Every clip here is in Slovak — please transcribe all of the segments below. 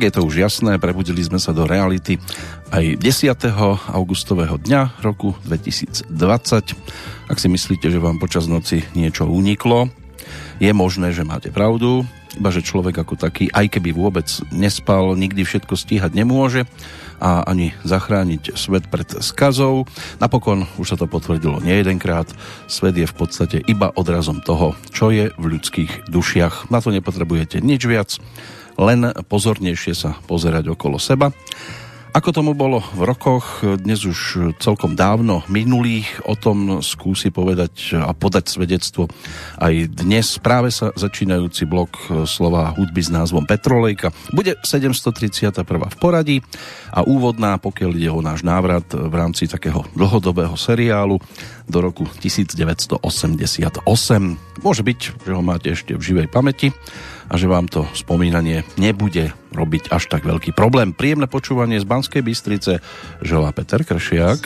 Tak je to už jasné, prebudili sme sa do reality aj 10. augustového dňa roku 2020. Ak si myslíte, že vám počas noci niečo uniklo, je možné, že máte pravdu, iba že človek ako taký, aj keby vôbec nespal, nikdy všetko stíhať nemôže a ani zachrániť svet pred skazou. Napokon už sa to potvrdilo nie jedenkrát. Svet je v podstate iba odrazom toho, čo je v ľudských dušiach. Na to nepotrebujete nič viac, len pozornejšie sa pozerať okolo seba. Ako tomu bolo v rokoch, dnes už celkom dávno minulých, o tom skúsi povedať a podať svedectvo aj dnes práve sa začínajúci blok slova hudby s názvom Petrolejka. Bude 731. v poradí a úvodná, pokiaľ ide o náš návrat v rámci takého dlhodobého seriálu do roku 1988. Môže byť, že ho máte ešte v živej pamäti a že vám to spomínanie nebude robiť až tak veľký problém. Príjemné počúvanie z Banskej Bystrice želá Peter Kršiak.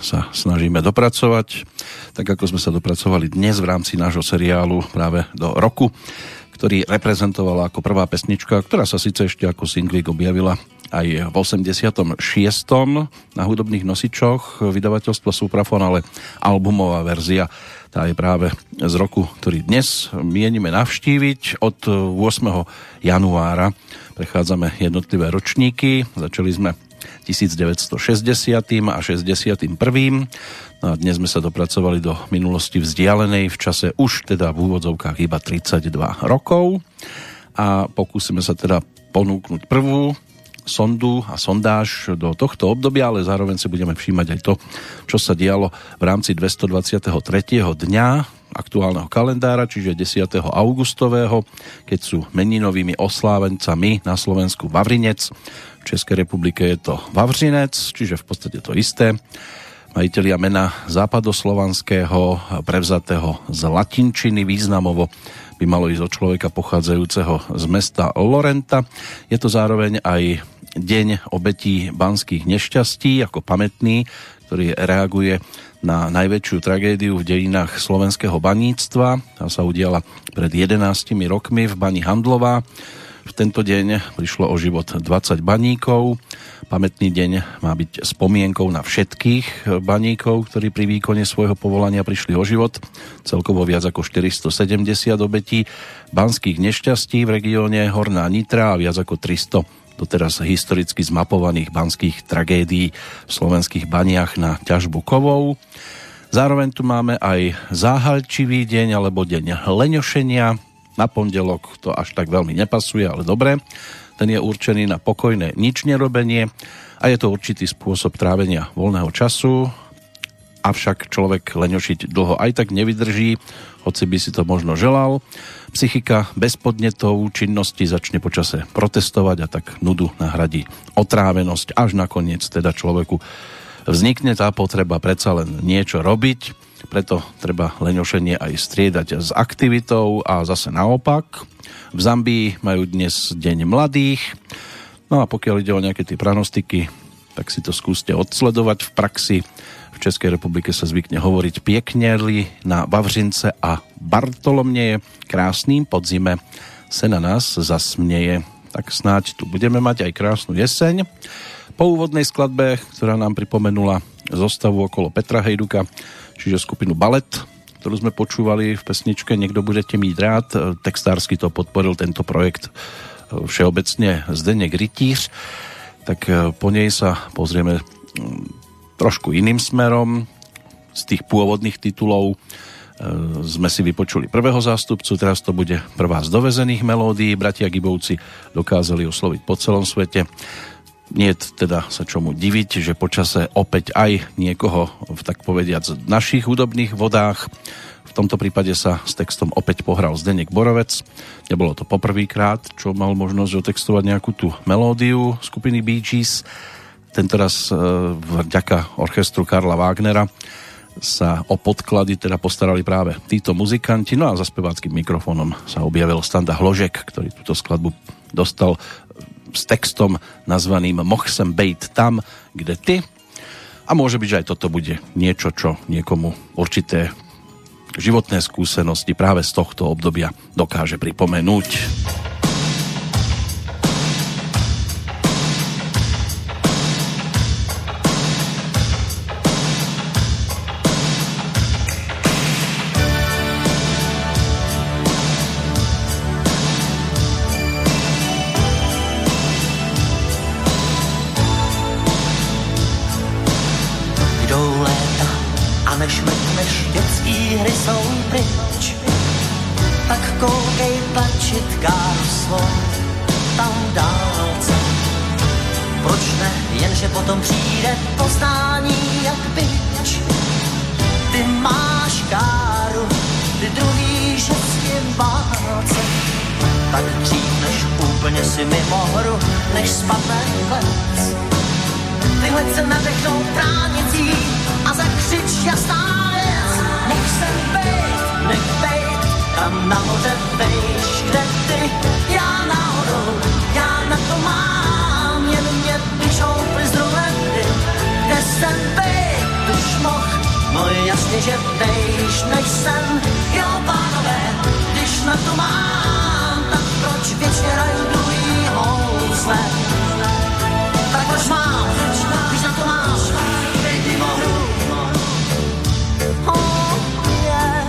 sa snažíme dopracovať, tak ako sme sa dopracovali dnes v rámci nášho seriálu práve do roku, ktorý reprezentovala ako prvá pesnička, ktorá sa síce ešte ako singlik objavila aj v 86. na hudobných nosičoch vydavateľstva Suprafon, ale albumová verzia tá je práve z roku, ktorý dnes mienime navštíviť. Od 8. januára prechádzame jednotlivé ročníky. Začali sme 1960. a 61. No a dnes sme sa dopracovali do minulosti vzdialenej v čase už teda v úvodzovkách iba 32 rokov a pokúsime sa teda ponúknuť prvú sondu a sondáž do tohto obdobia, ale zároveň si budeme všímať aj to, čo sa dialo v rámci 223. dňa aktuálneho kalendára, čiže 10. augustového, keď sú meninovými oslávencami na Slovensku Vavrinec. V Českej republike je to Vavřinec, čiže v podstate to isté. Majitelia mena západoslovanského, prevzatého z latinčiny, významovo by malo ísť od človeka pochádzajúceho z mesta Lorenta. Je to zároveň aj deň obetí banských nešťastí ako pamätný, ktorý reaguje na najväčšiu tragédiu v dejinách slovenského baníctva. Tá sa udiala pred 11 rokmi v bani Handlová. V tento deň prišlo o život 20 baníkov. Pamätný deň má byť spomienkou na všetkých baníkov, ktorí pri výkone svojho povolania prišli o život. Celkovo viac ako 470 obetí banských nešťastí v regióne Horná Nitra a viac ako 300 doteraz historicky zmapovaných banských tragédií v slovenských baniach na ťažbu kovov. Zároveň tu máme aj záhalčivý deň alebo deň leňošenia. Na pondelok to až tak veľmi nepasuje, ale dobre. Ten je určený na pokojné nič nerobenie a je to určitý spôsob trávenia voľného času. Avšak človek leňošiť dlho aj tak nevydrží, hoci by si to možno želal. Psychika bez podnetov činnosti začne počase protestovať a tak nudu nahradí otrávenosť, až nakoniec teda človeku vznikne tá potreba predsa len niečo robiť. Preto treba leňošenie aj striedať s aktivitou a zase naopak. V Zambii majú dnes deň mladých. No a pokiaľ ide o nejaké tie pranostiky, tak si to skúste odsledovať v praxi. V Českej republike sa zvykne hovoriť pieknerli na Vavřince a Bartolomnieje. Krásnym podzime se na nás zasmieje. Tak snáď tu budeme mať aj krásnu jeseň. Po úvodnej skladbe, ktorá nám pripomenula zostavu okolo Petra Hejduka, čiže skupinu Balet, ktorú sme počúvali v pesničke Niekto budete mít rád. Textársky to podporil tento projekt všeobecne Zdeněk Rytíř. Tak po nej sa pozrieme trošku iným smerom. Z tých pôvodných titulov sme si vypočuli prvého zástupcu, teraz to bude prvá z dovezených melódií. Bratia Gibovci dokázali osloviť po celom svete. Nie je teda sa čomu diviť, že počase opäť aj niekoho v tak povediac našich hudobných vodách. V tomto prípade sa s textom opäť pohral Zdeněk Borovec. Nebolo to poprvýkrát, čo mal možnosť otextovať nejakú tú melódiu skupiny Bee Gees. Tentoraz vďaka orchestru Karla Wagnera sa o podklady teda postarali práve títo muzikanti. No a za speváckým mikrofónom sa objavil Standa Hložek, ktorý túto skladbu dostal s textom nazvaným Moh sem bejt tam, kde ty. A môže byť, že aj toto bude niečo, čo niekomu určité životné skúsenosti práve z tohto obdobia dokáže pripomenúť. Už na to mám, tak proč věčně hraju druhý housle? Tak proč mám, když na to máš, teď mimo hru. Oh yeah,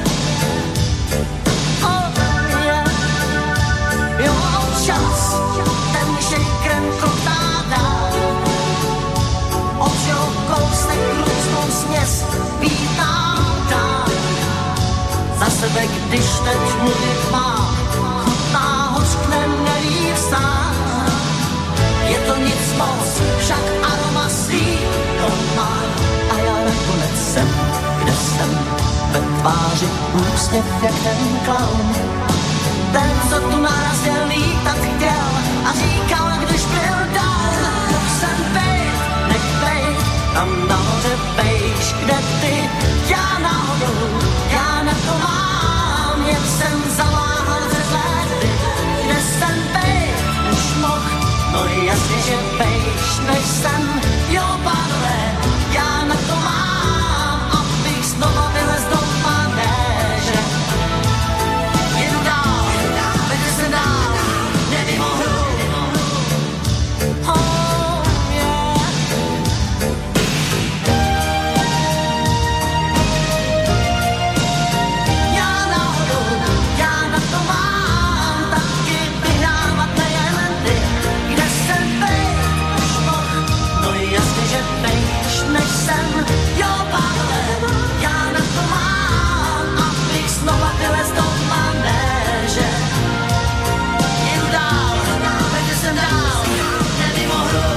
oh yeah. Jo, občas ten shakerem koktá dál, od čeho kousne různou směs vítám dál. Za sebe, když teď mluvit má, chutná hořkne nelí vstát. Je to nic moc, však aroma svý to má. A já nakonec jsem, kde jsem, ve tváři úsměv jak ten klaun. Ten, co tu narazil lítat chtěl a říkal, když byl dál, mohl jsem bejt, nech bejt, tam nahoře bejš, kde ty, já náhodou, já na to mám, jen jsem zaváhal přes léty, kde jsem bejt, už mohl, no jasně, že bejš, než jsem, jo pánové, já na to mám, abych znova vylez do manéže. Jedu dál, vedě se dál, nevím o hru. Oh yeah. Já náhodou, já na to mám, taky vyhrávat nejen ty, kde jsem bejt, už mohl, no jasně, že bejš, než jsem, jo pánové, já na to mám, abych znova vylez do manéže. Jedu dál, vedě jsem dál, nevím o hru.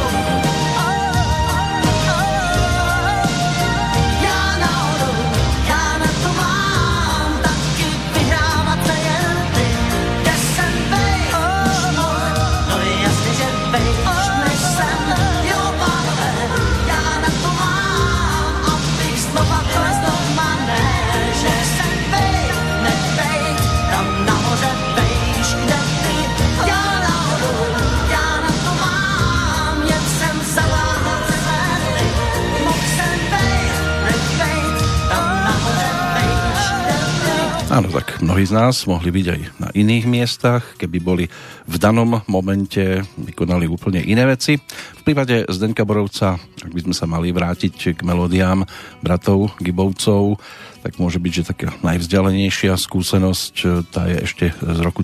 Já náhodou, já na to mám, taky vyhrávat nejen ty, kde jsem bejt, už mohl, no jasně, že bejš, než jsem, jo pánové, já na to mám, abych znova vylez do manéže. Jsem bejt, nebejt, tam nahoře bejš, kde ty, já náhodou, já na to mám, jen jsem zaváhal přes léty, mohl jsem bejt, nebejt, tam nahoře bejš, kde ty. Áno, tak mnohí z nás mohli byť aj na iných miestach, keby boli v danom momente vykonali úplne iné veci. V prípade Zdenka Borovca, ak by sme sa mali vrátiť k melódiám bratov Gibovcov, tak môže byť, že taká najvzdialenejšia skúsenosť, tá je ešte z roku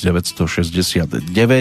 1969,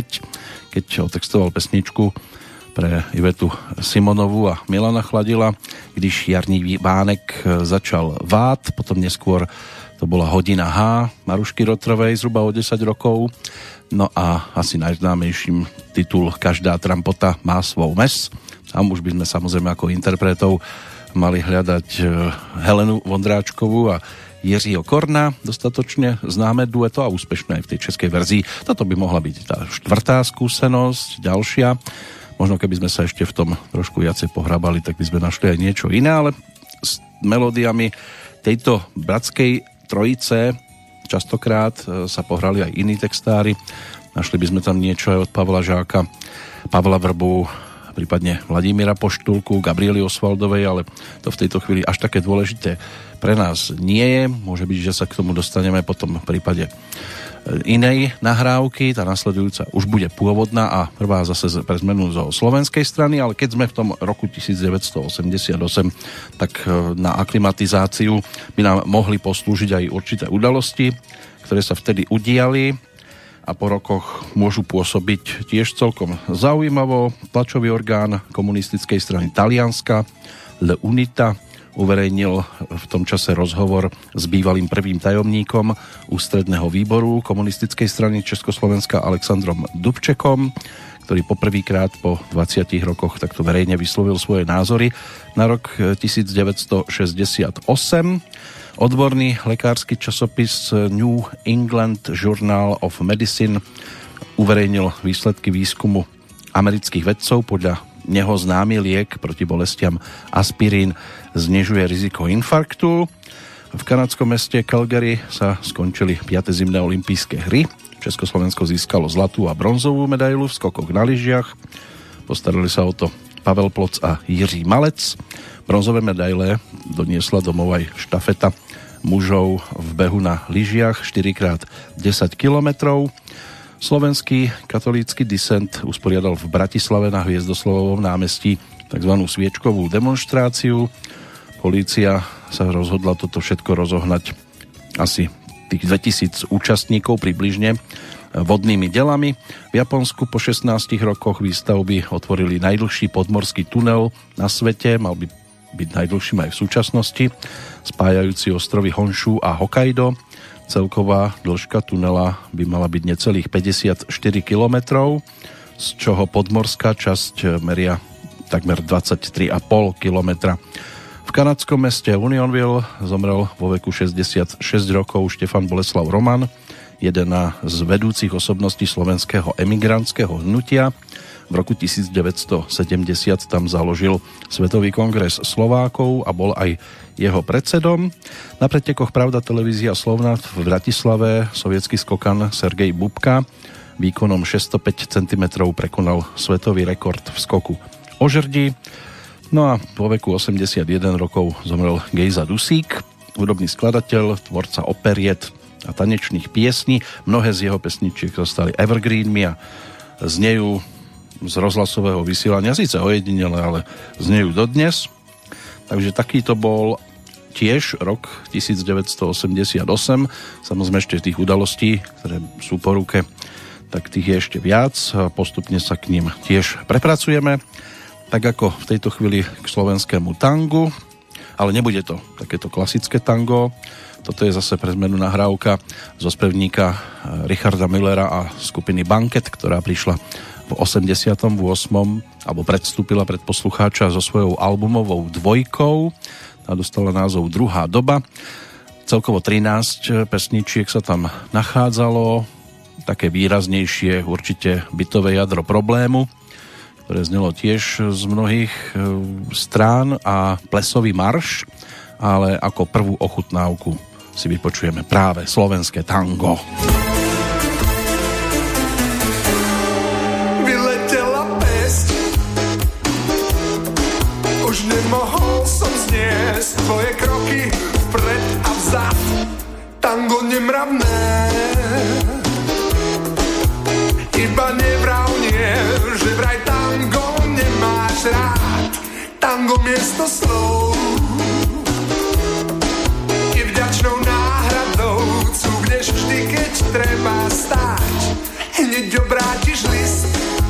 keď otextoval pesničku pre Ivetu Simonovú a Milana Chladila, když jarní vánek začal vát, potom neskôr to bola Hodina H Marušky Rotrovej zhruba o 10 rokov. No a asi najznámejším titul Každá trampota má svou mes. Tam už by sme samozrejme ako interpretov mali hľadať Helenu Vondráčkovú a Jiřího Korna, dostatočne známe dueto a úspešné aj v tej českej verzii. Toto by mohla byť tá štvrtá skúsenosť, ďalšia. Možno keby sme sa ešte v tom trošku viacej pohrabali, tak by sme našli aj niečo iné, ale s melódiami tejto bratskej trojice častokrát sa pohrali aj iní textári. Našli by sme tam niečo aj od Pavla Žáka, Pavla Vrbu, prípadne Vladimíra Poštulku, Gabriely Osvaldovej, ale to v tejto chvíli až také dôležité pre nás nie je. Môže byť, že sa k tomu dostaneme potom v prípade inej nahrávky. Tá nasledujúca už bude pôvodná a prvá zase pre zmenu zo slovenskej strany, ale keď sme v tom roku 1988, tak na aklimatizáciu by nám mohli poslúžiť aj určité udalosti, ktoré sa vtedy udiali a po rokoch môžu pôsobiť tiež celkom zaujímavo. Tlačový orgán komunistickej strany Talianska Le Unita uverejnil v tom čase rozhovor s bývalým prvým tajomníkom ústredného výboru komunistickej strany Československa Alexandrom Dubčekom, ktorý poprvýkrát po 20 rokoch takto verejne vyslovil svoje názory na rok 1968. Odborný lekársky časopis New England Journal of Medicine uverejnil výsledky výskumu amerických vedcov. Podľa neho známy liek proti bolestiam aspirín znižuje riziko infarktu. V kanadskom meste Calgary sa skončili 5. zimné olympijské hry. Československo získalo zlatú a bronzovú medailu v skokoch na lyžiach. Postarali sa o to Pavel Ploc a Jiří Malec. Bronzové medaile doniesla domov aj štafeta mužov v behu na lyžiach 4x10 kilometrov. Slovenský katolícky disent usporiadal v Bratislave na Hviezdoslovovom námestí tzv. Sviečkovú demonštráciu. Polícia sa rozhodla toto všetko rozohnať asi tých 2000 účastníkov približne vodnými delami. V Japonsku po 16 rokoch výstavby otvorili najdlhší podmorský tunel na svete, mal by byť najdlhším aj v súčasnosti, spájajúci ostrovy Honshu a Hokkaido. Celková dĺžka tunela by mala byť necelých 54 kilometrov, z čoho podmorská časť meria takmer 23,5 kilometra. V kanadskom meste Unionville zomrel vo veku 66 rokov Štefan Boleslav Roman, jeden z vedúcich osobností slovenského emigrantského hnutia. V roku 1970 tam založil Svetový kongres Slovákov a bol aj jeho predsedom. Na pretekoch Pravda televízia Slovnaft v Bratislave sovietský skokan Sergej Bubka výkonom 605 cm prekonal svetový rekord v skoku o žrdi. No a vo veku 81 rokov zomrel Gejza Dusík, hudobný skladateľ, tvorca operiet a tanečných piesní. Mnohé z jeho pesničiek sa stali evergreenmi a znejú z rozhlasového vysielania, síce ojedinele, ale znejú dodnes. Takže takýto bol tiež rok 1988. Samozrejme ešte tých udalostí, ktoré sú po ruke, tak tých je ešte viac. Postupne sa k ním tiež prepracujeme. Tak ako v tejto chvíli k slovenskému tangu, ale nebude to takéto klasické tango. Toto je zase pre zmenu nahrávka zo spevníka Richarda Müllera a skupiny Banket, ktorá prišla v 88. alebo predstúpila pred poslucháča so svojou albumovou dvojkou. Tá dostala názov Druhá doba. Celkovo 13 pesničiek sa tam nachádzalo. Také výraznejšie určite Bytové jadro problému, ktoré znelo tiež z mnohých strán, a Plesový marš, ale ako prvú ochutnávku si vypočujeme práve slovenské tango. Vyletela pesť, už nemohol som zniesť tvoje kroky vpred a vzad, tango nemravné, iba nevravnie, že vraj tango nemáš rád, tango miesto slov je vďačnou náhradou, cúkneš vždy, keď treba stáť, hneď obrátiš list,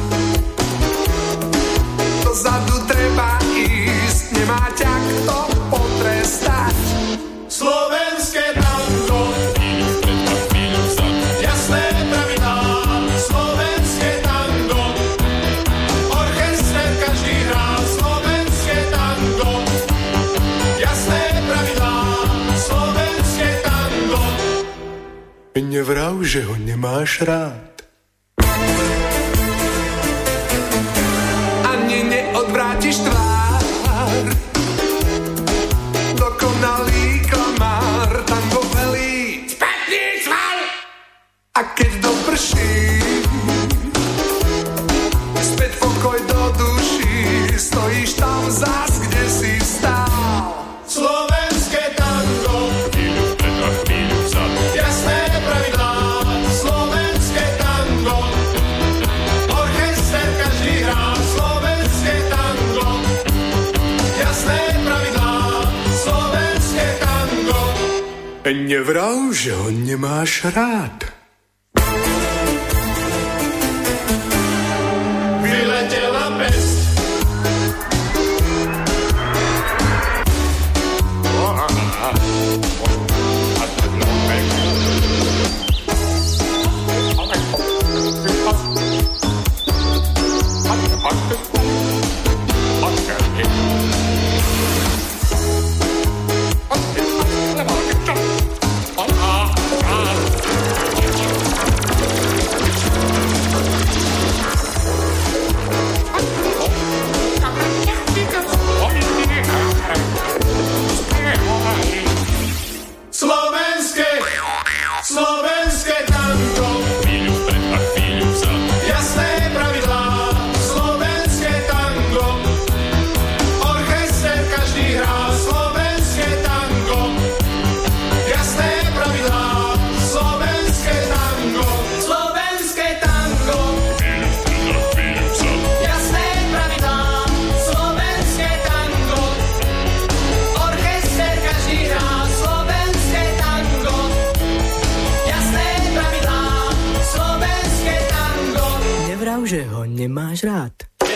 dozadu treba ísť, nemá ťa kto potrestať. Slovenské tango, jasné pravidlá, slovenské tango, orchester každý hrá, slovenské tango, jasné pravidlá, slovenské tango. Nevrav, že ho nemáš rád. Ani neodvrátiš tvár, dokonalý klamár, tango velí spätný sval. A keď doprší, späť pokoj do duší, stojíš tam zás, kde si stál. Slovenské tango, chvíľu vpred a chvíľu vzad, jasné pravidlá, slovenské tango, orchester každý hrá, slovenské tango, jasné pravidlá, slovenské tango. Nevrav, že ho nemáš rád. Vyletela pesť, nemáš rád.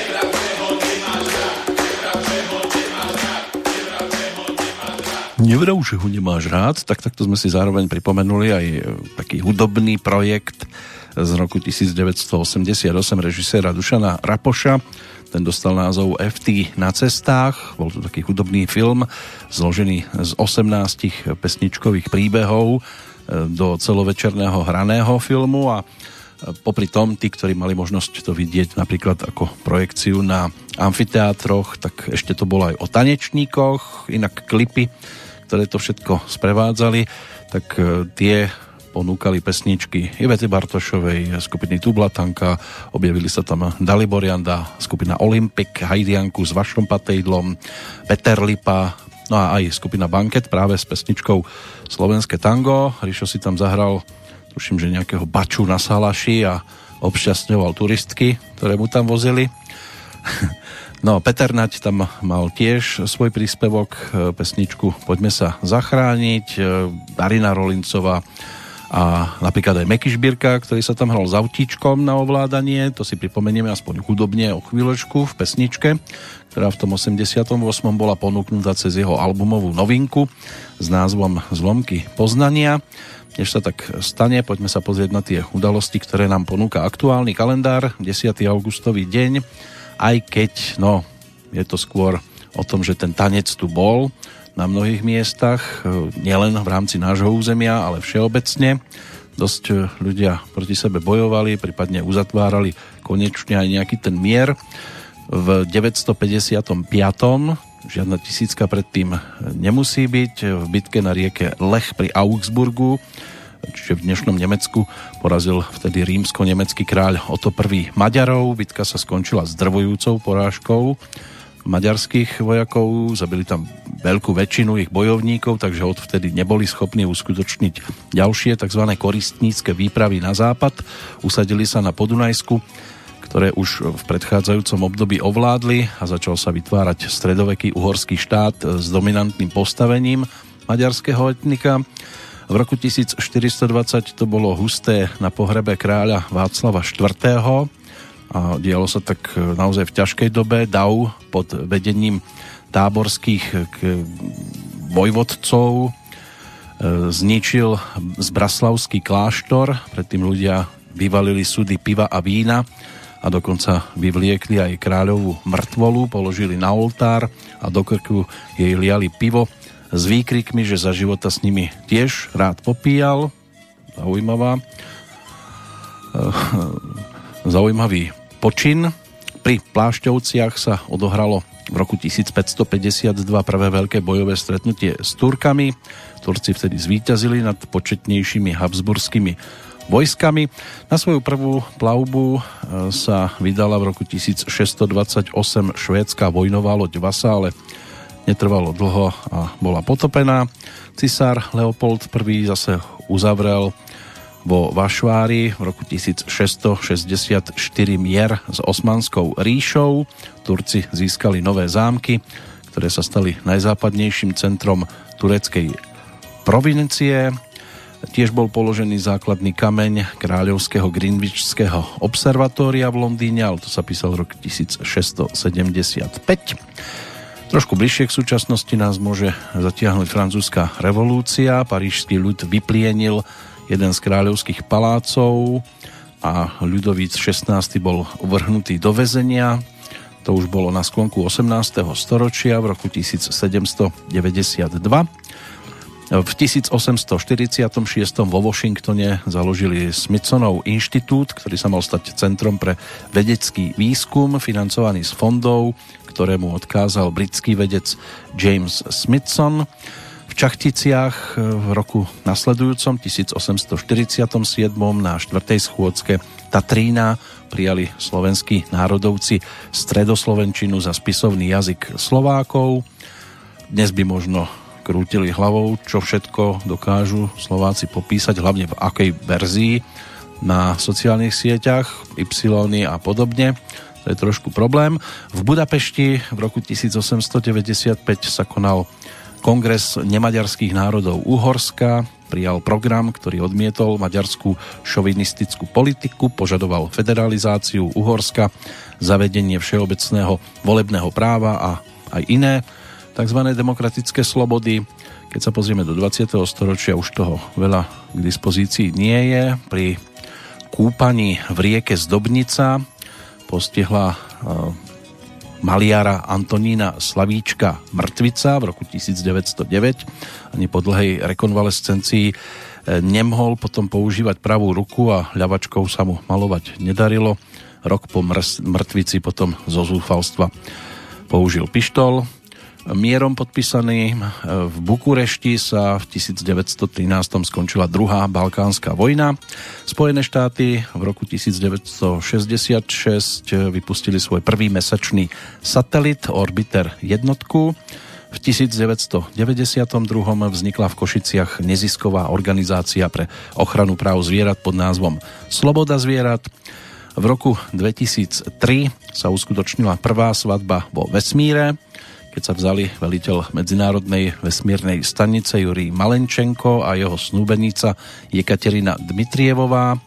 Nevrav, že ho nemáš rád, tak takto sme si zároveň pripomenuli aj taký hudobný projekt z roku 1988 režiséra Dušana Rapoša. Ten dostal názov FT na cestách. Bol to taký hudobný film zložený z 18 pesničkových príbehov do celovečerného hraného filmu a popri tom, tí, ktorí mali možnosť to vidieť napríklad ako projekciu na amfiteátroch, tak ešte to bolo aj o tanečníkoch, inak klipy, ktoré to všetko sprevádzali, tak tie ponúkali pesničky Ivety Bartošovej, skupiny Tublatanka, objavili sa tam Dalibor Janda, skupina Olympik, Hajdianku s Vašom Patejdlom, Peter Lipa, no a aj skupina Banket práve s pesničkou Slovenské tango. Rišo si tam zahral, tuším, že nejakého baču na salaši a obšťastňoval turistky, ktoré mu tam vozili. No, Peter Naď tam mal tiež svoj príspevok, pesničku Poďme sa zachrániť, Darina Rolincová a napríklad aj Meky Šbírka, ktorý sa tam hral s autíčkom na ovládanie, to si pripomenieme aspoň hudobne o chvíľočku v pesničke, ktorá v tom 88. bola ponúknutá cez jeho albumovú novinku s názvom Zlomky poznania. Než sa tak stane, poďme sa pozrieť na tie udalosti, ktoré nám ponúka aktuálny kalendár, 10. augustový deň, aj keď, no, je to skôr o tom, že ten tanec tu bol na mnohých miestach, nielen v rámci nášho územia, ale všeobecne. Dosť ľudia proti sebe bojovali, prípadne uzatvárali konečne aj nejaký ten mier. V 955. žiadna tisícka predtým nemusí byť. V bitke na rieke Lech pri Augsburgu, čiže v dnešnom Nemecku, porazil vtedy rímsko-nemecký kráľ Otto I. Maďarov. Bitka sa skončila s drvujúcou porážkou maďarských vojakov. Zabili tam veľkú väčšinu ich bojovníkov, takže odvtedy neboli schopní uskutočniť ďalšie tzv. Koristnícke výpravy na západ. Usadili sa na Podunajsku, ktoré už v predchádzajúcom období ovládli, a začal sa vytvárať stredoveký uhorský štát s dominantným postavením maďarského etnika. V roku 1420 to bolo husté na pohrebe kráľa Václava IV. A dialo sa tak naozaj v ťažkej dobe. Dav pod vedením táborských vojvodcov zničil Zbraslavský kláštor. Predtým ľudia vyvalili súdy piva a vína a dokonca vyvliekli aj kráľovú mŕtvolu, položili na oltár a do krku jej liali pivo s výkrikmi, že za života s nimi tiež rád popíjal. Zaujímavý počin. Pri Plášťovciach sa odohralo v roku 1552 prvé veľké bojové stretnutie s Turkami. Turci vtedy zvíťazili nad početnejšími habsburskými vojskami. Na svoju prvú plavbu sa vydala v roku 1628 švédska vojnová loď Vasa, ale netrvalo dlho a bola potopená. Cisár Leopold I zase uzavrel vo Vašvári v roku 1664 mier s Osmanskou ríšou. Turci získali nové zámky, ktoré sa stali najzápadnejším centrom tureckej provincie. Tiež bol položený základný kameň kráľovského Greenwichského observatória v Londýne, ale to sa písal rok 1675. Trošku bližšie k súčasnosti nás môže zatiahnuť francúzska revolúcia. Parížský ľud vyplienil jeden z kráľovských palácov a Ľudovíc XVI bol uvrhnutý do väzenia. To už bolo na sklonku 18. storočia v roku 1792. V 1846. vo Washingtone založili Smithsonov inštitút, ktorý sa mal stať centrom pre vedecký výskum, financovaný z fondov, ktorému odkázal britský vedec James Smithson. V Čachticiach v roku nasledujúcom 1847. na 4. schôdzke Tatrína prijali slovenskí národovci stredoslovenčinu za spisovný jazyk Slovákov. Dnes by možno krútili hlavou, čo všetko dokážu Slováci popísať, hlavne v akej verzii na sociálnych sieťach, Y a podobne. To je trošku problém. V Budapešti v roku 1895 sa konal Kongres nemaďarských národov Uhorska. prijal program, ktorý odmietol maďarskú šovinistickú politiku, požadoval federalizáciu Uhorska, zavedenie všeobecného volebného práva a aj iné tzv. Demokratické slobody. Keď sa pozrieme do 20. storočia, už toho veľa k dispozícii nie je. Pri kúpaní v rieke Zdobnica postihla maliara Antonína Slavíčka mŕtvica v roku 1909. Ani po dlhej rekonvalescencii nemohol potom používať pravú ruku a ľavačkou sa mu malovať nedarilo. Rok po mŕtvici potom zo zúfalstva použil pištol. Mierom podpísaný v Bukurešti sa v 1913 skončila druhá balkánska vojna. Spojené štáty v roku 1966 vypustili svoj prvý mesačný satelit Orbiter jednotku. V 1992 vznikla v Košiciach nezisková organizácia pre ochranu práv zvierat pod názvom Sloboda zvierat. V roku 2003 sa uskutočnila prvá svadba vo vesmíre, keď sa vzali veliteľ Medzinárodnej vesmírnej stanice Jurij Malenčenko a jeho snúbenica Jekaterina Dmitrievová,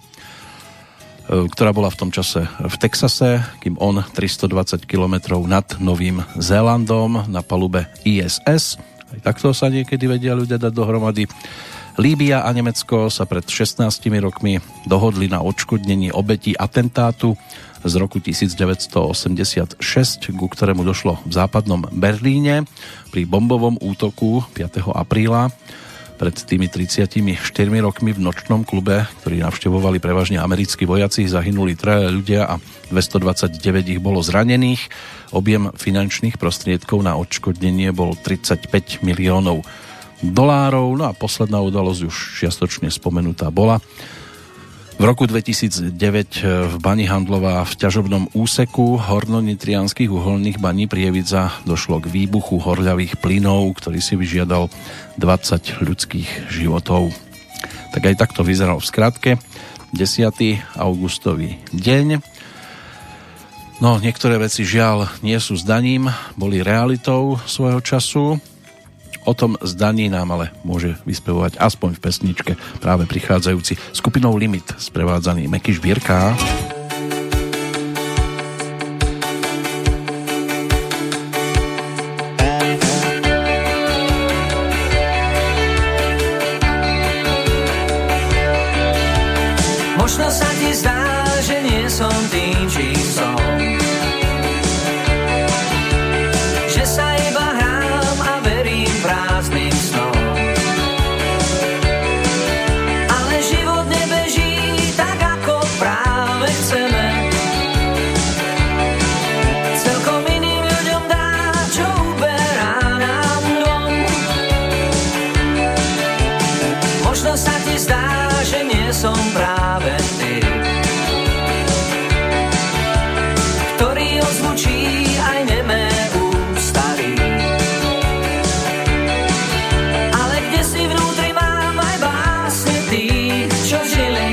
ktorá bola v tom čase v Texase, kým on 320 km nad Novým Zélandom na palube ISS. Aj takto sa niekedy vedia ľudia dať dohromady. Líbia a Nemecko sa pred 16 rokmi dohodli na odškodnení obetí atentátu z roku 1986, ku ktorému došlo v západnom Berlíne pri bombovom útoku 5. apríla. Pred tými 34 rokmi v nočnom klube, ktorý navštevovali prevažne americkí vojaci, zahynuli 3 ľudia a 229 ich bolo zranených. Objem finančných prostriedkov na odškodnenie bol 35 miliónov dolárov. No a posledná udalosť už čiastočne spomenutá bola. V roku 2009 v bani Handlová v ťažobnom úseku hornonitrianskych uholných baní Prievidza došlo k výbuchu horľavých plynov, ktorý si vyžiadal 20 ľudských životov. Tak aj takto vyzeral v skratke 10. augustový deň. No, niektoré veci žiaľ nie sú zdaním, boli realitou svojho času. O tom zdaní nám ale môže vyspevovať aspoň v pesničke práve prichádzajúci skupinou Limit sprevádzaný Meky Žbírka. Možno sa ti zdá, že nie som tým, čím som, že sa iba hrám a verím prázdnym snom. Ale život nebeží tak, ako práve chceme. Celkom iným ľuďom dá, čo uberá nám dom. Možno sa ti zdá, že nie som práve ty, ktorý ozvučí aj nemé ústary. Ale kde si vnútri mám aj básne tých, čo žili.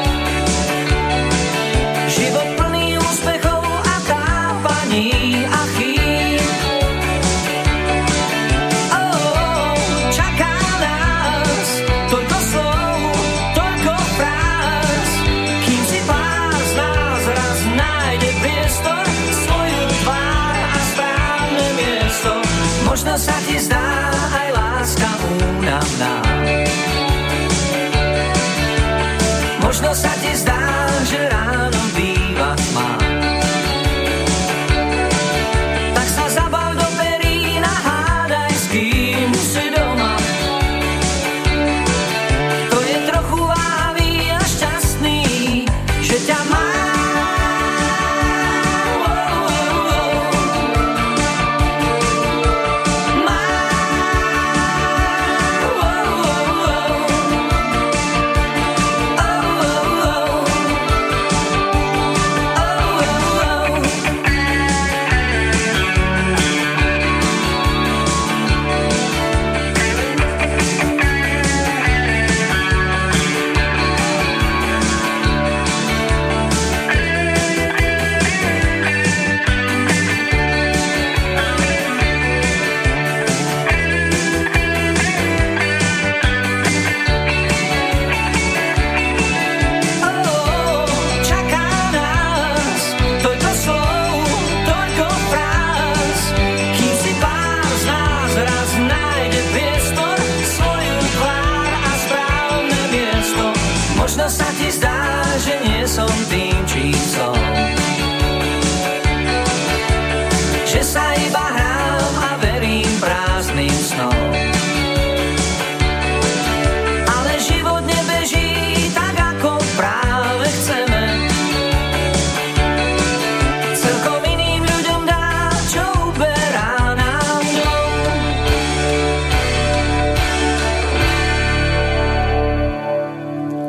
Život plný úspechov a tápaní a chýb. Čaká nás toľko slov, toľko fráz, kým si pár z nás raz nájde priestor, svoju tvár a správne miesto. Možno sa ti zdá aj láska únavná. Možno sa ti zdá, že ráno býva tma. Tak sa zabav do perín a hádaj, s kým si doma. To je trochu váhavý a šťastný, že ťa má.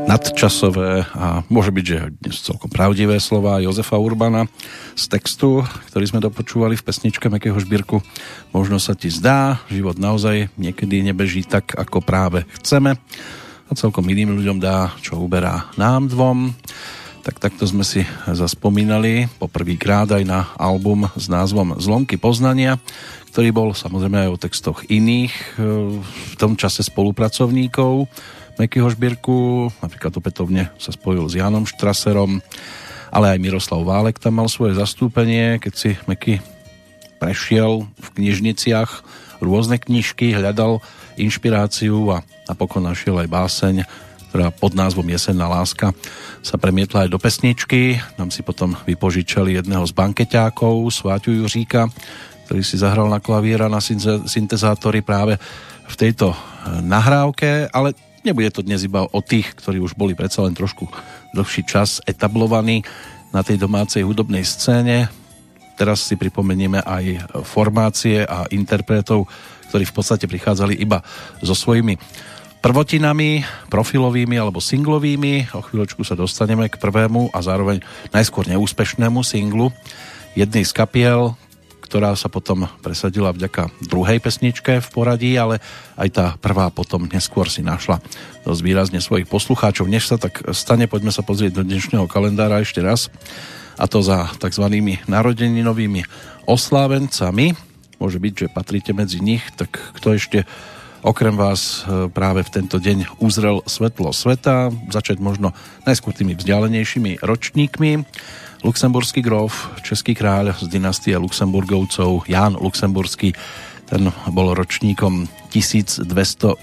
nadčasové a môže byť, že dnes celkom pravdivé slova Jozefa Urbana z textu, ktorý sme dopočúvali v pesničke Mäkkého Žbírku. Možno sa ti zdá, život naozaj niekedy nebeží tak, ako práve chceme a celkom iným ľuďom dá, čo uberá nám dvom. Tak takto sme si zaspomínali poprvýkrát aj na album s názvom Zlomky poznania, ktorý bol samozrejme aj o textoch iných v tom čase spolupracovníkov Mäkkého Žbírku, napríklad opätovne sa spojil s Jánom Štraserom, ale aj Miroslav Válek tam mal svoje zastúpenie, keď si Mäkky prešiel v knižniciach rôzne knižky, hľadal inšpiráciu a napokon našiel aj báseň, ktorá pod názvom Jesenná láska sa premietla aj do pesničky. Tam si potom vypožičali jedného z bankeťákov, Sváťu Juříka, ktorý si zahral na klavír a na syntezátory práve v tejto nahrávke, ale nebude to dnes iba o tých, ktorí už boli predsa len trošku dlhší čas etablovaní na tej domácej hudobnej scéne. Teraz si pripomenieme aj formácie a interpretov, ktorí v podstate prichádzali iba so svojimi prvotinami, profilovými alebo singlovými. O chvíľočku sa dostaneme k prvému a zároveň najskôr neúspešnému singlu jednej z kapiel, ktorá sa potom presadila vďaka druhej pesničke v poradí, ale aj tá prvá potom neskôr si našla dosť výrazne svojich poslucháčov. Než sa tak stane, poďme sa pozrieť do dnešného kalendára ešte raz, a to za takzvanými narodeninovými oslávencami. Môže byť, že patríte medzi nich, tak kto ešte okrem vás práve v tento deň uzrel svetlo sveta, začať možno najskôr tými vzdialenejšími ročníkmi. Luxemburský gróf, český kráľ z dynastie Luxemburgovcov Ján Luxemburský, ten bol ročníkom 1296.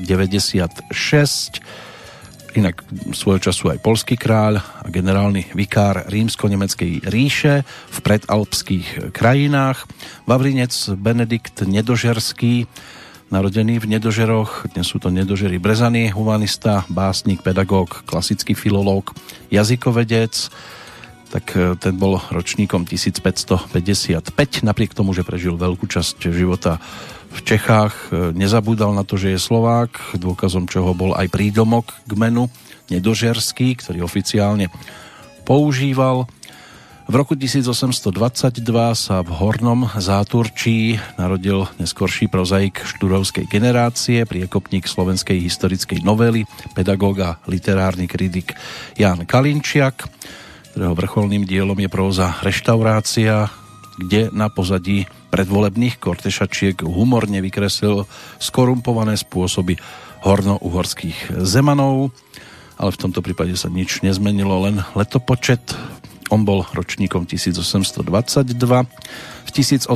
Inak svojho času aj poľský kráľ a generálny vikár rímsko-nemeckej ríše v predalpských krajinách. Vavrinec Benedikt Nedožerský, narodený v Nedožeroch, dnes sú to Nedožery Brezany, humanista, básnik, pedagóg, klasický filológ, jazykovedec, tak ten bol ročníkom 1555. Napriek tomu, že prežil veľkú časť života v Čechách, nezabúdal na to, že je Slovák, dôkazom čoho bol aj prídomok k menu Nedožerský, ktorý oficiálne používal. V roku 1822 sa v Hornom Záturčí narodil neskorší prozaik štúrovskej generácie, priekopník slovenskej historickej novely, pedagóg a literárny kritik Ján Kalinčiak, ktorého vrcholným dielom je próza Reštaurácia, kde na pozadí predvolebných kortešačiek humorne vykreslil skorumpované spôsoby horno-uhorských zemanov, ale v tomto prípade sa nič nezmenilo, len letopočet. On bol ročníkom 1822. V 1895.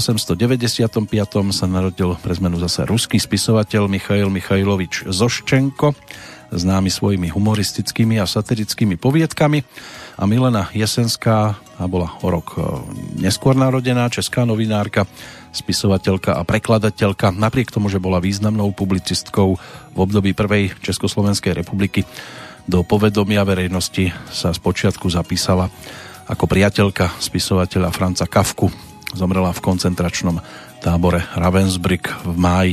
sa narodil pre zmenu zase ruský spisovateľ Michail Michailovič Zoščenko, známy svojimi humoristickými a satirickými poviedkami, a Milena Jesenská, a bola o rok neskôr narodená, česká novinárka, spisovateľka a prekladateľka. Napriek tomu, že bola významnou publicistkou v období prvej Československej republiky, do povedomia verejnosti sa spočiatku zapísala ako priateľka spisovateľa Franza Kafku. Zomrela v koncentračnom tábore Ravensbrück v máji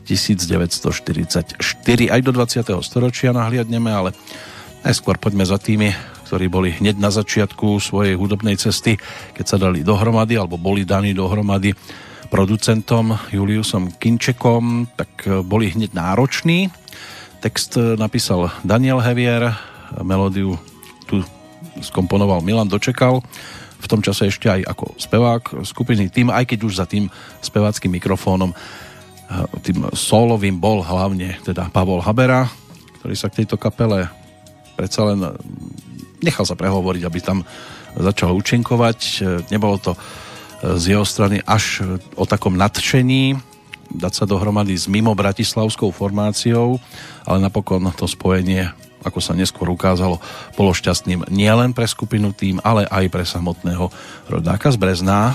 1944. Aj do 20. storočia nahliadneme, ale najskôr poďme za tými, ktorí boli hneď na začiatku svojej hudobnej cesty, keď sa dali dohromady, alebo boli daní dohromady producentom Juliusom Kinčekom, tak boli hneď nároční. Text napísal Daniel Hevier, melódiu tu skomponoval Milan Dočekal, v tom čase ešte aj ako spevák skupiny Tým, aj keď už za tým speváckým mikrofónom, tým solovým bol hlavne teda Pavol Habera, ktorý sa k tejto kapele predsa len nechal sa prehovoriť, aby tam začal účinkovať. Nebolo to z jeho strany až o takom nadšení dať sa dohromady s mimo bratislavskou formáciou, ale napokon to spojenie, ako sa neskôr ukázalo, bolo šťastným nielen pre skupinu Tým, ale aj pre samotného rodáka z Brezná.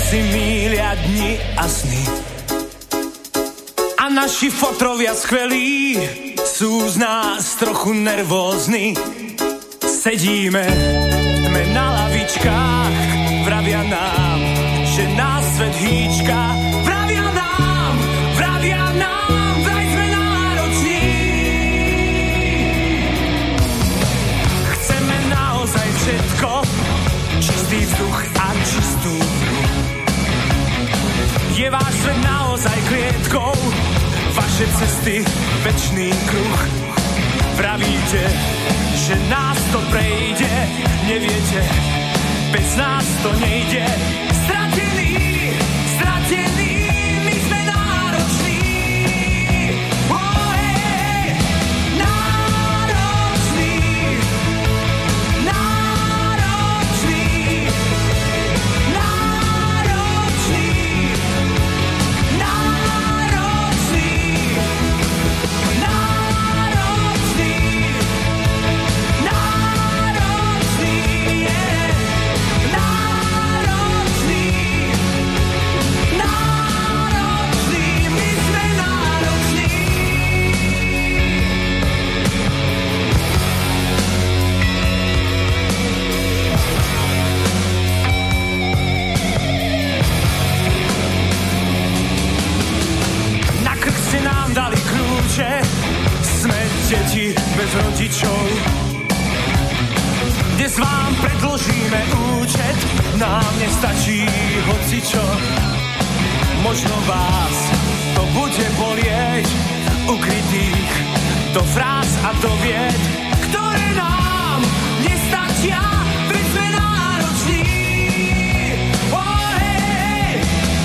noci mília dni a sny. A naši fotrovia skvelí sú z nás trochu nervózni. Sedíme sme na lavičkách, vravia nám, že nás svet hýčka. Vravia nám, vraj sme nároční. Chceme naozaj všetko, čistý vzduch a čistú hru. Je váš svet naozaj klietkou, vaše cesty večný kruh. Pravíte, že nás to prejde, neviete, bez nás to nejde. Stratení, my sme nároční. Oh, hey, nároční. Sme deti bez rodičov. Dnes vám predložíme účet, nám nestačí hocičo. Možno vás to bude bolieť, ukrytých do fráz a do vied, ktoré nám nestačia, veď sme nároční. Oh, hey,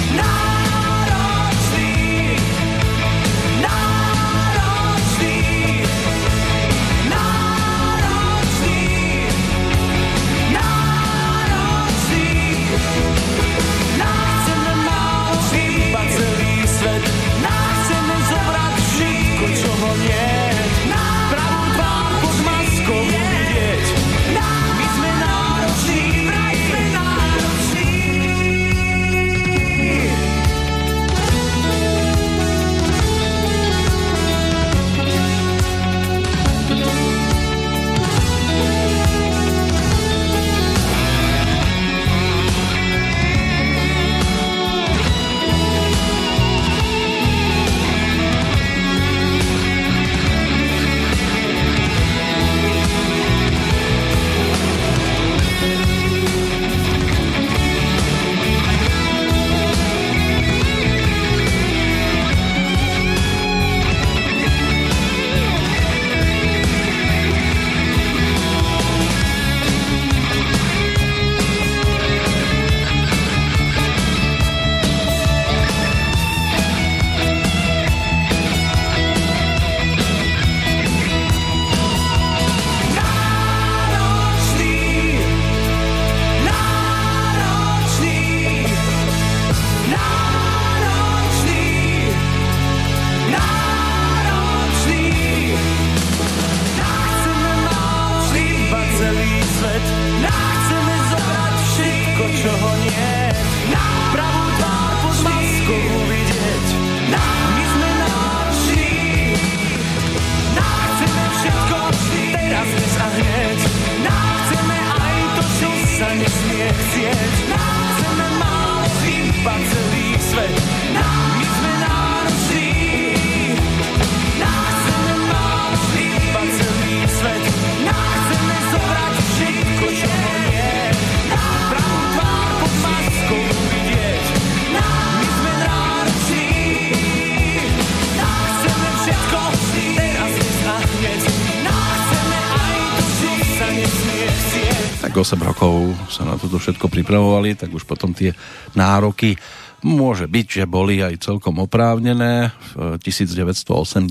tak 8 rokov sa na toto všetko pripravovali, tak už potom tie nároky môže byť, že boli aj celkom oprávnené. V 1980.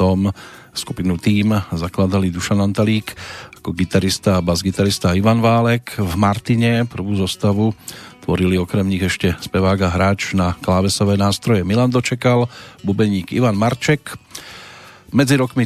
skupinu Tým zakladali Dušan Antalík ako gitarista a basgitarista Ivan Válek. V Martine prvú zostavu tvorili okrem nich ešte spevák a hráč na klávesové nástroje Milan Dočekal, bubeník Ivan Marček. Medzi rokmi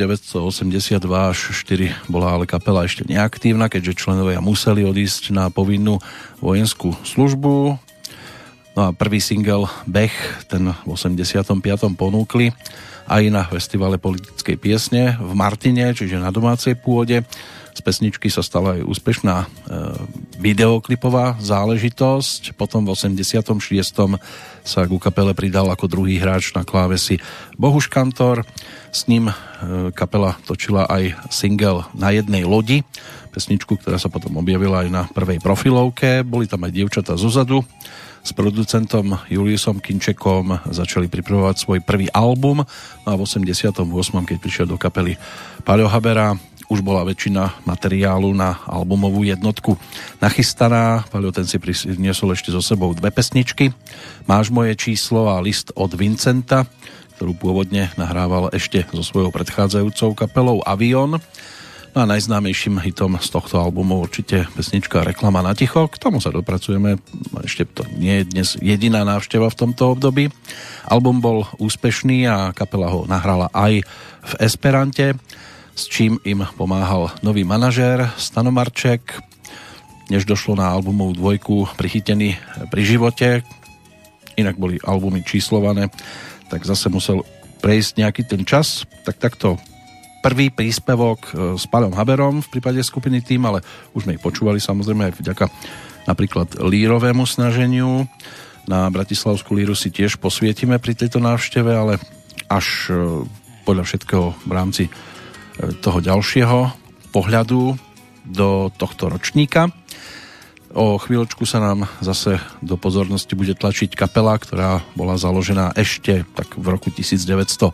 1982 až 4 bola ale kapela ešte neaktívna, keďže členovia museli odísť na povinnú vojenskú službu. No a prvý single Beh, ten v 85. ponúkli aj na festivale politickej piesne v Martine, čiže na domácej pôde. Z pesničky sa stala aj úspešná videoklipová záležitosť. Potom v 86. sa ku kapele pridal ako druhý hráč na klávesi Bohuš Kantor. S ním kapela točila aj single Na jednej lodi, pesničku, ktorá sa potom objavila aj na prvej profilovke. Boli tam aj dievčatá zozadu. S producentom Juliusom Kinčekom začali pripravovať svoj prvý album. No a v 88. keď prišiel do kapely Paľo Habera, už bola väčšina materiálu na albumovú jednotku nachystaná. Paľo ten si priniesol ešte so sebou dve pesničky. Máš moje číslo a List od Vincenta, ktorú pôvodne nahrával ešte so svojou predchádzajúcou kapelou Avion. No a najznámejším hitom z tohto albumu určite pesnička Reklama na ticho. K tomu sa dopracujeme, ešte to nie je dnes jediná návšteva v tomto období. Album bol úspešný a kapela ho nahrala aj v Esperante, s čím im pomáhal nový manažér Stano Marček. Než došlo na albumovú dvojku Prichytený pri živote, inak boli albumy číslované, tak zase musel prejsť nejaký ten čas. Takto prvý príspevok s Paľom Haberom v prípade skupiny Tým, ale už sme ich počúvali samozrejme aj vďaka napríklad lírovému snaženiu. Na Bratislavskú líru si tiež posvietime pri tejto návšteve, ale až podľa všetkého v rámci toho ďalšieho pohľadu do tohto ročníka. O chvíľočku sa nám zase do pozornosti bude tlačiť kapela, ktorá bola založená ešte tak v roku 1970.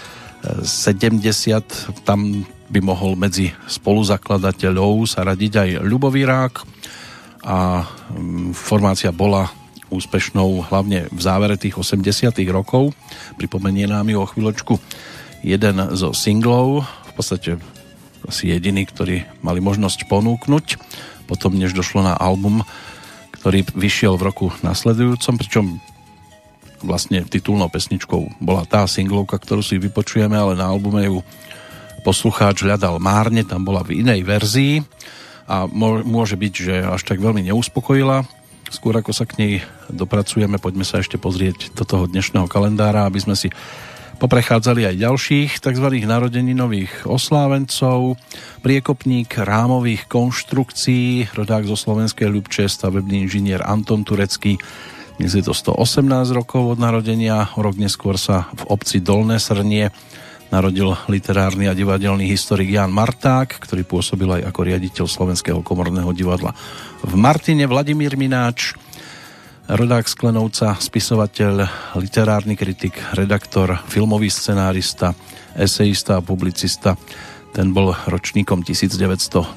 Tam by mohol medzi spoluzakladateľov sa radiť aj Ľubo Virák a formácia bola úspešnou hlavne v závere tých 80. rokov. Pripomenie nám ju o chvíľočku jeden zo singlov, v podstate asi jediný, ktorý mali možnosť ponúknuť potom, než došlo na album, ktorý vyšiel v roku nasledujúcom, pričom vlastne titulnou pesničkou bola tá singlovka, ktorú si vypočujeme, ale na albume ju poslucháč hľadal márne, tam bola v inej verzii a môže byť, že až tak veľmi neuspokojila. Skôr ako sa k nej dopracujeme, poďme sa ešte pozrieť do toho dnešného kalendára, aby sme si poprechádzali aj ďalších tzv. Narodeninových oslávencov. Priekopník rámových konštrukcií, rodák zo Slovenskej Ľubče, stavebný inžinier Anton Turecký. Dnes je to 118 rokov od narodenia. O rok neskôr sa v obci Dolné Srnie narodil literárny a divadelný historik Ján Marták, ktorý pôsobil aj ako riaditeľ Slovenského komorného divadla v Martine. Vladimír Mináč, rodák z Klenovca, spisovateľ, literárny kritik, redaktor, filmový scenárista, esejista a publicista. Ten bol ročníkom 1922.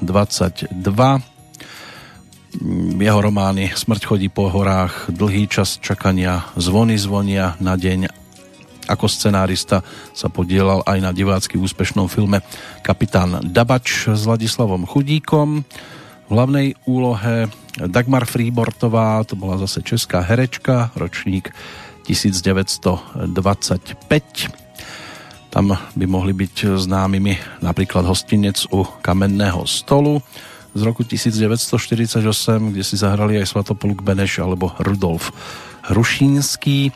Jeho romány Smrť chodí po horách, Dlhý čas čakania, Zvony zvonia na deň. Ako scenárista sa podielal aj na divácky úspešnom filme Kapitán Dabač s Ladislavom Chudíkom. V hlavnej úlohe Dagmar Fríbortová, to bola zase česká herečka, ročník 1925. Tam by mohli byť známymi napríklad Hostinec u kamenného stolu z roku 1948, kde si zahrali aj Svatopluk Beneš alebo Rudolf Hrušínský.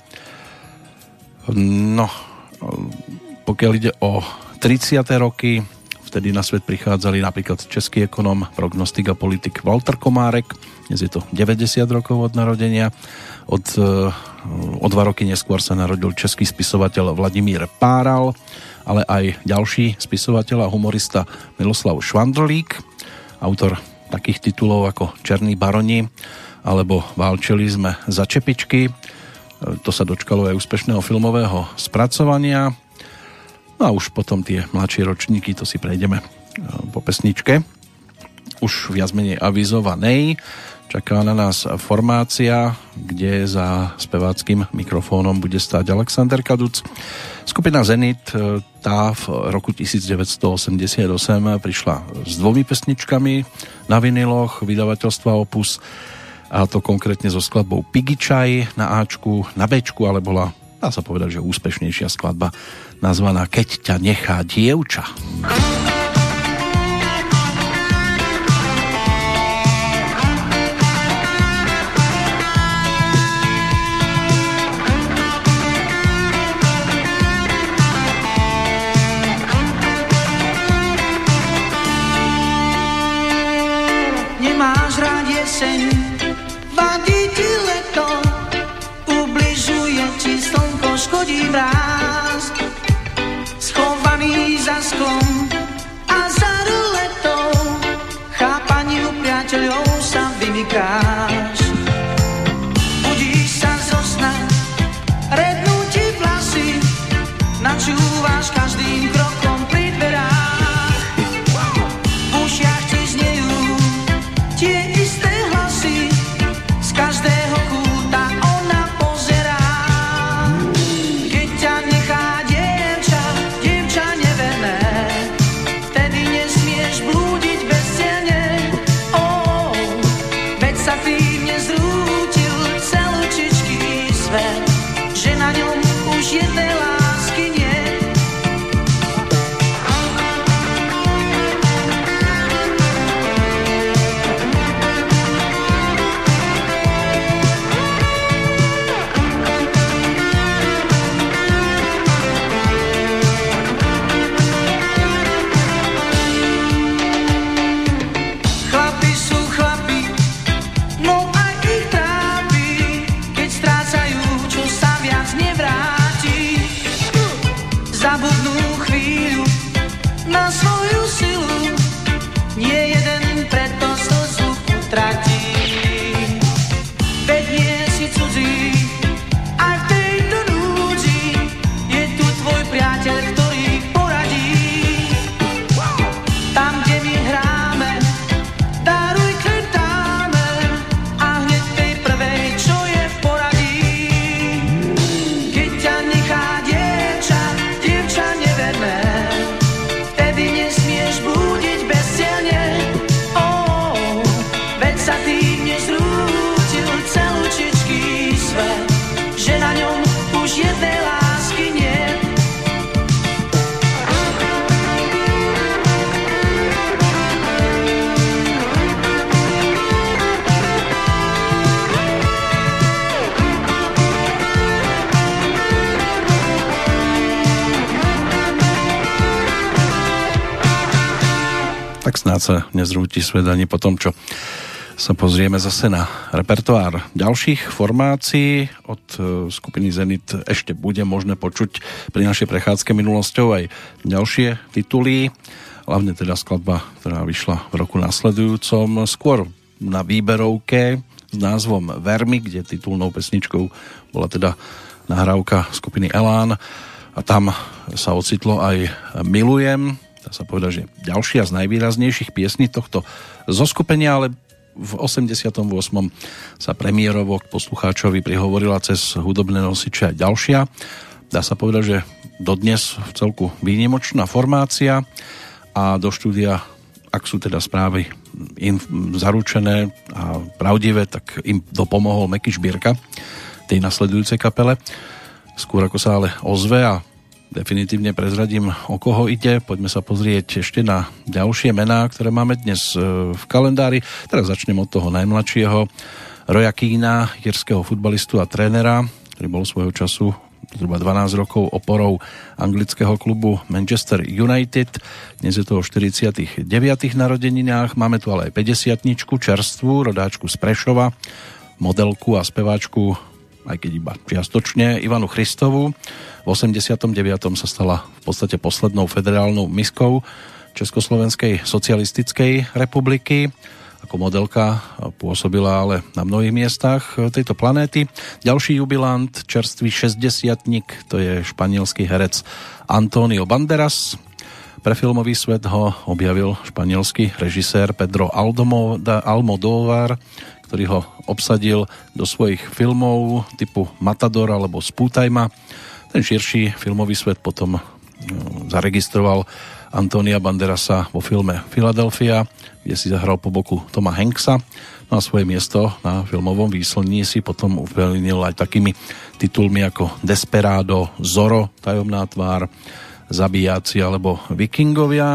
No, pokiaľ ide o 30. roky, vtedy na svet prichádzali napríklad český ekonom, prognostik a politik Walter Komárek. Dnes je to 90 rokov od narodenia. O 2 roky neskôr sa narodil český spisovateľ Vladimír Páral, ale aj ďalší spisovateľ a humorista Miloslav Švandrlík, autor takých titulov ako Černí baroni alebo Válčili sme za čepičky. To sa dočkalo aj úspešného filmového spracovania. No a už potom tie mladšie ročníky, to si prejdeme po pesničke. Už viac menej avizovanej. Čaká na nás formácia, kde za speváckým mikrofónom bude stáť Alexander Kaduc. Skupina Zenit, tá v roku 1988 prišla s 2 pesničkami na viniloch vydavateľstva Opus, a to konkrétne so skladbou Pigičaj na Ačku, na Bčku, ale bola, dá sa povedať, že úspešnejšia skladba nazvaná Keď ťa nechá dievča. jeseň, vadí ti leto, ubližuje ti slnko, škodí mráz. Schovaný za sklom a za ruletou, chápaniu priateľov sa vymykáš. Budíš sa zo sna, rednú ti vlasy, načúvaš každým krokom pri dverách. V ušiach ti znejú tie isté hlasy, z každého kúta ona pozerá. Keď ťa nechá dievča neverné, vtedy nesmieš blúdiť bezcielne. Veď sa tým nezrútil celúčičký svet, že na ňom už jednej lásky nie. Chlapi sú chlapi, no aj ich trápi, keď strácajú, čo sa viac nevráti. Zabudnú chvíľu na svoju silu, nie jeden preto slzu utratí. Veď nie si cudzí, aj v tejto núdzi je tu tvoj priateľ, ktorý poradí. Tam, kde my hráme, daruj kletáme a hneď tej prvej, čo je v poradí. Keď ťa nechá dievča neverné, vtedy nesmieš blúdiť bezcielne. Veď sa tým nezrútil celúčičký svet, že na ňom už jednej lásky nie. Tak snáď sa nezrúti svet ani po tom, čo sa pozrieme zase na repertoár ďalších formácií. Od skupiny Zenit ešte bude možné počuť pri našej prechádzke minulosťou aj ďalšie tituly. Hlavne teda skladba, ktorá vyšla v roku nasledujúcom, skôr na výberovke s názvom Vermi, kde titulnou pesničkou bola teda nahrávka skupiny Elán a tam sa ocitlo aj Milujem. Dá sa povedať, že ďalšia z najvýraznejších piesní tohto zoskupenia, ale v 88. sa premiérovo k poslucháčovi prihovorila cez hudobné nosiče aj ďalšia. Dá sa povedať, že dodnes v celku výnimočná formácia a do štúdia, ak sú teda správy im zaručené a pravdivé, tak im dopomohol Meky Šbírka tej nasledujúcej kapele. Skôr ako sa ale ozve a definitívne prezradím, o koho ide. Poďme sa pozrieť ešte na ďalšie mená, ktoré máme dnes v kalendári. Teraz začnem od toho najmladšieho, Roya Keana, jirského futbalistu a trénera, ktorý bol svojho času zhruba 12 rokov oporou anglického klubu Manchester United. Dnes je to o 49. narodeninách. Máme tu ale aj 50-ničku, čerstvú, rodáčku z Prešova, modelku a speváčku, aj keď iba čiastočne, Ivanu Christovú. V 89. sa stala v podstate poslednou federálnou miskou Československej socialistickej republiky. Ako modelka pôsobila ale na mnohých miestach tejto planéty. Ďalší jubilant, čerstvý 60-tnik, to je španielský herec Antonio Banderas. Pre filmový svet ho objavil španielský režisér Pedro Almodóvar, ktorý ho obsadil do svojich filmov typu Matador alebo Spútaj ma. Ten širší filmový svet potom zaregistroval Antonia Banderasa vo filme Philadelphia, kde si zahral po boku Toma Hanksa. No a svoje miesto na filmovom výslní si potom uveľnil aj takými titulmi ako Desperado, Zorro, Tajomná tvár, Zabijáci alebo Vikingovia.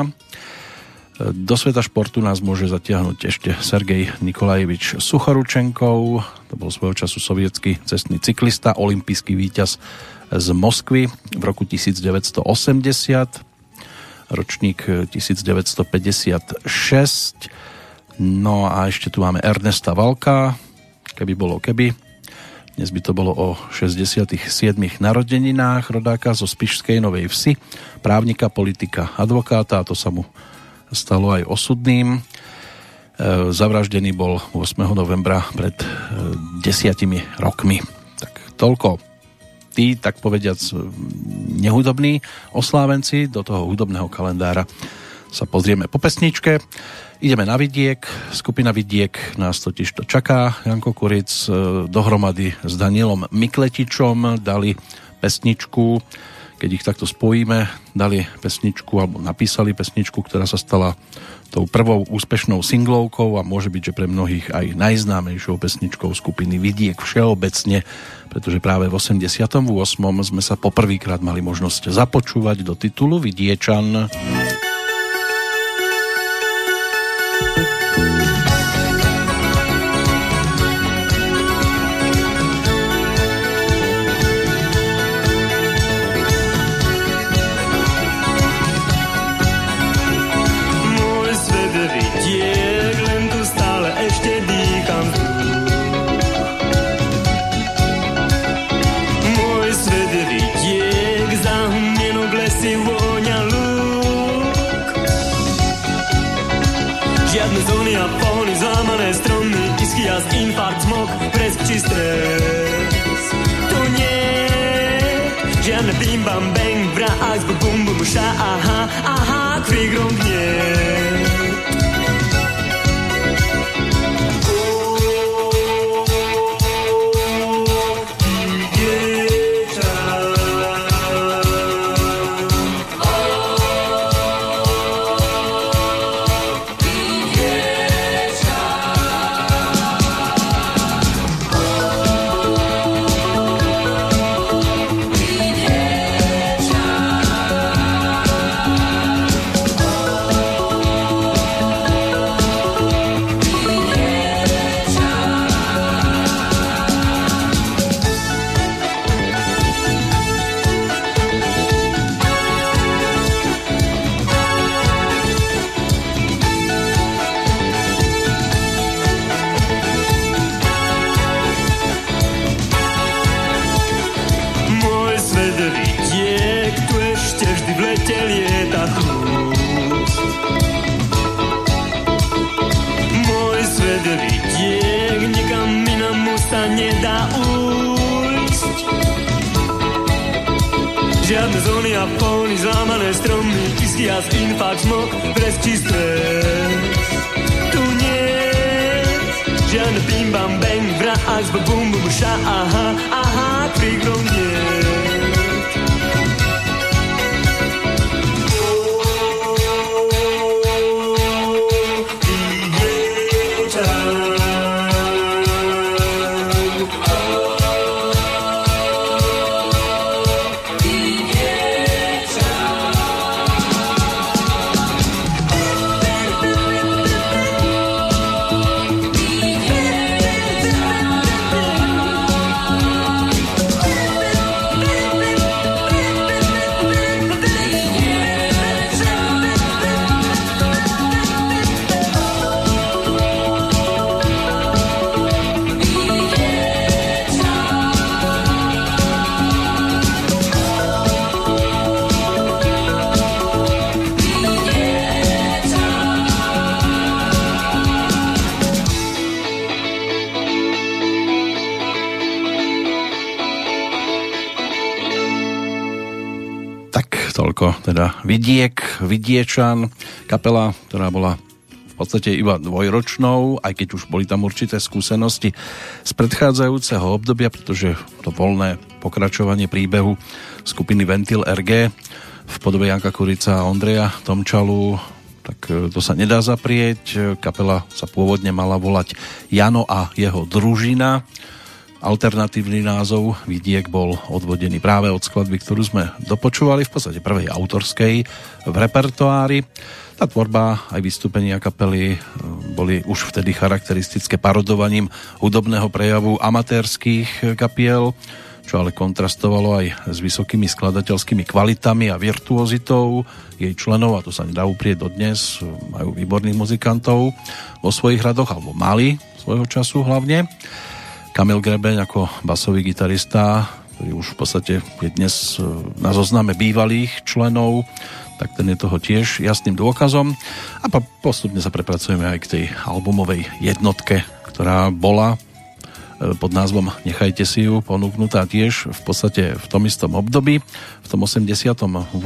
Do sveta športu nás môže zatiahnuť ešte Sergej Nikolajevič Suchoručenkov. To bol svojho času sovietský cestný cyklista, olympijský víťaz z Moskvy v roku 1980, ročník 1956. No a ešte tu máme Ernesta Valka, Keby bolo keby. Dnes by to bolo o 67. narodeninách, rodáka zo Spišskej Novej Vsi, právnika, politika, advokáta, a to sa mu stalo aj osudným. Zavraždený bol 8. novembra pred 10 rokmi. Tak toľko tí, tak povediac, nehudobní oslávenci. Do toho hudobného kalendára sa pozrieme po pesničke. Ideme na vidiek. Skupina Vidiek nás totiž to čaká. Janko Kuric dohromady s Danielom Mikletičom dali pesničku, keď ich takto spojíme, dali pesničku, alebo napísali pesničku, ktorá sa stala tou prvou úspešnou singlovkou a môže byť, že pre mnohých aj najznámejšou pesničkou skupiny Vidiek všeobecne, pretože práve v 88. sme sa poprvýkrát mali možnosť započúvať do titulu Vidiečan. Infarkt, smog, presk či stres. Tu nie žiadne bim bam bang, brák, bum bum ša, aha, aha, krik rong nie. Žiadne zóny a póny, zlámané stromy, isky a infarkt, smog, presk či stres. Tu nie žiadne bim bam bang, vrák, bum bum ša, aha, aha, krik rong nie. Teda Vidiečan, kapela, ktorá bola v podstate iba dvojročnou, aj keď už boli tam určité skúsenosti z predchádzajúceho obdobia, pretože to voľné pokračovanie príbehu skupiny Ventil RG v podobe Janka Kurica a Ondreja Tomčalu, tak to sa nedá zaprieť. Kapela sa pôvodne mala volať Jano a jeho družina. Alternatívny názov Vidiek bol odvodený práve od skladby, ktorú sme dopočúvali, v podstate prvej autorskej v repertoári. Tá tvorba aj vystúpenia kapely boli už vtedy charakteristické parodovaním hudobného prejavu amatérských kapiel. čo ale kontrastovalo aj s vysokými skladateľskými kvalitami a virtuozitou jej členov, a to sa nedá uprieť dodnes, majú výborných muzikantov vo svojich radoch, alebo mali svojho času hlavne. Kamil Grebeň ako basový gitarista, ktorý už v podstate je dnes na zozname bývalých členov, tak ten je toho tiež jasným dôkazom. A postupne sa prepracujeme aj k tej albumovej jednotke, ktorá bola pod názvom Nechajte si ju ponúknutá tiež v podstate v tom istom období, v tom 88.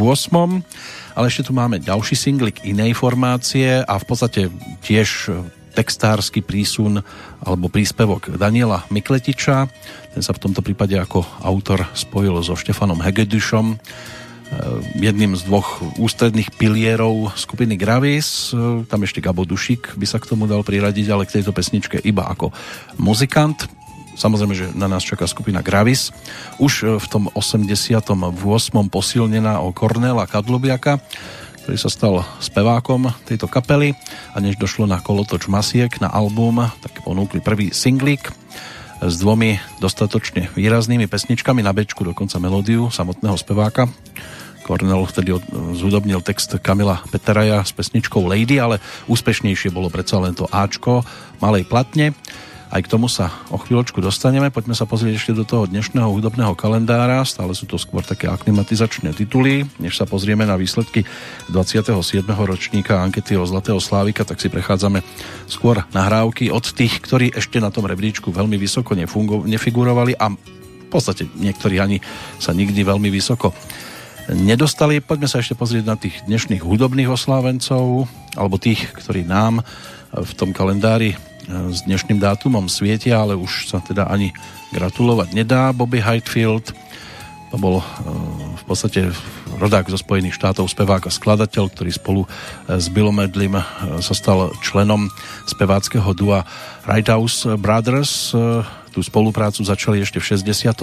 Ale ešte tu máme ďalší singlik inej formácie a v podstate tiež textársky prísun alebo príspevok Daniela Mikletiča. Ten sa v tomto prípade ako autor spojil so Štefanom Hegedušom, jedným z dvoch ústredných pilierov skupiny Gravis. Tam ešte Gabo Dušík by sa k tomu dal priradiť, ale k tejto pesničke iba ako muzikant. Samozrejme, že na nás čaká skupina Gravis. Už v tom 88. posilnená o Kornéla Kadlubiaka, ktorý sa stal spevákom tejto kapely, a než došlo na kolotoč masiek na album, tak ponúkli prvý singlík s dvomi dostatočne výraznými pesničkami, na bečku dokonca melódiu samotného speváka. Kornel vtedy zhudobnil text Kamila Peteraja s pesničkou Lady, ale úspešnejšie bolo predsa len to Ačko malej platne. Aj k tomu sa o chvíľočku dostaneme. Poďme sa pozrieť ešte do toho dnešného hudobného kalendára. Stále sú to skôr také aklimatizačné tituly. Než sa pozrieme na výsledky 27. ročníka ankety o Zlatého Slávika, tak si prechádzame skôr nahrávky od tých, ktorí ešte na tom rebríčku veľmi vysoko nefigurovali a v podstate niektorí ani sa nikdy veľmi vysoko nedostali. Poďme sa ešte pozrieť na tých dnešných hudobných oslávencov, alebo tých, ktorí nám v tom kalendári s dnešným dátumom svietia, ale už sa teda ani gratulovať nedá. Bobby Hatfield, to bol v podstate rodák zo Spojených štátov, spevák a skladateľ, ktorý spolu s Billom Medleym sa stal členom speváckeho dua Righthouse Brothers. Tú spoluprácu začali ešte v 63.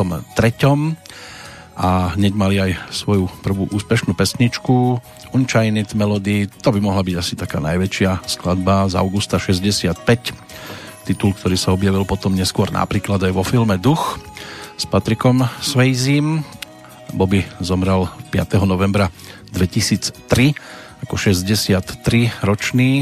a hneď mali aj svoju prvú úspešnú pesničku Unchained Melody. To by mohla byť asi taká najväčšia skladba z augusta 65. Titul, ktorý sa objavil potom neskôr napríklad aj vo filme Duch s Patrickom Swayzem. Bobby zomrel 5. novembra 2003 ako 63-ročný.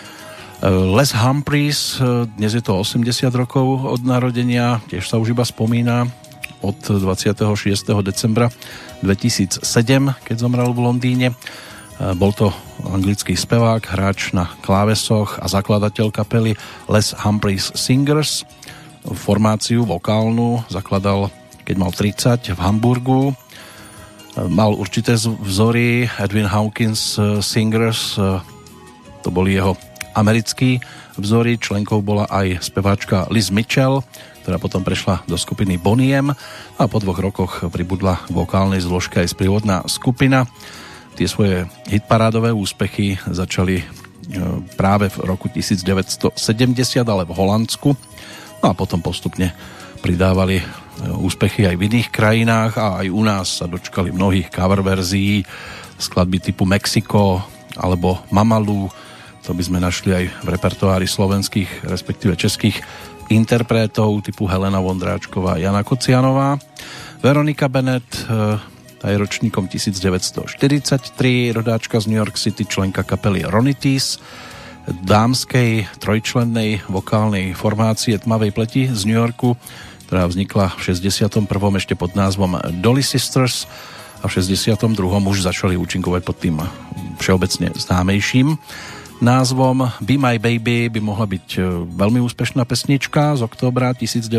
Les Humphries, dnes je to 80 rokov od narodenia, tiež sa už iba spomína, od 26. decembra 2007, keď zomrel v Londýne. Bol to anglický spevák, hráč na klávesoch a zakladateľ kapely Les Humphries Singers. Formáciu vokálnu zakladal, keď mal 30 v Hamburgu. Mal určité vzory. Edwin Hawkins Singers, to boli jeho americkí vzory. Členkou bola aj speváčka Liz Mitchell, ktorá potom prešla do skupiny Boney M, a po 2 rokoch pribudla k vokálnej zložke aj sprievodná skupina. Tie svoje hitparádové úspechy začali práve v roku 1970, ale v Holandsku, no a potom postupne pridávali úspechy aj v iných krajinách a aj u nás sa dočkali mnohých cover verzií, skladby typu Mexico alebo Mamalu. To by sme našli aj v repertoári slovenských, respektíve českých interpretov typu Helena Vondráčková, Jana Kocianová. Veronika Bennett, tá je ročníkom 1943, rodáčka z New York City, členka kapely Ronitis, dámskej trojčlennej vokálnej formácie Tmavej pleti z New Yorku, ktorá vznikla v 61. ešte pod názvom Dolly Sisters a v 62. už začali účinkovať pod tým všeobecne známejším názvom Be My Baby. By mohla byť veľmi úspešná pesnička z októbra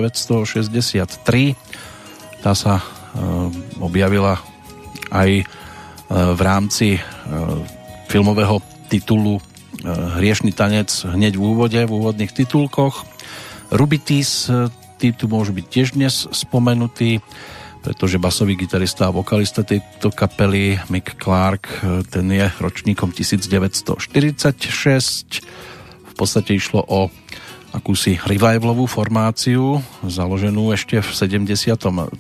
1963. Tá sa objavila aj v rámci filmového titulu Hriešny tanec hneď v úvode, v úvodných titulkoch. Rubitis, tí tu môžu byť tiež dnes spomenutí, pretože basový gitarista a vokalista tejto kapely Mick Clark, ten je ročníkom 1946. V podstate išlo o akúsi revivalovú formáciu, založenú ešte v 73.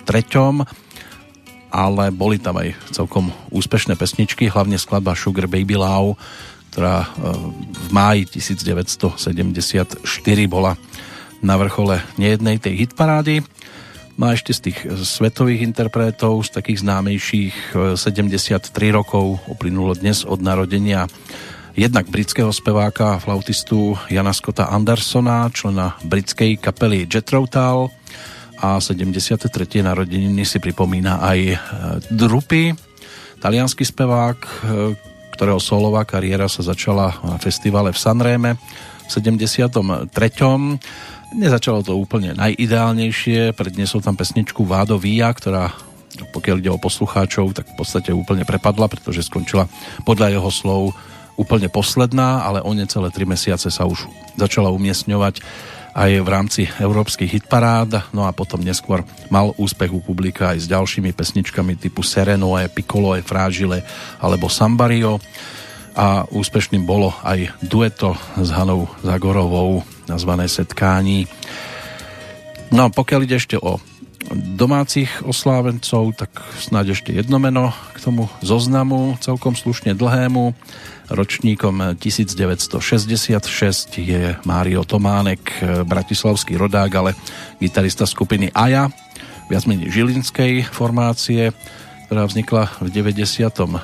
Ale boli tam aj celkom úspešné pesničky, hlavne skladba Sugar Baby Love, ktorá v máji 1974 bola na vrchole nejednej tej hitparády. No a ešte z tých svetových interpretov, z takých známejších, 73 rokov uplynulo dnes od narodenia jednak britského speváka a flautistu Jana Scotta Andersona, člena britskej kapely Jethro Tull, a 73. narodeniny si pripomína aj Drupi, taliansky spevák, ktorého solová kariéra sa začala na festivale v Sanreme v 73. Nezačalo to úplne najideálnejšie, predniesol tam pesničku Vado Via, ktorá, pokiaľ ide o poslucháčov, tak v podstate úplne prepadla, pretože skončila podľa jeho slov úplne posledná, ale o necelé 3 mesiace sa už začala umiestňovať aj v rámci európskych hitparád, no a potom neskôr mal úspech u publika aj s ďalšími pesničkami typu Sereno, Piccolo, Fragile alebo Sambario, a úspešným bolo aj dueto s Hanou Zagorovou nazvané Setkání. No a pokiaľ ide ešte o domácich oslávencov, tak snáď ešte jedno meno k tomu zoznamu, celkom slušne dlhému. Ročníkom 1966 je Mário Tománek, bratislavský rodák, ale gitarista skupiny Aja, viac menej žilinskej formácie, ktorá vznikla v 92.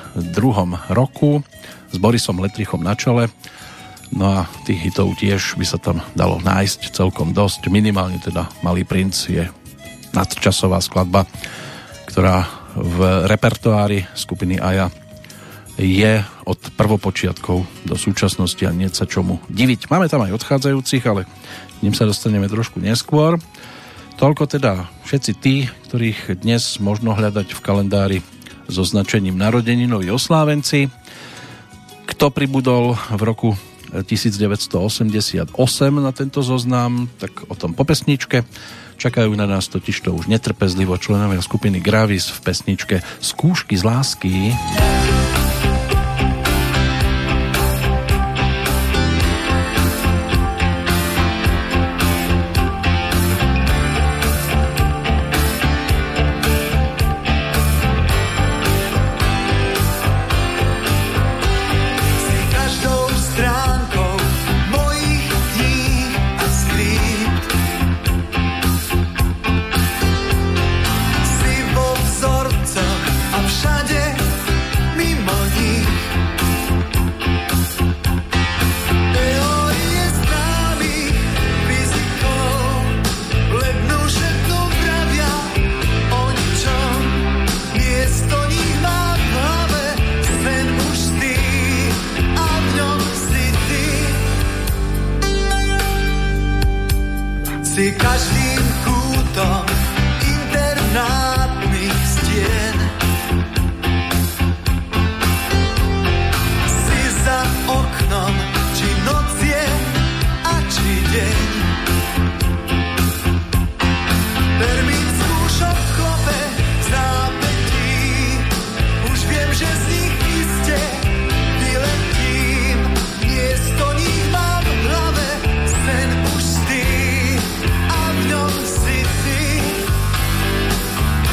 roku s Borisom Letrichom na čele. No a tých hitov tiež by sa tam dalo nájsť celkom dosť. Minimálne teda Malý princ je nadčasová skladba, ktorá v repertoári skupiny Aja je od prvopočiatkov do súčasnosti a nie sa čomu diviť. Máme tam aj odchádzajúcich, ale k nim sa dostaneme trošku neskôr. Toľko teda všetci tí, ktorých dnes možno hľadať v kalendári s označením narodeninoví oslávenci. Kto pribudol v roku 1988 na tento zoznam, tak o tom po pesničke. Čakajú na nás totižto už netrpezlivo členovia skupiny Gravis v pesničke Skúšky z lásky. Si každým kútom internátnych stien, si za oknom, či noc je a či deň. Termín skúšok klope v zápätí, už viem, že z nich iste vyletím. Miesto nich mám v hlave sen pustý, a v ňom si ty.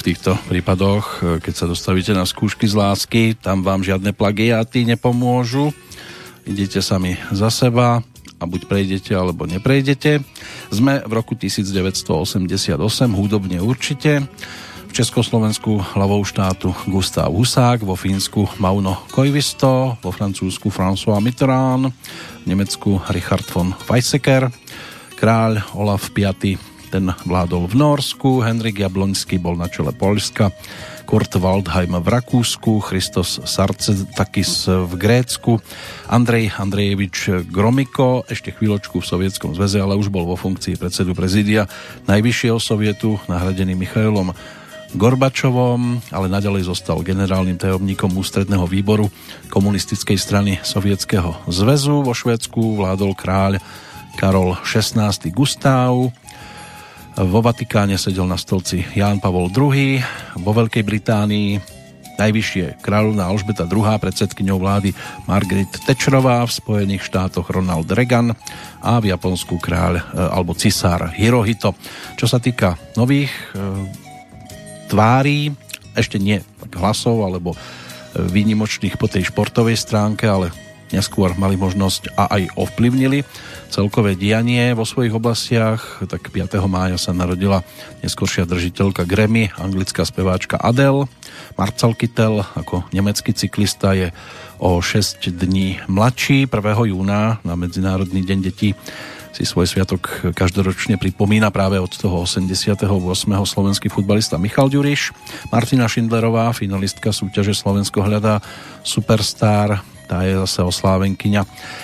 týchto prípadoch, keď sa dostavíte na skúšky z lásky, tam vám žiadne plagiáty nepomôžu. Idete sami za seba a buď prejdete, alebo neprejdete. Sme v roku 1988, hudobne určite. V Československu hlavou štátu Gustav Husák, vo Fínsku Mauno Koivisto, vo Francúzsku François Mitterrand, v Nemecku Richard von Weizsäcker, kráľ Olaf V, ten vládol v Norsku, Henrik Jabloňský bol na čele Poľska, Kurt Waldheim v Rakúsku, Christos Sarcetakis v Grécku, Andrej Andrejevič Gromyko, ešte chvíľočku v Sovietskom zväze, ale už bol vo funkcii predsedu prezídia Najvyššieho sovietu, nahradený Michailom Gorbačovom, ale naďalej zostal generálnym tajomníkom ústredného výboru komunistickej strany Sovietskeho zväzu. Vo Švédsku vládol kráľ Karol XVI Gustav. Vo Vatikáne sedel na stolci Ján Pavol II. Vo Veľkej Británii najvyššie kráľovná Alžbeta II, predsedkyňou vlády Margaret Thatcherová, v Spojených štátoch Ronald Reagan a v Japonsku kráľ alebo cisár Hirohito. Čo sa týka nových tvári, ešte nie hlasov alebo výnimočných po tej športovej stránke, ale neskôr mali možnosť a aj ovplyvnili celkové dianie vo svojich oblastiach. Tak 5. mája sa narodila neskoršia držiteľka Grammy, anglická speváčka Adele. Marcel Kittel ako nemecký cyklista je o 6 dní mladší. 1. júna na Medzinárodný deň detí si svoj sviatok každoročne pripomína práve od toho 88. slovenský futbalista Michal Ďuriš. Martina Šindlerová, finalistka súťaže Slovensko hľadá superstar, tá je zase oslávenkyňa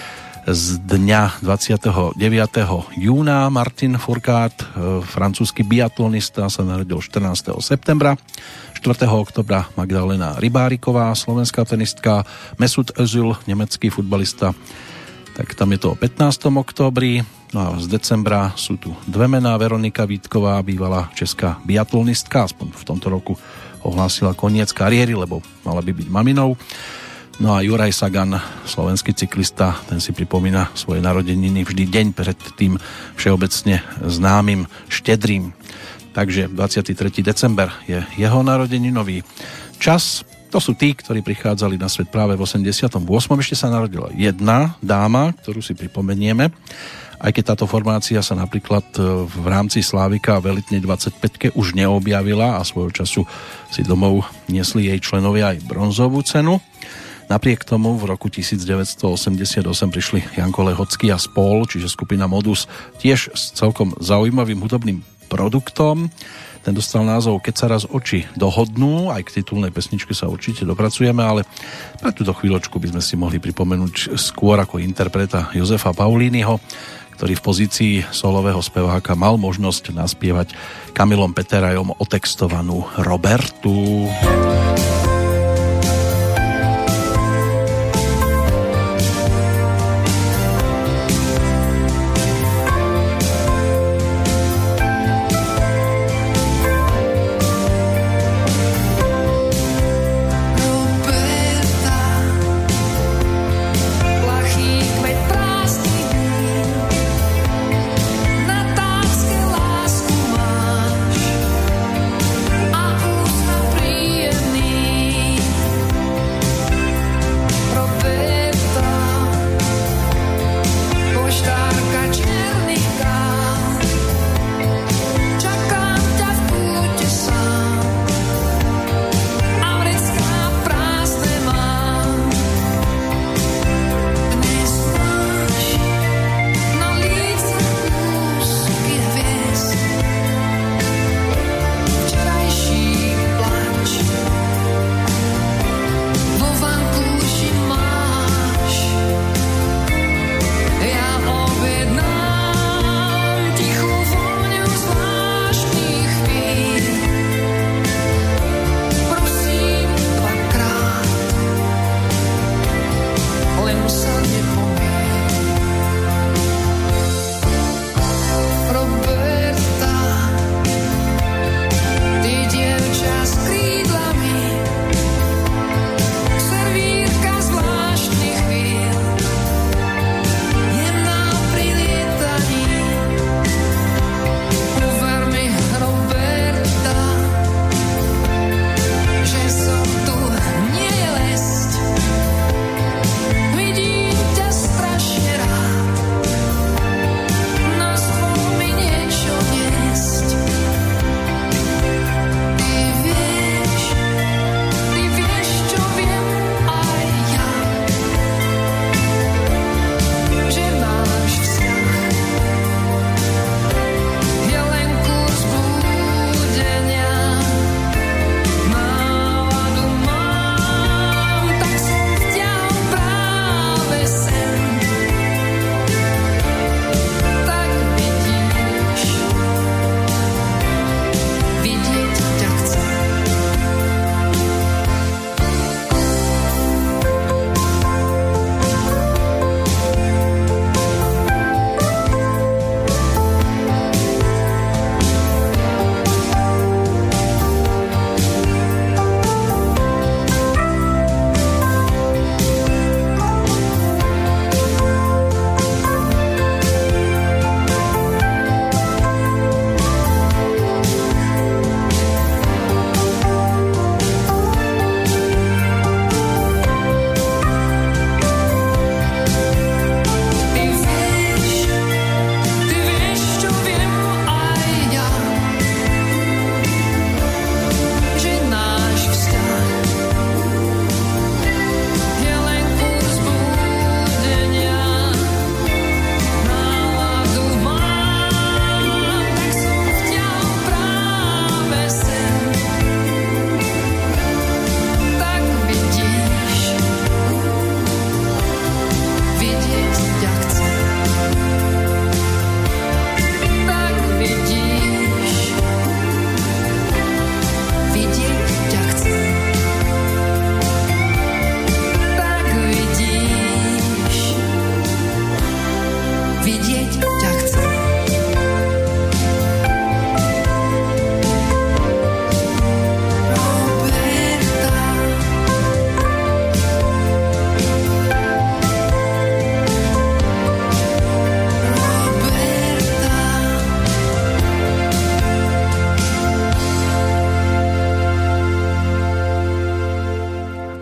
z dňa 29. júna. Martin Fourcade, francúzsky biatlonista, sa narodil 14. septembra. 4. oktobra Magdalena Rybáriková, slovenská tenistka. Mesut Özil, nemecký futbalista, tak tam je to o 15. októbri. No a z decembra sú tu dve mená. Veronika Vítková, bývalá česká biatlonistka, aspoň v tomto roku ohlásila koniec kariéry, lebo mala by byť maminou. No a Juraj Sagan, slovenský cyklista, ten si pripomína svoje narodeniny vždy deň pred tým všeobecne známym Štedrým. Takže 23. december je jeho narodeninový čas. To sú tí, ktorí prichádzali na svet práve v 88. Ešte sa narodila jedna dáma, ktorú si pripomenieme. Aj keď táto formácia sa napríklad v rámci Slávika v elitnej 25-ke už neobjavila a svojho času si domov niesli jej členovia aj bronzovú cenu. Napriek tomu v roku 1988 prišli Janko Lehocký a spol, čiže skupina Modus, tiež s celkom zaujímavým hudobným produktom. Ten dostal názov Keď sa raz oči dohodnú, aj k titulnej pesničke sa určite dopracujeme, ale na túto chvíľočku by sme si mohli pripomenúť skôr ako interpreta Jozefa Paulínyho, ktorý v pozícii solového speváka mal možnosť naspievať Kamilom Peterajom otextovanú Robertu. Lásku máš a úsmev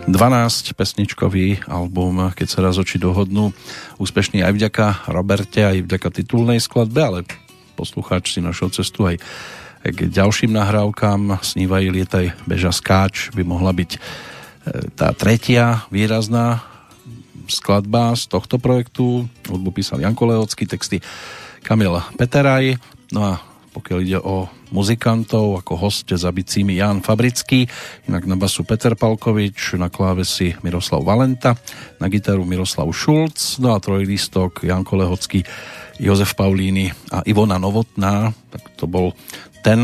12-pesničkový album Keď sa raz oči dohodnú, úspešný aj vďaka Roberte, aj vďaka titulnej skladbe, ale poslucháč si našiel cestu aj k ďalším nahrávkam. Snívaj, lietaj, beža, skáč by mohla byť tá tretia výrazná skladba z tohto projektu. Hudbu písal Janko Lehocký, texty Kamil Peteraj. No a pokiaľ ide o muzikantov, ako host za bicími Ján Fabrický, inak na basu Peter Palkovič, na klávesi Miroslav Valenta, na gitaru Miroslav Šulc, no a trojlistok Janko Lehocký, Jozef Paulíny a Ivona Novotná. Tak to bol ten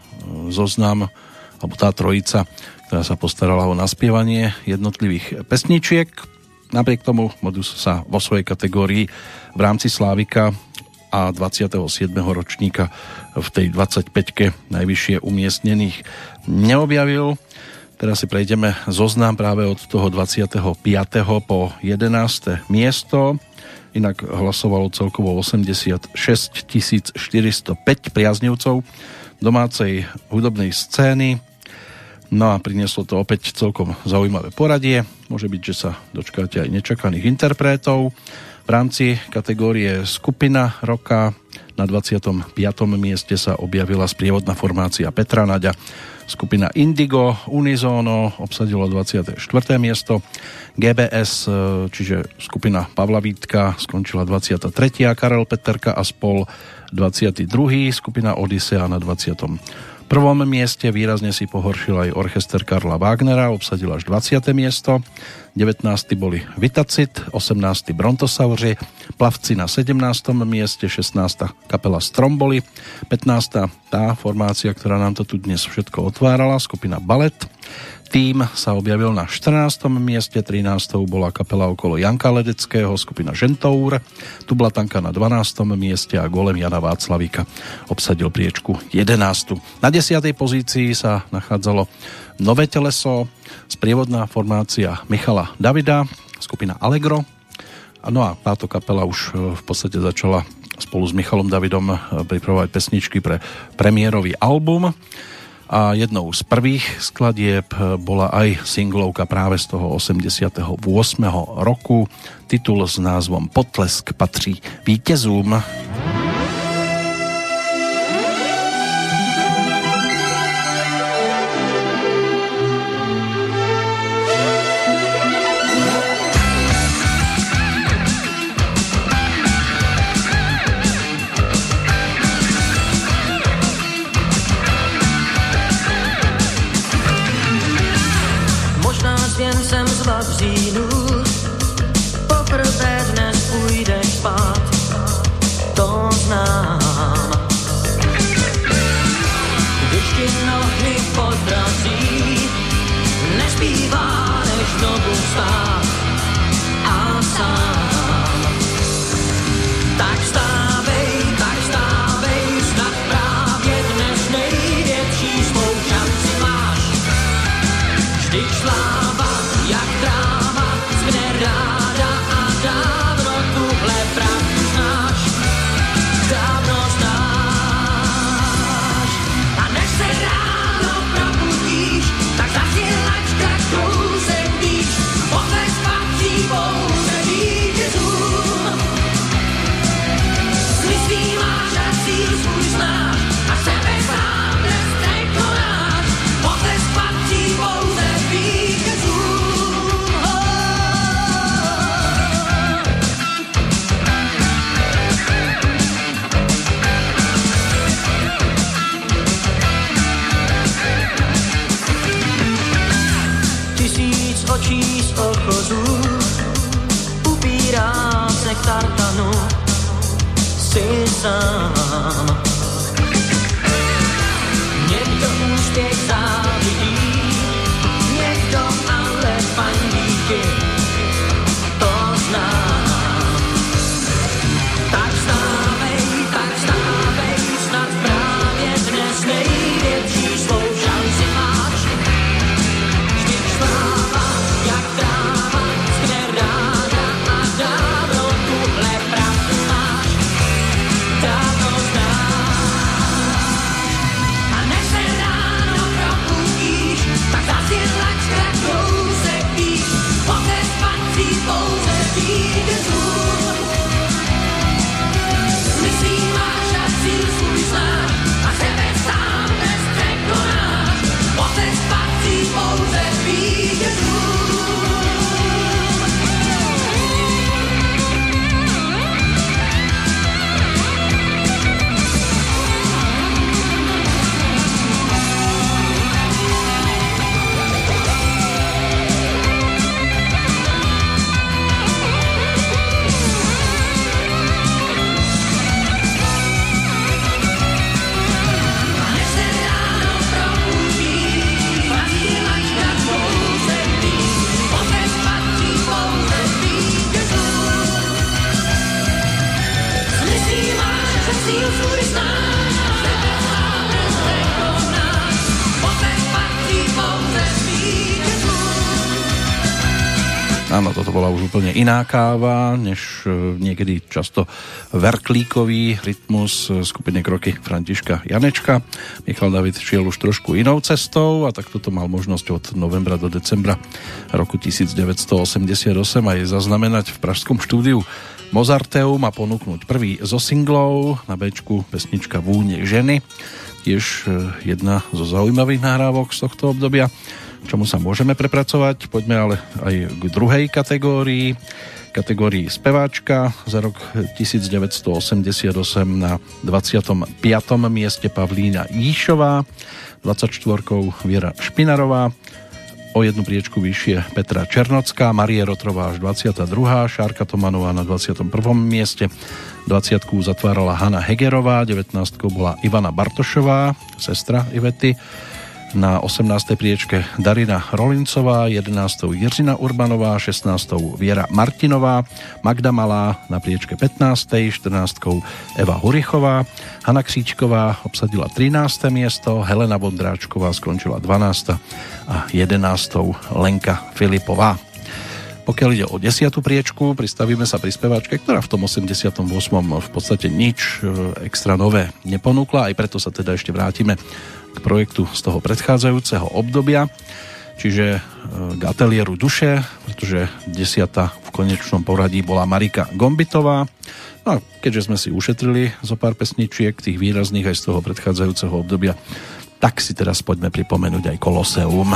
zoznam, alebo tá trojica, ktorá sa postarala o naspievanie jednotlivých pesničiek. Napriek tomu Modus sa vo svojej kategórii v rámci Slávika a 27. ročníka v tej 25-ke najvyššie umiestnených neobjavil. Teraz si prejdeme zoznam práve od toho 25. po 11. miesto. Inak hlasovalo celkovo 86 405 priaznivcov domácej hudobnej scény. No a prinieslo to opäť celkom zaujímavé poradie. Môže byť, že sa dočkáte aj nečakaných interpretov. V rámci kategórie skupina roka na 25. mieste sa objavila sprievodná formácia Petra Naďa. Skupina Indigo Unisono obsadilo 24. miesto. GBS, čiže skupina Pavla Vítka, skončila 23. Karel Peterka a spol 22. Skupina Odisea na 20. prvom mieste. Výrazne si pohoršil aj orchester Karla Wagnera, obsadil až 20. miesto. 19. boli Vitacit, 18. Brontosauri, Plavci na 17. mieste, 16. kapela Stromboli, 15. tá formácia, ktorá nám to tu dnes všetko otvárala, skupina Ballet. Tým sa objavil na 14. mieste, 13. bola kapela okolo Janka Ledeckého, skupina Žentour, Tublatanka na 12. mieste a Golem Jana Václavíka obsadil priečku 11. Na 10. pozícii sa nachádzalo Nové teleso, sprievodná formácia Michala Davida, skupina Allegro. No a táto kapela už v podstate začala spolu s Michalom Davidom pripravovať pesničky pre premiérový album. A jednou z prvých skladieb bola aj singlovka práve z toho 88. roku. Titul s názvom Potlesk patrí vítězům. Poprvé dnes půjdeš spát, to znám. Když ti nohy podrazí, nezbývá než znovu vstát a sám. Tak vstávej, snad právě dnes největší svou šanci máš. Vždyť sláva jak dráma zkne ráda a dávno tuhle pravdu znáš, dávno znáš. A než se ráno probudíš, tak zasilačka kousek víš, potlesk patří pouze vítězům. Sny svý máš a cíl svůj znáš a sebe sám dnes nekonáš, potlesk patří pouze vítězům. Tisíc očí z ochozu upírá se k tartanu, si sám. Někdo úspěch závidí, někdo ale fandíky, to znám. Tak vstávej, snad právě dnes největší svou šanci máš. Vždyť sláva jak dráma zkne ráda a dávno tuhle pravdu znáš, dávno znáš. A než se ráno probudíš, Áno, toto bola už úplne iná káva, než niekedy často verklíkový rytmus skupiny Kroky Františka Janečka. Michal David šiel už trošku inou cestou a tak toto mal možnosť od novembra do decembra roku 1988 aj zaznamenať v pražskom štúdiu Mozarteum a ponúknuť prvý zo singlov, na Bčku pesnička Vúne ženy, tiež jedna zo zaujímavých nahrávok z tohto obdobia, čomu sa môžeme prepracovať. Poďme ale aj k druhej kategórii speváčka. Za rok 1988 na 25. mieste Pavlína Jíšová, 24. Viera Špinarová, o jednu priečku vyššie Petra Černocká, Marie Rotrová až 22. Šárka Tomanová na 21. mieste, 20. zatvárala Hanna Hegerová, 19. bola Ivana Bartošová, sestra Ivety, na 18. priečke Darina Rolincová, 11. Jiřina Urbanová, 16. Viera Martinová, Magda Malá na priečke 15. 14. Eva Hurichová, Hana Kříčková obsadila 13. miesto, Helena Vondráčková skončila 12. a 11. Lenka Filipová. Pokiaľ ide o 10. priečku, pristavíme sa pri speváčke, ktorá v tom 88. v podstate nič extra nové neponúkla, aj preto sa teda ešte vrátime k projektu z toho predchádzajúceho obdobia, čiže k Ateliéru duše, pretože 10. v konečnom poradí bola Marika Gombitová. No a keďže sme si ušetrili zo pár pesničiek, tých výrazných aj z toho predchádzajúceho obdobia, tak si teraz poďme pripomenúť aj Koloseum.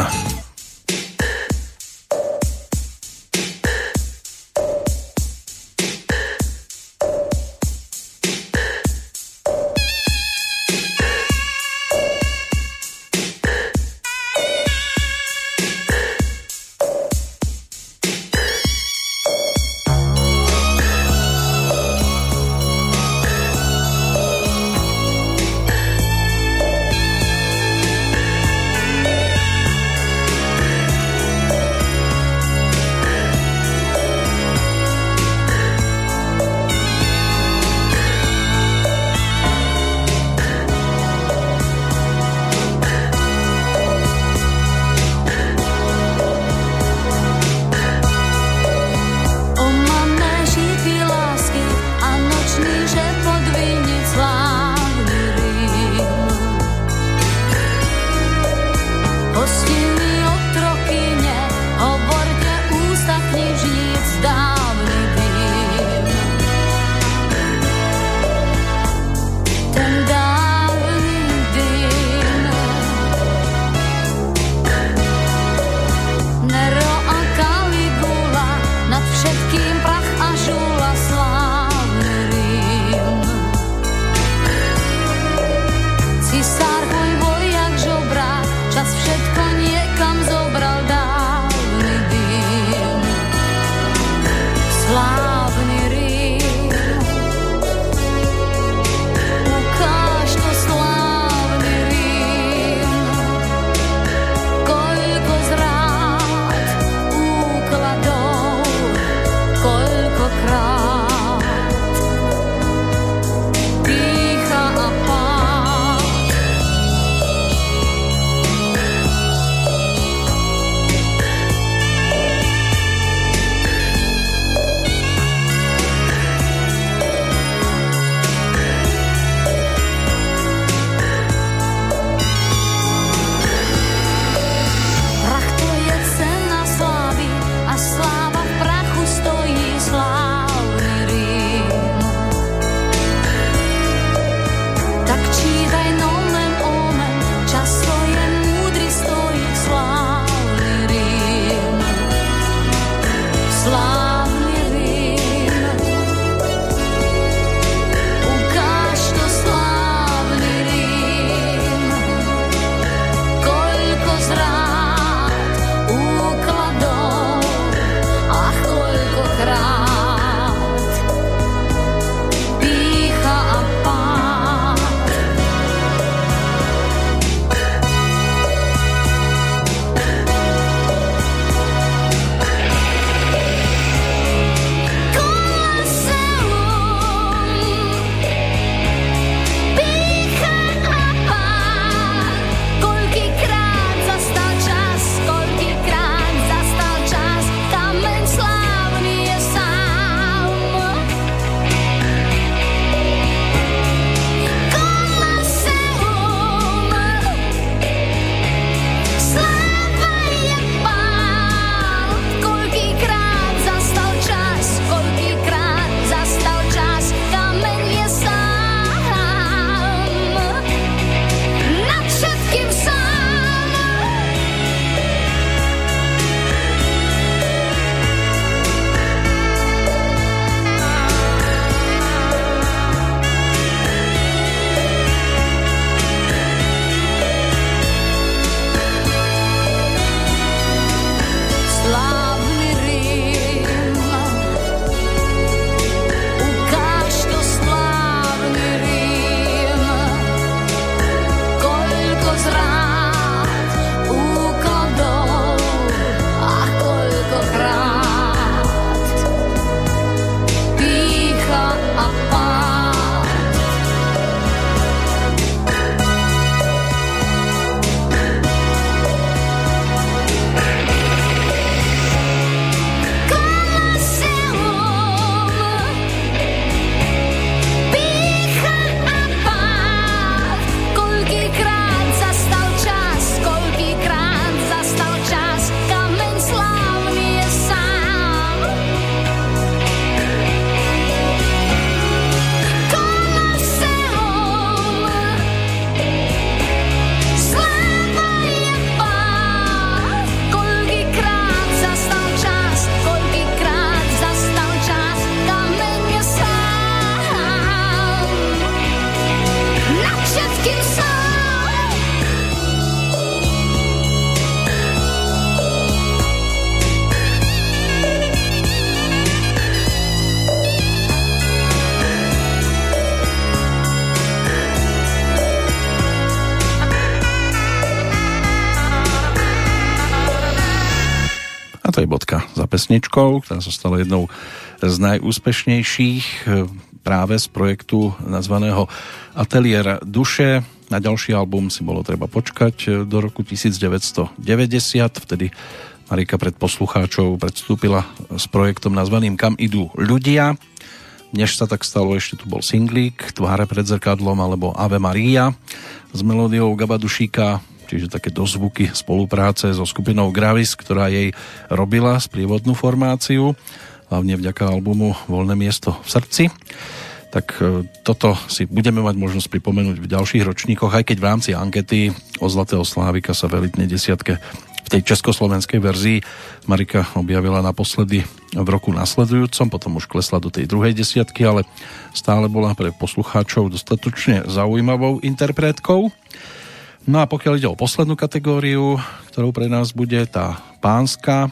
bodka za pesničkou, ktorá sa stala jednou z najúspešnejších práve z projektu nazvaného Ateliér duše. Na ďalší album si bolo treba počkať do roku 1990, vtedy Marika pred poslucháčov predstúpila s projektom nazvaným Kam idú ľudia. Než sa tak stalo, ešte tu bol singlík Tváre pred zrkadlom alebo Ave Maria s melódiou Gaba Dušíka, čiže také dozvuky spolupráce so skupinou Gravis, ktorá jej robila sprievodnú formáciu, hlavne vďaka albumu Voľné miesto v srdci. Tak toto si budeme mať možnosť pripomenúť v ďalších ročníkoch, aj keď v rámci ankety o Zlatého Slávika sa v elitnej desiatke v tej československej verzii Marika objavila naposledy v roku nasledujúcom, potom už klesla do tej druhej desiatky, ale stále bola pre poslucháčov dostatočne zaujímavou interpretkou. No a pokiaľ ide o poslednú kategóriu, ktorou pre nás bude tá pánska,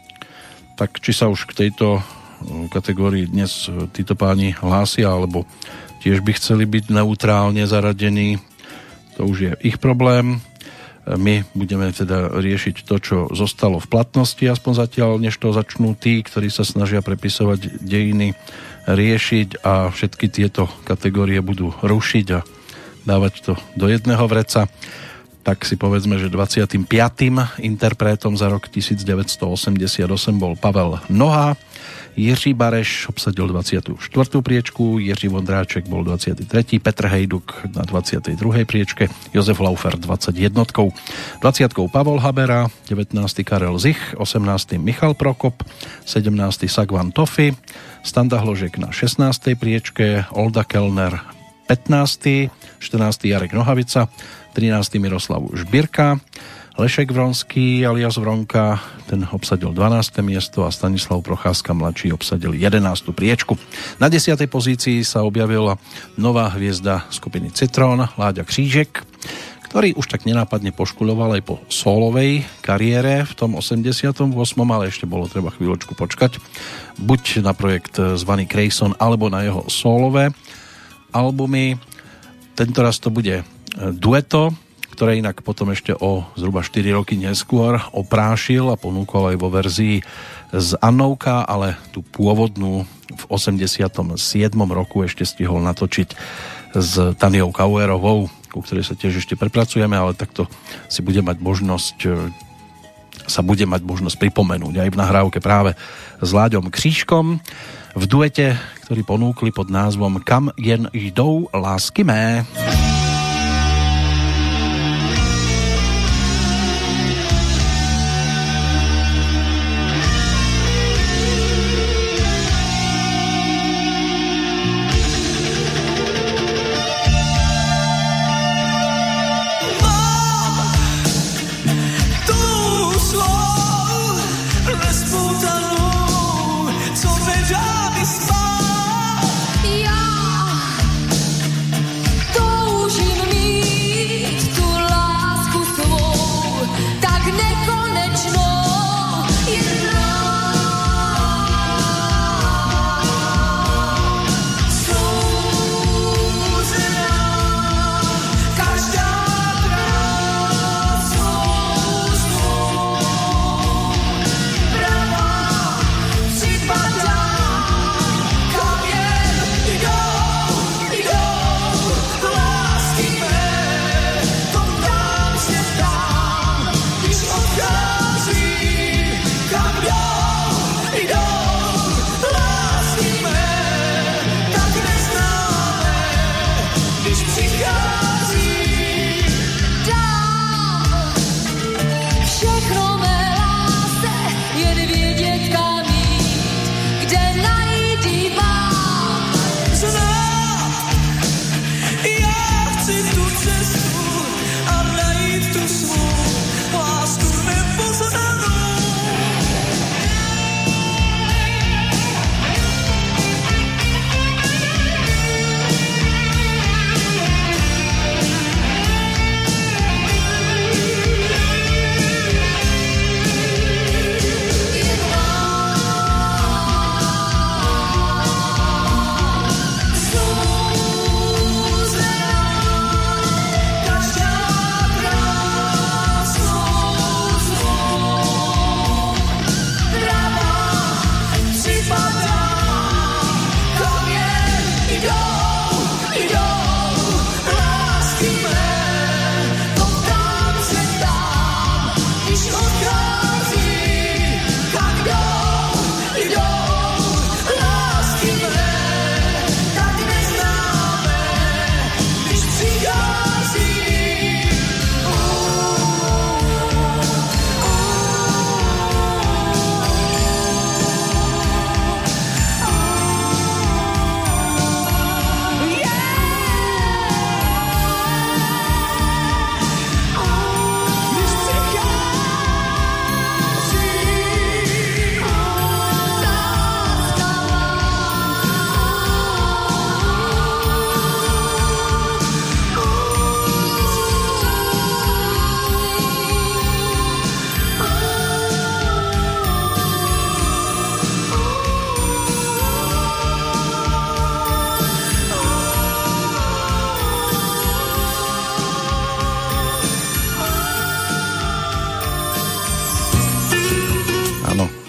tak či sa už k tejto kategórii dnes títo páni hlásia, alebo tiež by chceli byť neutrálne zaradení, to už je ich problém. My budeme teda riešiť to, čo zostalo v platnosti, aspoň zatiaľ, než to začnú tí, ktorí sa snažia prepisovať dejiny, riešiť a všetky tieto kategórie budú rušiť a dávať to do jedného vreca. Tak si povedzme, že 25. interpretom za rok 1988 bol Pavel Noha, Jiří Bareš obsadil 24. priečku, Jiří Vondráček bol 23., Petr Hejduk na 22. priečke, Jozef Laufer 21. 20. Pavol Habera, 19. Karel Zich, 18. Michal Prokop, 17. Sagvan Tofi, Standa Hložek na 16. priečke, Olda Kellner 15., 14. Jarek Nohavica, 13. Miroslav Žbírka, Lešek Vronský alias Vronka, ten obsadil 12. miesto a Stanislav Procházka mladší obsadil 11. priečku. Na 10. pozícii sa objavila nová hviezda skupiny Citrón, Láďa Křížek, ktorý už tak nenápadne poškuľoval aj po solovej kariére v tom 88., ale ešte bolo treba chvíľočku počkať. Buď na projekt zvaný Creyson, alebo na jeho solové albumy. Tentoraz to bude dueto, ktoré inak potom ešte o zhruba 4 roky neskôr oprášil a ponúkol aj vo verzii z Annovka, ale tú pôvodnú v 87. roku ešte stihol natočiť s Taniou Kauerovou, ku ktorej sa tiež ešte prepracujeme, ale takto si bude mať možnosť pripomenúť aj v nahrávke práve s Láďom Křížkom v duete, ktorý ponúkli pod názvom Kam jen jdou lásky mé. Já tou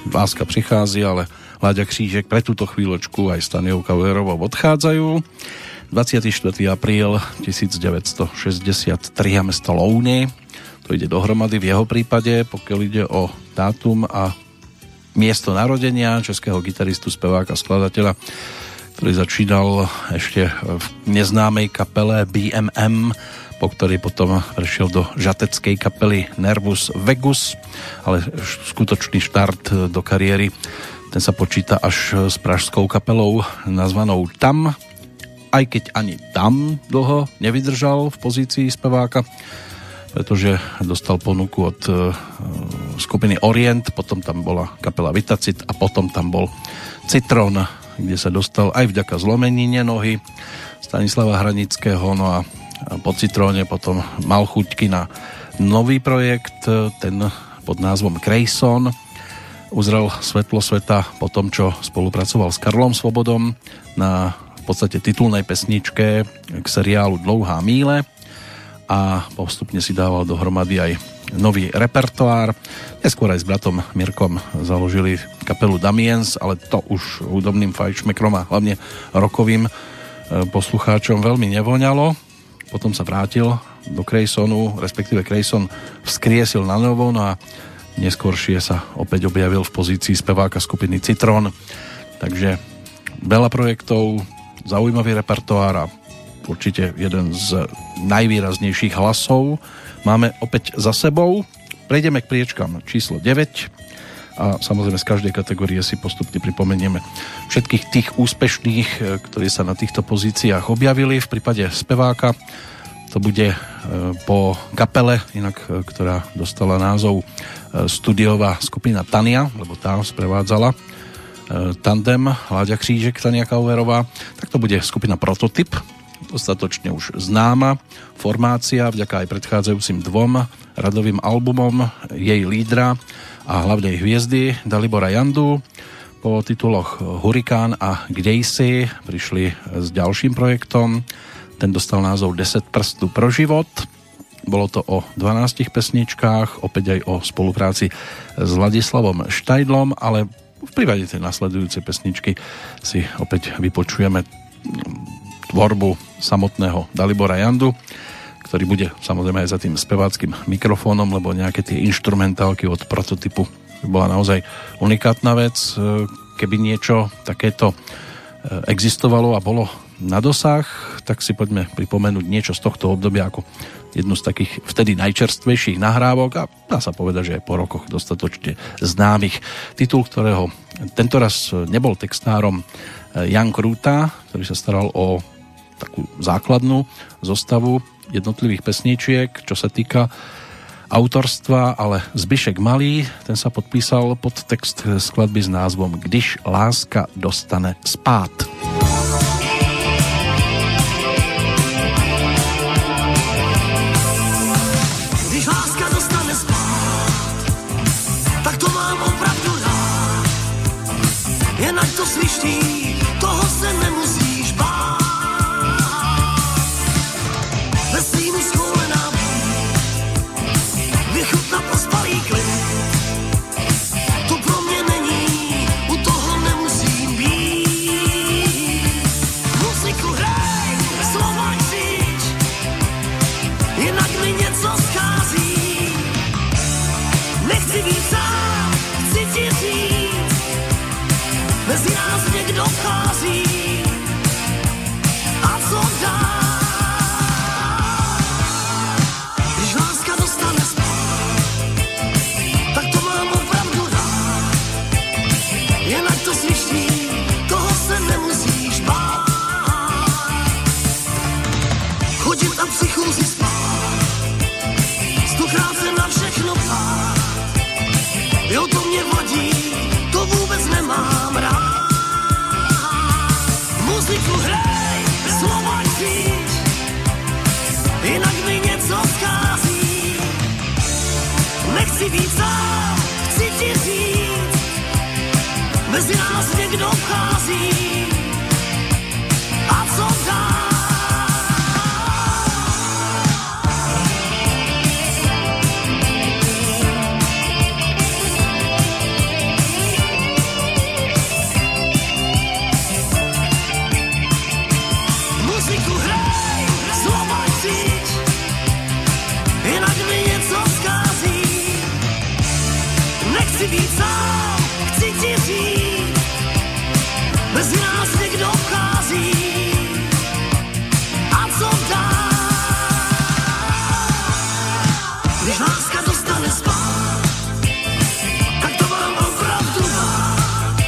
láska prichází, ale Láďa Křížek pre túto chvíľočku aj s Taniou Kauerovou odchádzajú. 24. apríl 1963 a mesto Louny. To ide dohromady v jeho prípade, pokiaľ ide o dátum a miesto narodenia českého gitaristu, speváka, skladateľa, ktorý začínal ešte v neznámej kapele BMM, po ktorej potom prešiel do žateckej kapely Nervus Vegus, ale skutočný štart do kariéry ten sa počíta až s pražskou kapelou nazvanou Tam, aj keď ani tam dlho nevydržal v pozícii speváka, pretože dostal ponuku od skupiny Orient, potom tam bola kapela Vitacit a potom tam bol Citron, kde sa dostal aj vďaka zlomenine nohy Stanislava Hranického, no a po Citróne potom mal chuťky na nový projekt, ten pod názvom Krejson. Uzrel svetlo sveta po tom, čo spolupracoval s Karlom Svobodom na v podstate titulnej pesničke k seriálu Dlouhá míle a postupne si dával dohromady aj nový repertoár. Neskôr aj s bratom Mirkom založili kapelu Damiens, ale to už hudobným fajčmekrom a hlavne rockovým poslucháčom veľmi nevoňalo. Potom sa vrátil do Krejsonu, respektíve Krejson vzkriesil na novo, no a neskôršie sa opäť objavil v pozícii speváka skupiny Citron. Takže veľa projektov, zaujímavý repertoár a určite jeden z najvýraznejších hlasov máme opäť za sebou. Prejdeme k priečkám číslo 9 a samozrejme z každej kategórie si postupne pripomenieme všetkých tých úspešných, ktorí sa na týchto pozíciách objavili. V prípade speváka to bude po kapele, inak ktorá dostala názov studiová skupina Tania, lebo tá sprevádzala tandem Láďa Křížek, Tania Kauerová, tak to bude skupina Prototyp, dostatočne už známa formácia vďaka aj predchádzajúcim dvom radovým albumom jej lídra a hlavnej hviezdy Dalibora Jandu. Po tituloch Hurikán a Kdejsi prišli s ďalším projektom, ten dostal názov 10 prstů pro život. Bolo to o 12 pesničkách, opäť aj o spolupráci s Ladislavom Štajdlom, ale v prípade tej nasledujúcej pesničky si opäť vypočujeme tvorbu samotného Dalibora Jandu, ktorý bude samozrejme aj za tým speváckým mikrofónom, lebo nejaké tie inštrumentálky od Prototypu bola naozaj unikátna vec. Keby niečo takéto existovalo a bolo na dosah, tak si poďme pripomenúť niečo z tohto obdobia ako jednu z takých vtedy najčerstvejších nahrávok a dá sa povedať, že aj po rokoch dostatočne známych. Titul, ktorého tentoraz nebol textárom Jan Krúta, ktorý sa staral o takú základnú zostavu jednotlivých pesničiek, čo sa týka autorstva, ale Zbyšek Malý, ten sa podpísal pod text skladby s názvom Když láska dostane spát. Ať to sviští, toho se nemusíš bát. Ve stínu scholená vychutna pospalý klid. To pro mě není, u toho nemusím být. Muziku hraj, slova křič, jinak mi něco schází. Nechci být sám, chci ti říct, mezi nás někdo vchází. A co dál? Když láska dostane spát, tak to mám opravdu rád. Jen ať to sviští, toho se nemusíš bát. Chodit a psychózy spát, 100krát jsem na všechno ptát. Jo, to mě vadí, to vůbec nemám rád. Muziku hrej, slova kříž, jinak mi něco schází. Nechci víc sám, chci ti říct, mezi nás někdo vchází. A co dál? Chci být sám, chci ti říct, bez nás někdo vchází. A co dál? Když láska dostane spát, tak to mám opravdu rád.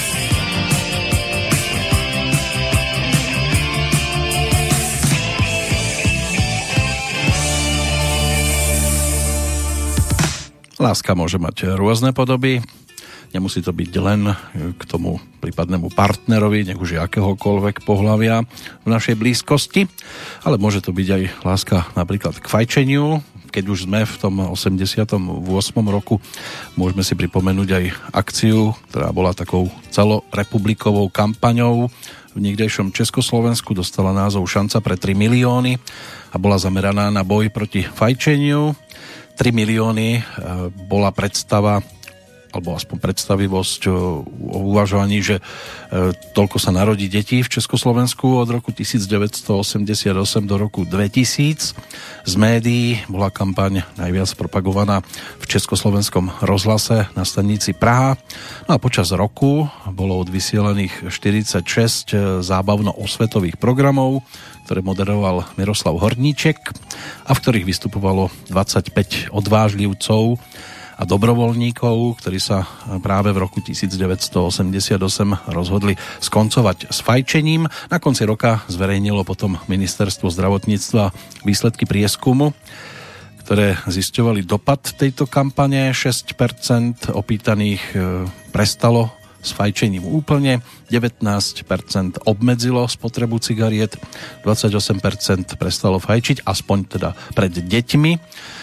Láska môže mať rôzne podoby. Nemusí to byť len k tomu prípadnému partnerovi, nech už je akéhokoľvek pohlavia v našej blízkosti, ale môže to byť aj láska napríklad k fajčeniu. Keď už sme v tom 88. roku, môžeme si pripomenúť aj akciu, ktorá bola takou celorepublikovou kampaňou v niekdejšom Československu, dostala názov Šanca pre 3 milióny a bola zameraná na boj proti fajčeniu. 3 milióny bola predstava, alebo aspoň predstavivosť o uvažovaní, že toľko sa narodí detí v Československu od roku 1988 do roku 2000. Z médií bola kampaň najviac propagovaná v československom rozhlase na stanici Praha. No a počas roku bolo odvysielaných 46 zábavno-osvetových programov, ktoré moderoval Miroslav Horníček a v ktorých vystupovalo 25 odvážlivcov a dobrovoľníkov, ktorí sa práve v roku 1988 rozhodli skoncovať s fajčením. Na konci roka zverejnilo potom Ministerstvo zdravotníctva výsledky prieskumu, ktoré zisťovali dopad tejto kampane. 6% opýtaných prestalo s fajčením úplne, 19% obmedzilo spotrebu cigariet, 28% prestalo fajčiť, aspoň teda pred deťmi.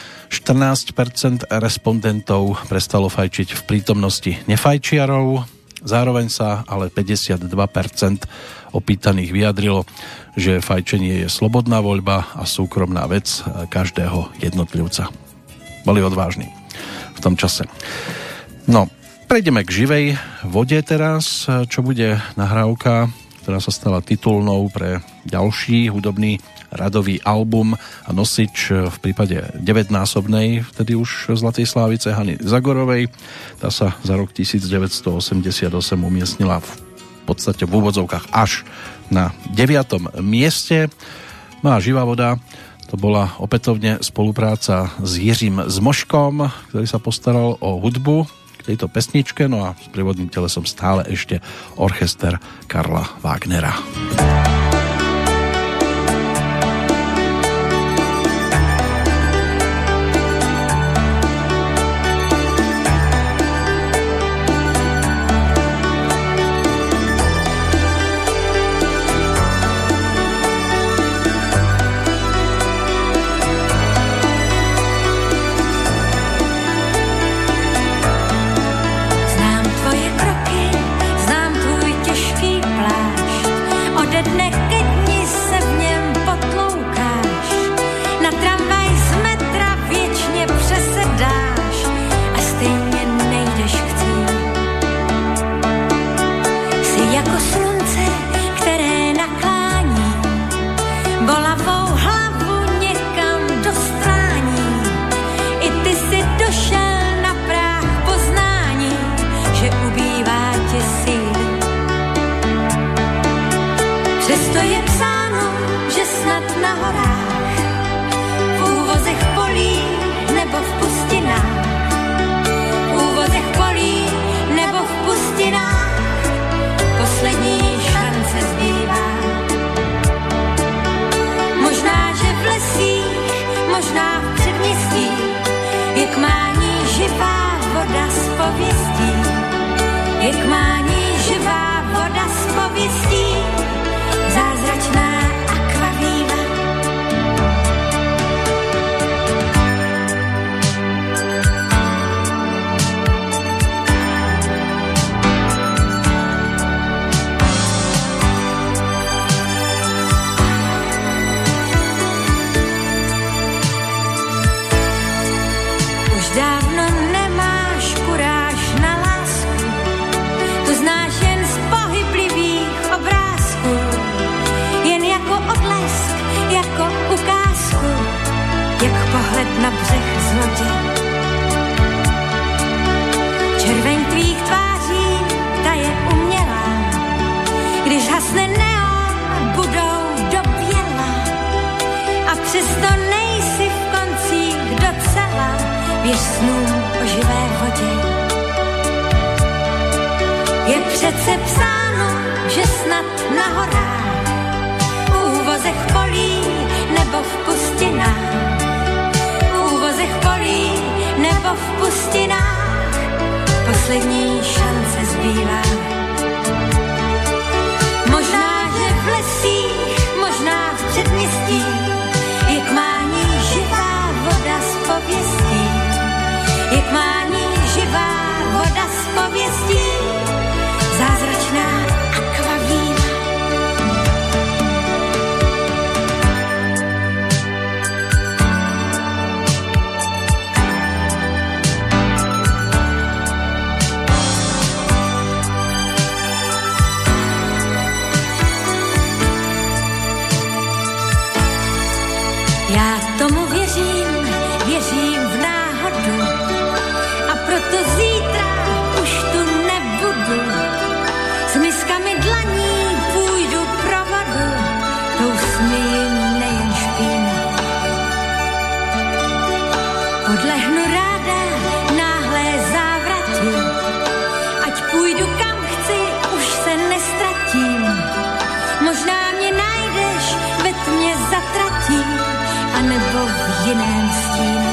14% respondentov prestalo fajčiť v prítomnosti nefajčiarov, zároveň sa ale 52% opýtaných vyjadrilo, že fajčenie je slobodná voľba a súkromná vec každého jednotlivca. Boli odvážni v tom čase. No, prejdeme k živej vode teraz, čo bude nahrávka, ktorá sa stala titulnou pre ďalší hudobný radový album a nosič v prípade 9-násobnej, vtedy už Zlatej slávice Hany Zagorovej. Tá sa za rok 1988 umiestnila v podstate v úvodzovkách až na 9. mieste. No a živá voda, to bola opätovne spolupráca s Jiřím Zmoškom, ktorý sa postaral o hudbu k tejto pesničke, no a s prívodným telesom stále ešte orchester Karla Wagnera. Znám tvoje kroky, znám tvůj těžký plášť, ode dne věř snům o živé vodě. Je přece psáno, že snad na horách, v úvozech polí nebo v pustinách, v úvozech polí nebo v pustinách, poslední šance zbývá. Možná, že v lesích, možná v předměstích, jak mání živá voda z pověstí, jak mání živá voda z pověstí, zázračná akvavína. Já tomu věřím, věřím v náhodu a proto zítra už tu nebudu. S miskami dlaní půjdu pro vodu, tou smyjím nejen špínu. Podlehnu ráda náhlé závrati, ať půjdu kam chci, už se nestratím. Možná mě najdeš, ve tmě zatratím, anebo v jiném stínu.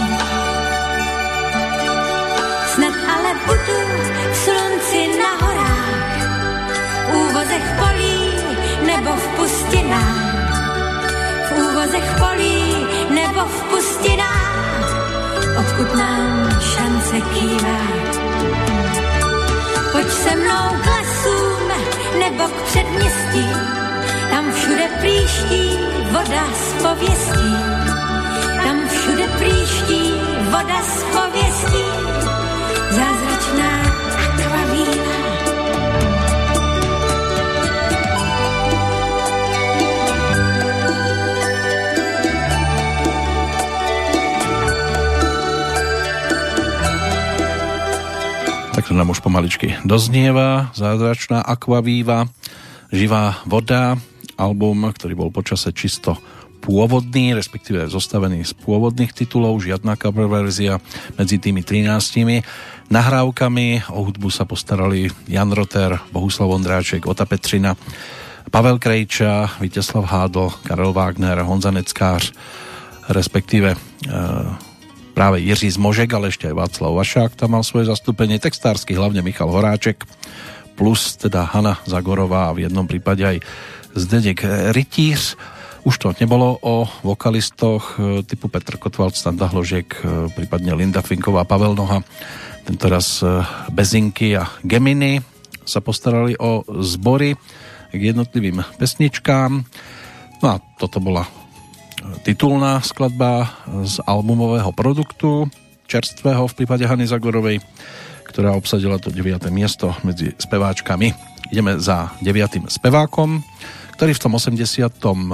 Snad ale budu v slunci na horách, v úvozech polí nebo v pustinách, v úvozech polí nebo v pustinách, odkud nám šance kývá. Pojď se mnou k lesům nebo k předměstí, tam všude prýští voda z pověstí, tam všude prýští voda z pověstí, zázračná akvavína. Tak to nám už pomaličky doznieva, zázračná akvavíva, živá voda, album, ktorý bol počase čisto pôvodný, respektíve zostavený z pôvodných titulov, žiadna cover verzia medzi tými 13 nahrávkami. O hudbu sa postarali Jan Roter, Bohuslav Ondráček, Ota Petřina, Pavel Krejča, Vítězslav Hádl, Karel Wagner, Honza Neckář, respektíve práve Jiří Zmožek, ale ešte aj Václav Vašák tam mal svoje zastúpenie, textársky hlavne Michal Horáček, plus teda Hana Zagorová a v jednom prípade aj Zdeněk Rytíř. Už to nebolo o vokalistoch typu Petr Kotwald, Standa Hložek, prípadne Linda Finková, Pavel Noha. Tentoraz Bezinky a Geminy sa postarali o zbory k jednotlivým pesničkám. No a toto bola titulná skladba z albumového produktu, čerstvého v prípade Hany Zagorovej, ktorá obsadila to 9. miesto medzi speváčkami. Ideme za 9. spevákom, ktorý v tom 88.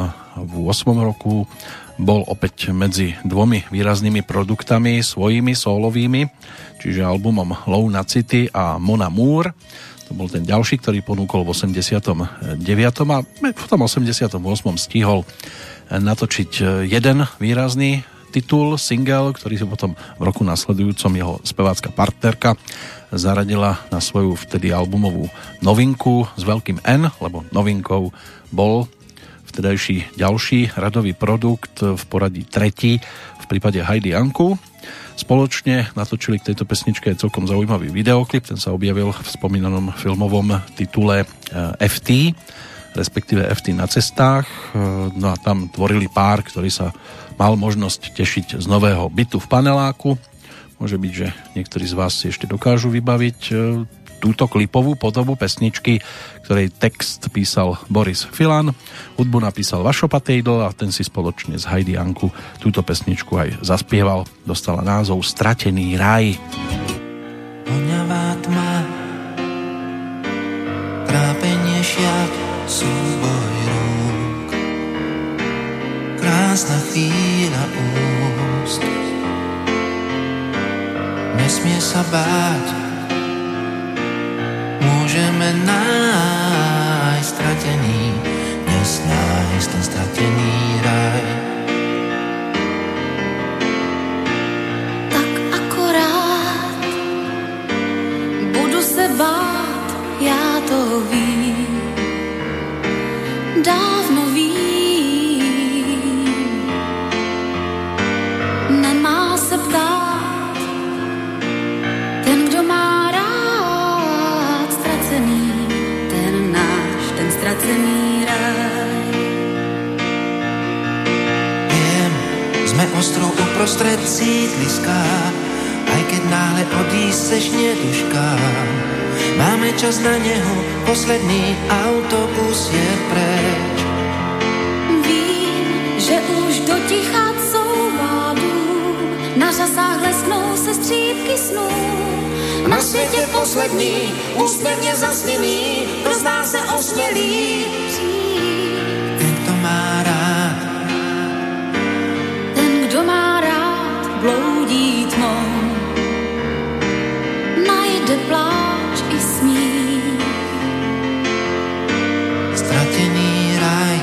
roku bol opäť medzi dvomi výraznými produktami svojimi sólovými, čiže albumom Low na City a Mon Amour. To bol ten ďalší, ktorý ponúkol v 89. a v tom 88. stihol natočiť jeden výrazný titul, single, ktorý si potom v roku nasledujúcom jeho spevácka partnerka zaradila na svoju vtedy albumovú novinku s veľkým N, lebo novinkou bol vtedajší ďalší radový produkt v poradí tretí v prípade Heidi Janku. Spoločne natočili k tejto pesničke celkom zaujímavý videoklip, ten sa objavil v spomínanom filmovom titule FT, respektíve FT na cestách. No a tam tvorili pár, ktorý sa mal možnosť tešiť z nového bytu v paneláku. Môže byť, že niektorí z vás si ešte dokážu vybaviť túto klipovú podobu pesničky, ktorej text písal Boris Filan, hudbu napísal Vašo Patejdl a ten si spoločne s Heidi Janku túto pesničku aj zaspieval. Dostala názov Stratený raj. Voňavá tma, trápenieš jak súboj rúk, krásna chvíľa úst, nesmie sa báť, môžeme nájsť stratený, dnes nájsť ten stratený raj. Tak akorát se bát, já to vím, dávno vím. Nemá se ptát ten, kdo má rád ztracený, ten náš, ten ztracený raj. Viem, sme ostrov uprostred sídliska, aj keď náhle odísť seš neduškám. Máme čas na neho, posledný autobus je preč. Vím, že už do ticha couvá dům, na řasách lesnou se střípky snů. Na světě poslední, úsměvně zasněný, kdo z nás se osmělí přijít. Ten, kto má rád, ten, kdo má rád, bloudí tmou, najde pláč i smích. stratený raj.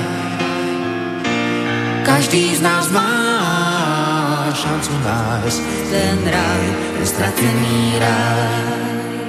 Každý z nás má šancu nájsť ten raj, ten ztracený raj.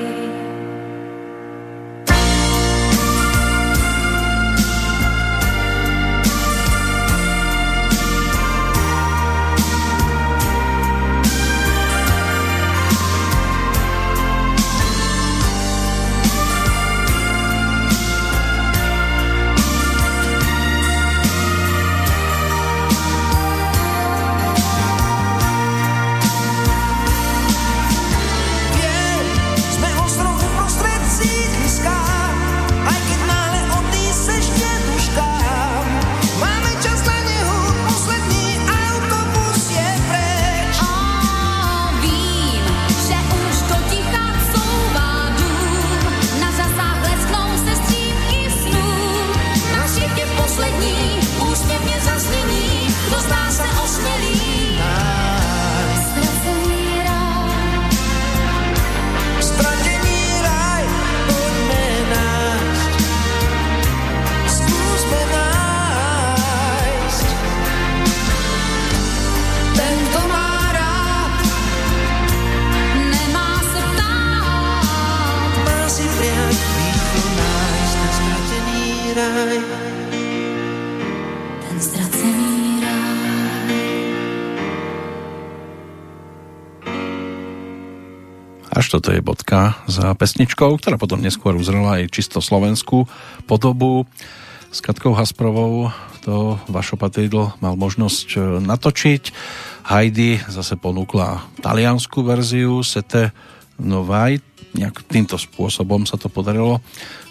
Toto je bodka za pesničkou, ktorá potom neskôr uzrela aj čisto slovenskú podobu. S Katkou Hasprovou to Vašo Patejdl mal možnosť natočiť. Heidi zase ponúkla taliansku verziu Sete Novai. Nejak týmto spôsobom sa to podarilo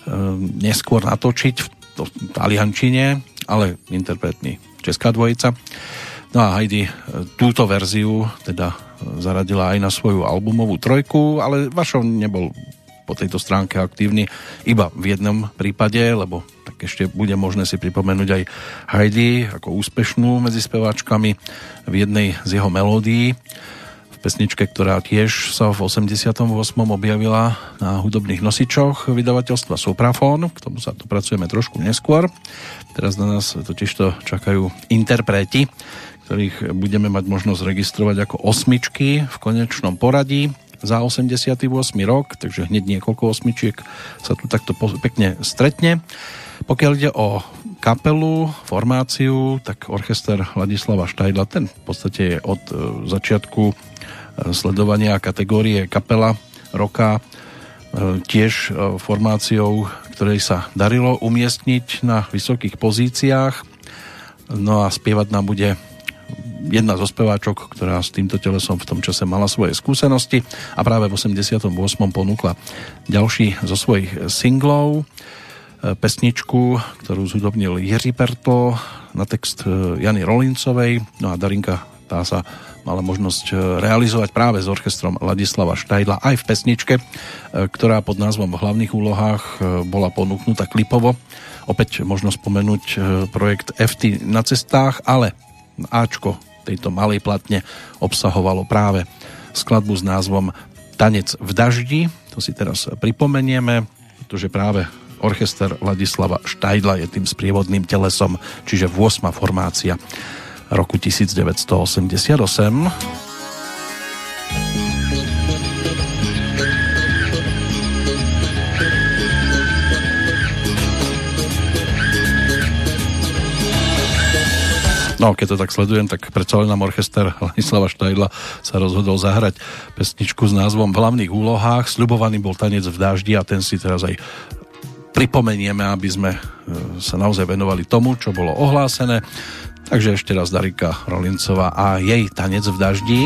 neskôr natočiť v taliančine, ale interpretmi česká dvojica. No a Heidi túto verziu teda zaradila aj na svoju albumovú trojku, ale Vašo nebol po tejto stránke aktívny iba v jednom prípade, lebo tak ešte bude možné si pripomenúť aj Heidi ako úspešnú medzi speváčkami v jednej z jeho melódií, v pesničke, ktorá tiež sa v 88. objavila na hudobných nosičoch vydavateľstva Suprafón. K tomu sa dopracujeme trošku neskôr. Teraz na nás totižto čakajú interpreti, ktorých budeme mať možnosť registrovať ako osmičky v konečnom poradí za 88. rok, takže hneď niekoľko osmičiek sa tu takto pekne stretne. Pokiaľ ide o kapelu, formáciu, tak orchester Ladislava Štajdla, ten v podstate je od začiatku sledovania kategórie kapela roka tiež formáciou, ktorej sa darilo umiestniť na vysokých pozíciách. No a spievať nám bude jedna zo speváčok, ktorá s týmto telesom v tom čase mala svoje skúsenosti a práve v 88. ponúkla ďalší zo svojich singlov, pesničku, ktorú zhudobnil Jiří Pertl na text Jany Rolincovej. No a Darinka, tá sa mala možnosť realizovať práve s orchestrom Ladislava Štajdla aj v pesničke, ktorá pod názvom V hlavných úlohách bola ponúknutá klipovo. Opäť možno spomenúť projekt FT na cestách, ale Ačko tejto malej platne obsahovalo práve skladbu s názvom Tanec v daždi. To si teraz pripomenieme, pretože práve orchester Ladislava Štajdla je tým sprievodným telesom, čiže 8. formácia roku 1988. No, keď to tak sledujem, tak predsa len nám orchester Ladislava Štajdla sa rozhodol zahrať pesničku s názvom V hlavných úlohách. Sľubovaný bol Tanec v dáždi a ten si teraz aj pripomenieme, aby sme sa naozaj venovali tomu, čo bolo ohlásené. Takže ešte raz Darika Rolincová a jej Tanec v daždi.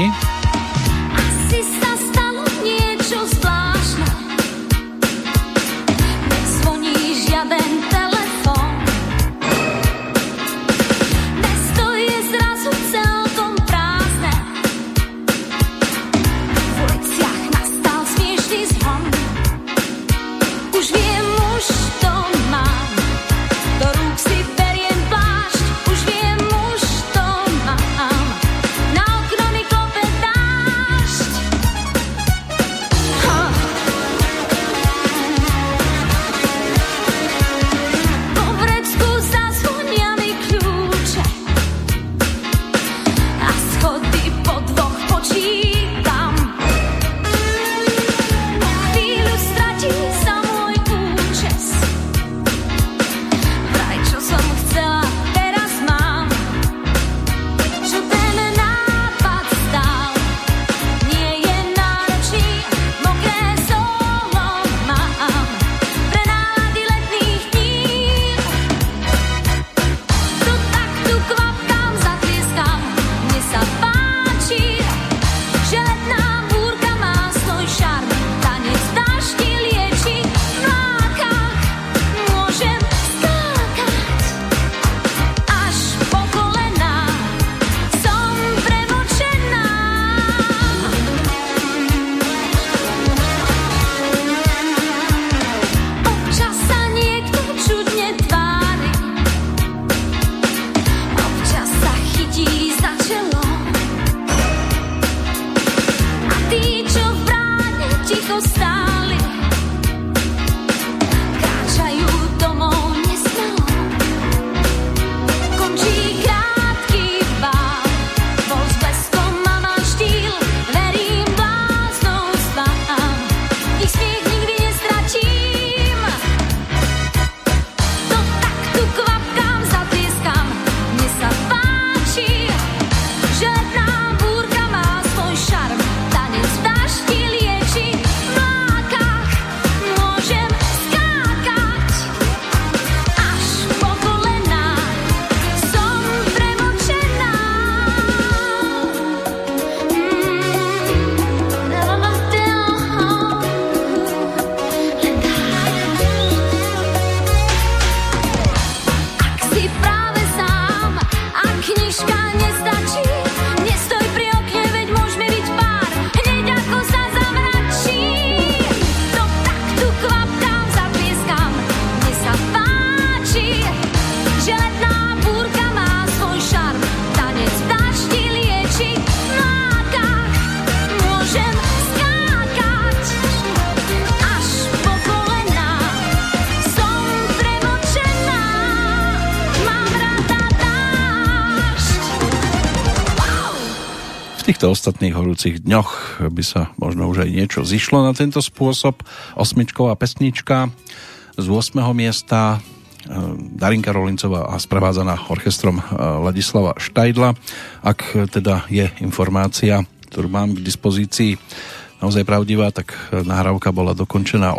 V týchto ostatných horúcich dňoch by sa možno už aj niečo zišlo na tento spôsob. Osmičková pesnička z 8. miesta, Darinka Rolincová a sprevádzaná orchestrom Ladislava Štajdla. Ak teda je informácia, ktorú mám k dispozícii, naozaj pravdivá, tak nahrávka bola dokončená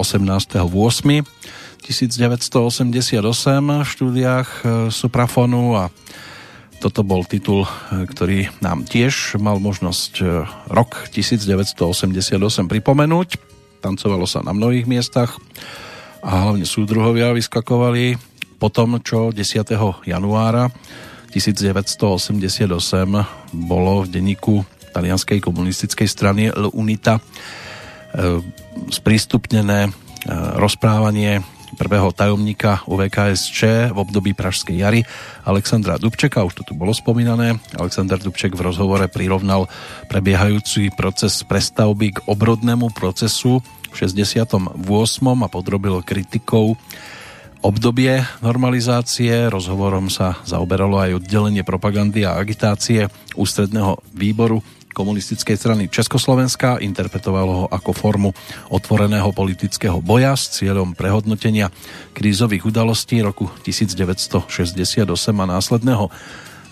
18.8.1988 v štúdiách Suprafonu a toto bol titul, ktorý nám tiež mal možnosť rok 1988 pripomenúť. Tancovalo sa na mnohých miestach a hlavne súdruhovia vyskakovali po tom, čo 10. januára 1988 bolo v denníku talianskej komunistickej strany L'Unità sprístupnené rozprávanie prvého tajomníka UVKSČ v období Pražskej jary Alexandra Dubčeka, už to tu bolo spomínané. Alexander Dubček v rozhovore prirovnal prebiehajúci proces prestavby k obrodnému procesu v 68. a podrobil kritikou obdobie normalizácie. Rozhovorom sa zaoberalo aj oddelenie propagandy a agitácie Ústredného výboru komunistickej strany Československa, interpretovalo ho ako formu otvoreného politického boja s cieľom prehodnotenia krízových udalostí roku 1968 a následného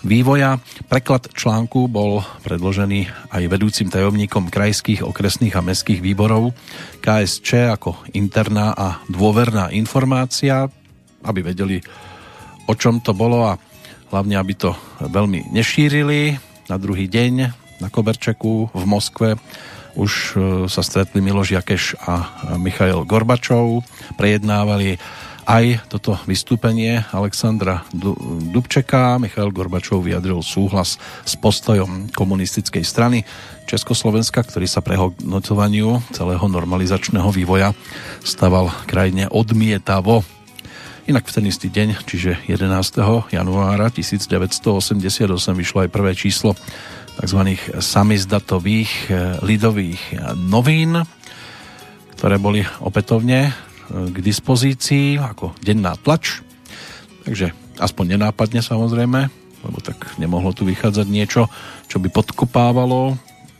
vývoja. Preklad článku bol predložený aj vedúcim tajomníkom krajských, okresných a mestských výborov KSČ ako interná a dôverná informácia, aby vedeli, o čom to bolo a hlavne, aby to veľmi nešírili. Na druhý deň na Koberčeku v Moskve už sa stretli Miloš Jakeš a Michail Gorbačov, prejednávali aj toto vystúpenie Alexandra Dubčeka. Michail Gorbačov vyjadril súhlas s postojom komunistickej strany Československa, ktorý sa prehodnocovaniu celého normalizačného vývoja staval krajine odmietavo. Inak v ten istý deň, čiže 11. januára 1988 vyšlo aj prvé číslo tzv. Samizdatových lidových novín, ktoré boli opätovne k dispozícii ako denná tlač, takže aspoň nenápadne samozrejme, lebo tak nemohlo tu vychádzať niečo, čo by podkopávalo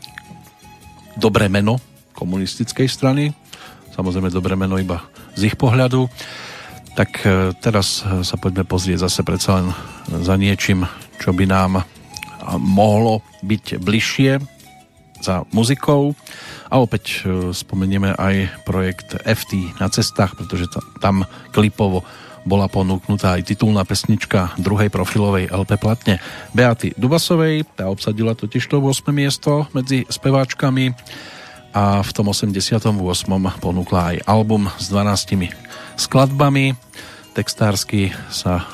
dobré meno komunistickej strany, samozrejme dobré meno iba z ich pohľadu. Tak teraz sa poďme pozrieť zase predsa len za niečím, čo by nám mohlo byť bližšie za muzikou. A opäť spomenieme aj projekt FT na cestách, pretože tam klipovo bola ponúknutá aj titulná pesnička druhej profilovej LP platne Beaty Dubasovej. Tá obsadila totižto 8. miesto medzi speváčkami a v tom 88. ponúkla aj album s 12 skladbami. Textársky sa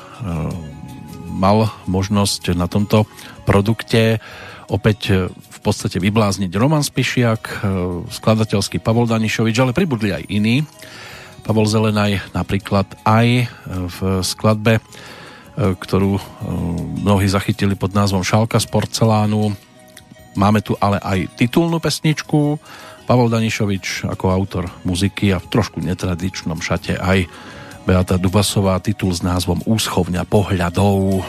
mal možnosť na tomto produkte opäť v podstate vyblázniť Roman Spišiak, skladateľský Pavol Danišovič, ale pribudli aj iní. Pavol Zelenaj napríklad aj v skladbe, ktorú mnohí zachytili pod názvom Šálka z porcelánu. Máme tu ale aj titulnú pesničku. Pavol Danišovič ako autor muziky a v trošku netradičnom šate aj Beata Dubasová, titul s názvom Úschovňa pohľadov.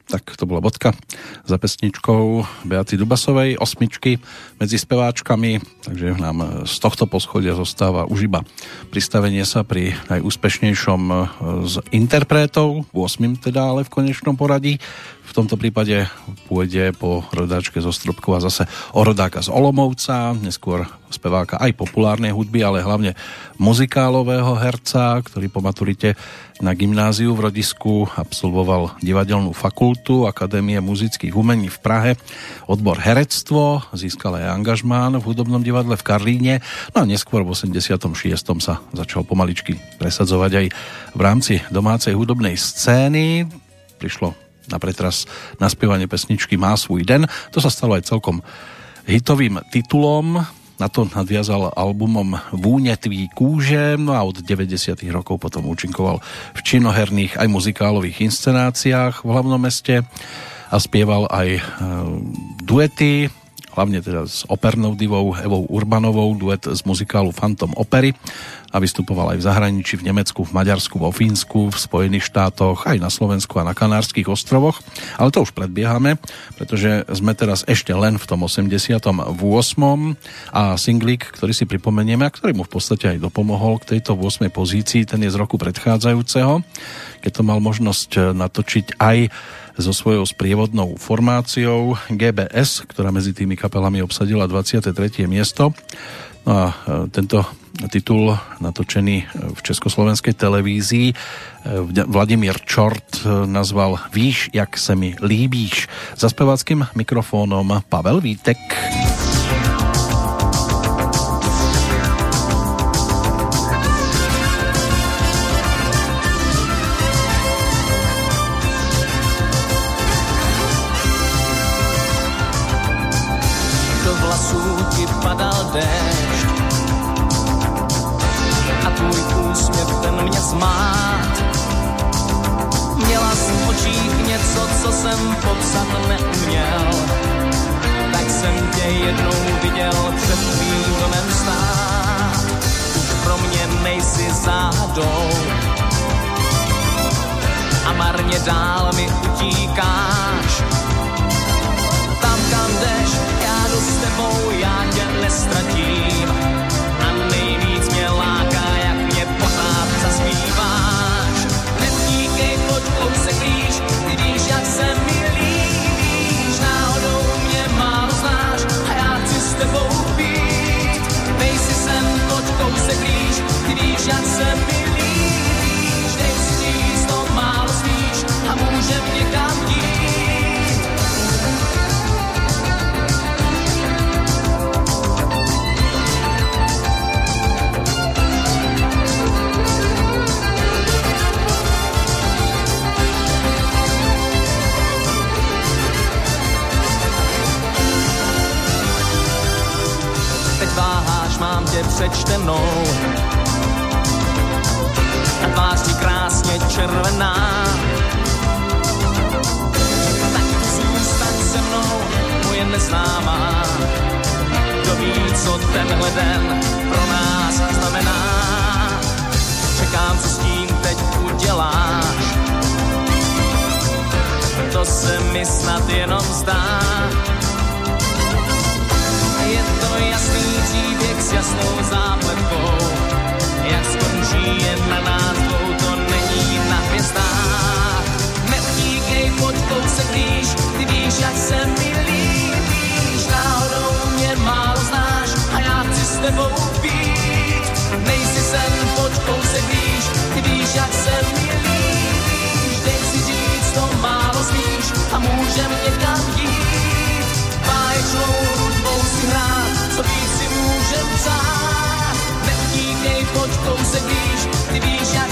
Tak to bola bodka za pesničkou Beaty Dubasovej, 8 medzi speváčkami, takže nám z tohto poschodia zostáva už iba pristavenie sa pri najúspešnejšom z interpretov, 8 teda, ale v konečnom poradí. V tomto prípade pôjde po rodáčke zo Stropkova zase o rodáka z Olomouca, neskôr speváka aj populárnej hudby, ale hlavne muzikálového herca, ktorý po maturite na gymnáziu v Rodisku absolvoval divadelnú fakultu Akadémie muzických umení v Prahe, odbor herectvo, získal aj angažmán v hudobnom divadle v Karlíne, no a neskôr v 86. sa začal pomaličky presadzovať aj v rámci domácej hudobnej scény. Prišlo na pretras naspievanie pesničky Má svůj den. To sa stalo aj celkom hitovým titulom. Na to nadviazal albumom Vůně tvý kůže, no a od 90. rokov potom účinkoval v činoherných aj muzikálových inscenáciách v hlavnom meste a spieval aj duety, hlavne teda s opernou divou Evou Urbanovou, duet z muzikálu Phantom opery, a vystupoval aj v zahraničí, v Nemecku, v Maďarsku, vo Fínsku, v Spojených štátoch, aj na Slovensku a na Kanárskych ostrovoch. Ale to už predbiehame, pretože sme teraz ešte len v tom 88. a singlík, ktorý si pripomenieme a ktorý mu v podstate aj dopomohol k tejto 8. pozícii, ten je z roku predchádzajúceho, keď to mal možnosť natočiť aj so svojou sprievodnou formáciou GBS, ktorá medzi tými kapelami obsadila 23. miesto. No a tento titul natočený v československej televízii Vladimír Čort nazval Víš, jak se mi líbíš. Za speváckým mikrofónom Pavel Vítek. Do vlasů ti padal déšť a tvůj úsměv ten mě smát. Měla jsi v očích něco, co jsem popsat neuměl, tak jsem tě jednou viděl před tvým domem stát. Už pro mě nejsi záhadou a marně dál mi utíkáš. Tam, kam jdeš, já jdu s tebou, já tě nestratím. A nejvíc mě láká, jak mě pořád zaspíváš. Neutíkej, pojď kousek blíž, ty víš, jak se mi líbíš. Náhodou mě málo znáš a já chci s tebou být. Dej si sem, pojď kousek blíž, ty víš, jak se mi líbíš. Dej si říct, to málo svíš a můžem někam jít. Váháš, mám tě přečtenou a tvář ti krásně červená. Tak zůstaň se mnou, moje neznámá. Kdo ví, co tenhle den pro nás znamená. Čekám, co s tím teď uděláš. To se mi snad jenom zdá. Je to jasný příběh s jasnou zápletkou. Jak skončí jen na nás dvou, to není na hvězdách. Neutíkej, pojď kousek blíž, ty víš, jak se mi líbíš. Náhodou mě málo znáš a já chci s tebou být. Nejsi sen, pojď kousek blíž, ty víš, jak se mi líbíš. Dej si říct, to málo sníš a můžem někam jít. Báječnou hudbou si hrát, co víc si můžem přát. Neutíkej, pojď kousek blíž, ty víš, jak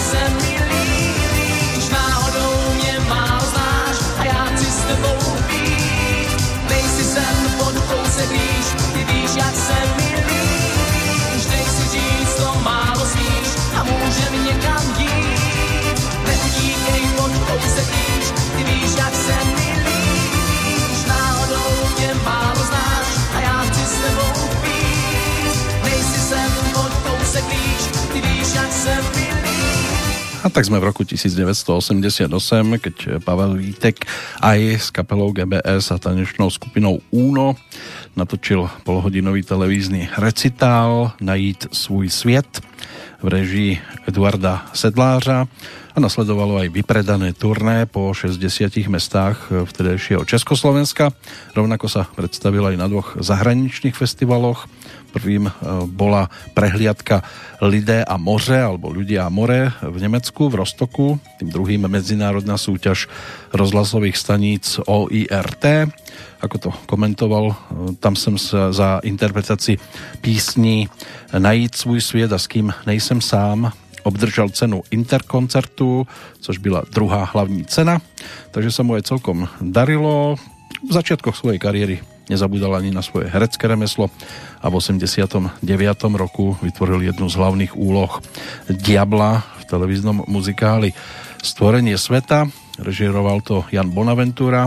tak sme v roku 1988, keď Pavel Vítek aj s kapelou GBS a tanečnou skupinou Uno natočil polhodinový televízny recitál Najít svůj svět v režii Eduarda Sedlářa a nasledovalo aj vypredané turné po 60 mestách vtedajšieho Československa. Rovnako sa predstavil aj na 2 zahraničných festivaloch. Prvým bola prehliadka Lidé a moře, alebo Ľudia a more v Nemecku, v Rostoku. Tým druhým medzinárodná súťaž rozhlasových staníc OIRT. Ako to komentoval, tam som sa za interpretaci písní Najít svůj svět a S kým nejsem sám obdržal cenu Interkoncertu, což byla druhá hlavní cena. Takže sa mu aj celkom darilo. V začiatkoch svojej kariéry nezabudal ani na svoje herecké remeslo a v 89. roku vytvoril jednu z hlavných úloh Diabla v televíznom muzikáli Stvorenie sveta. Režíroval to Jan Bonaventura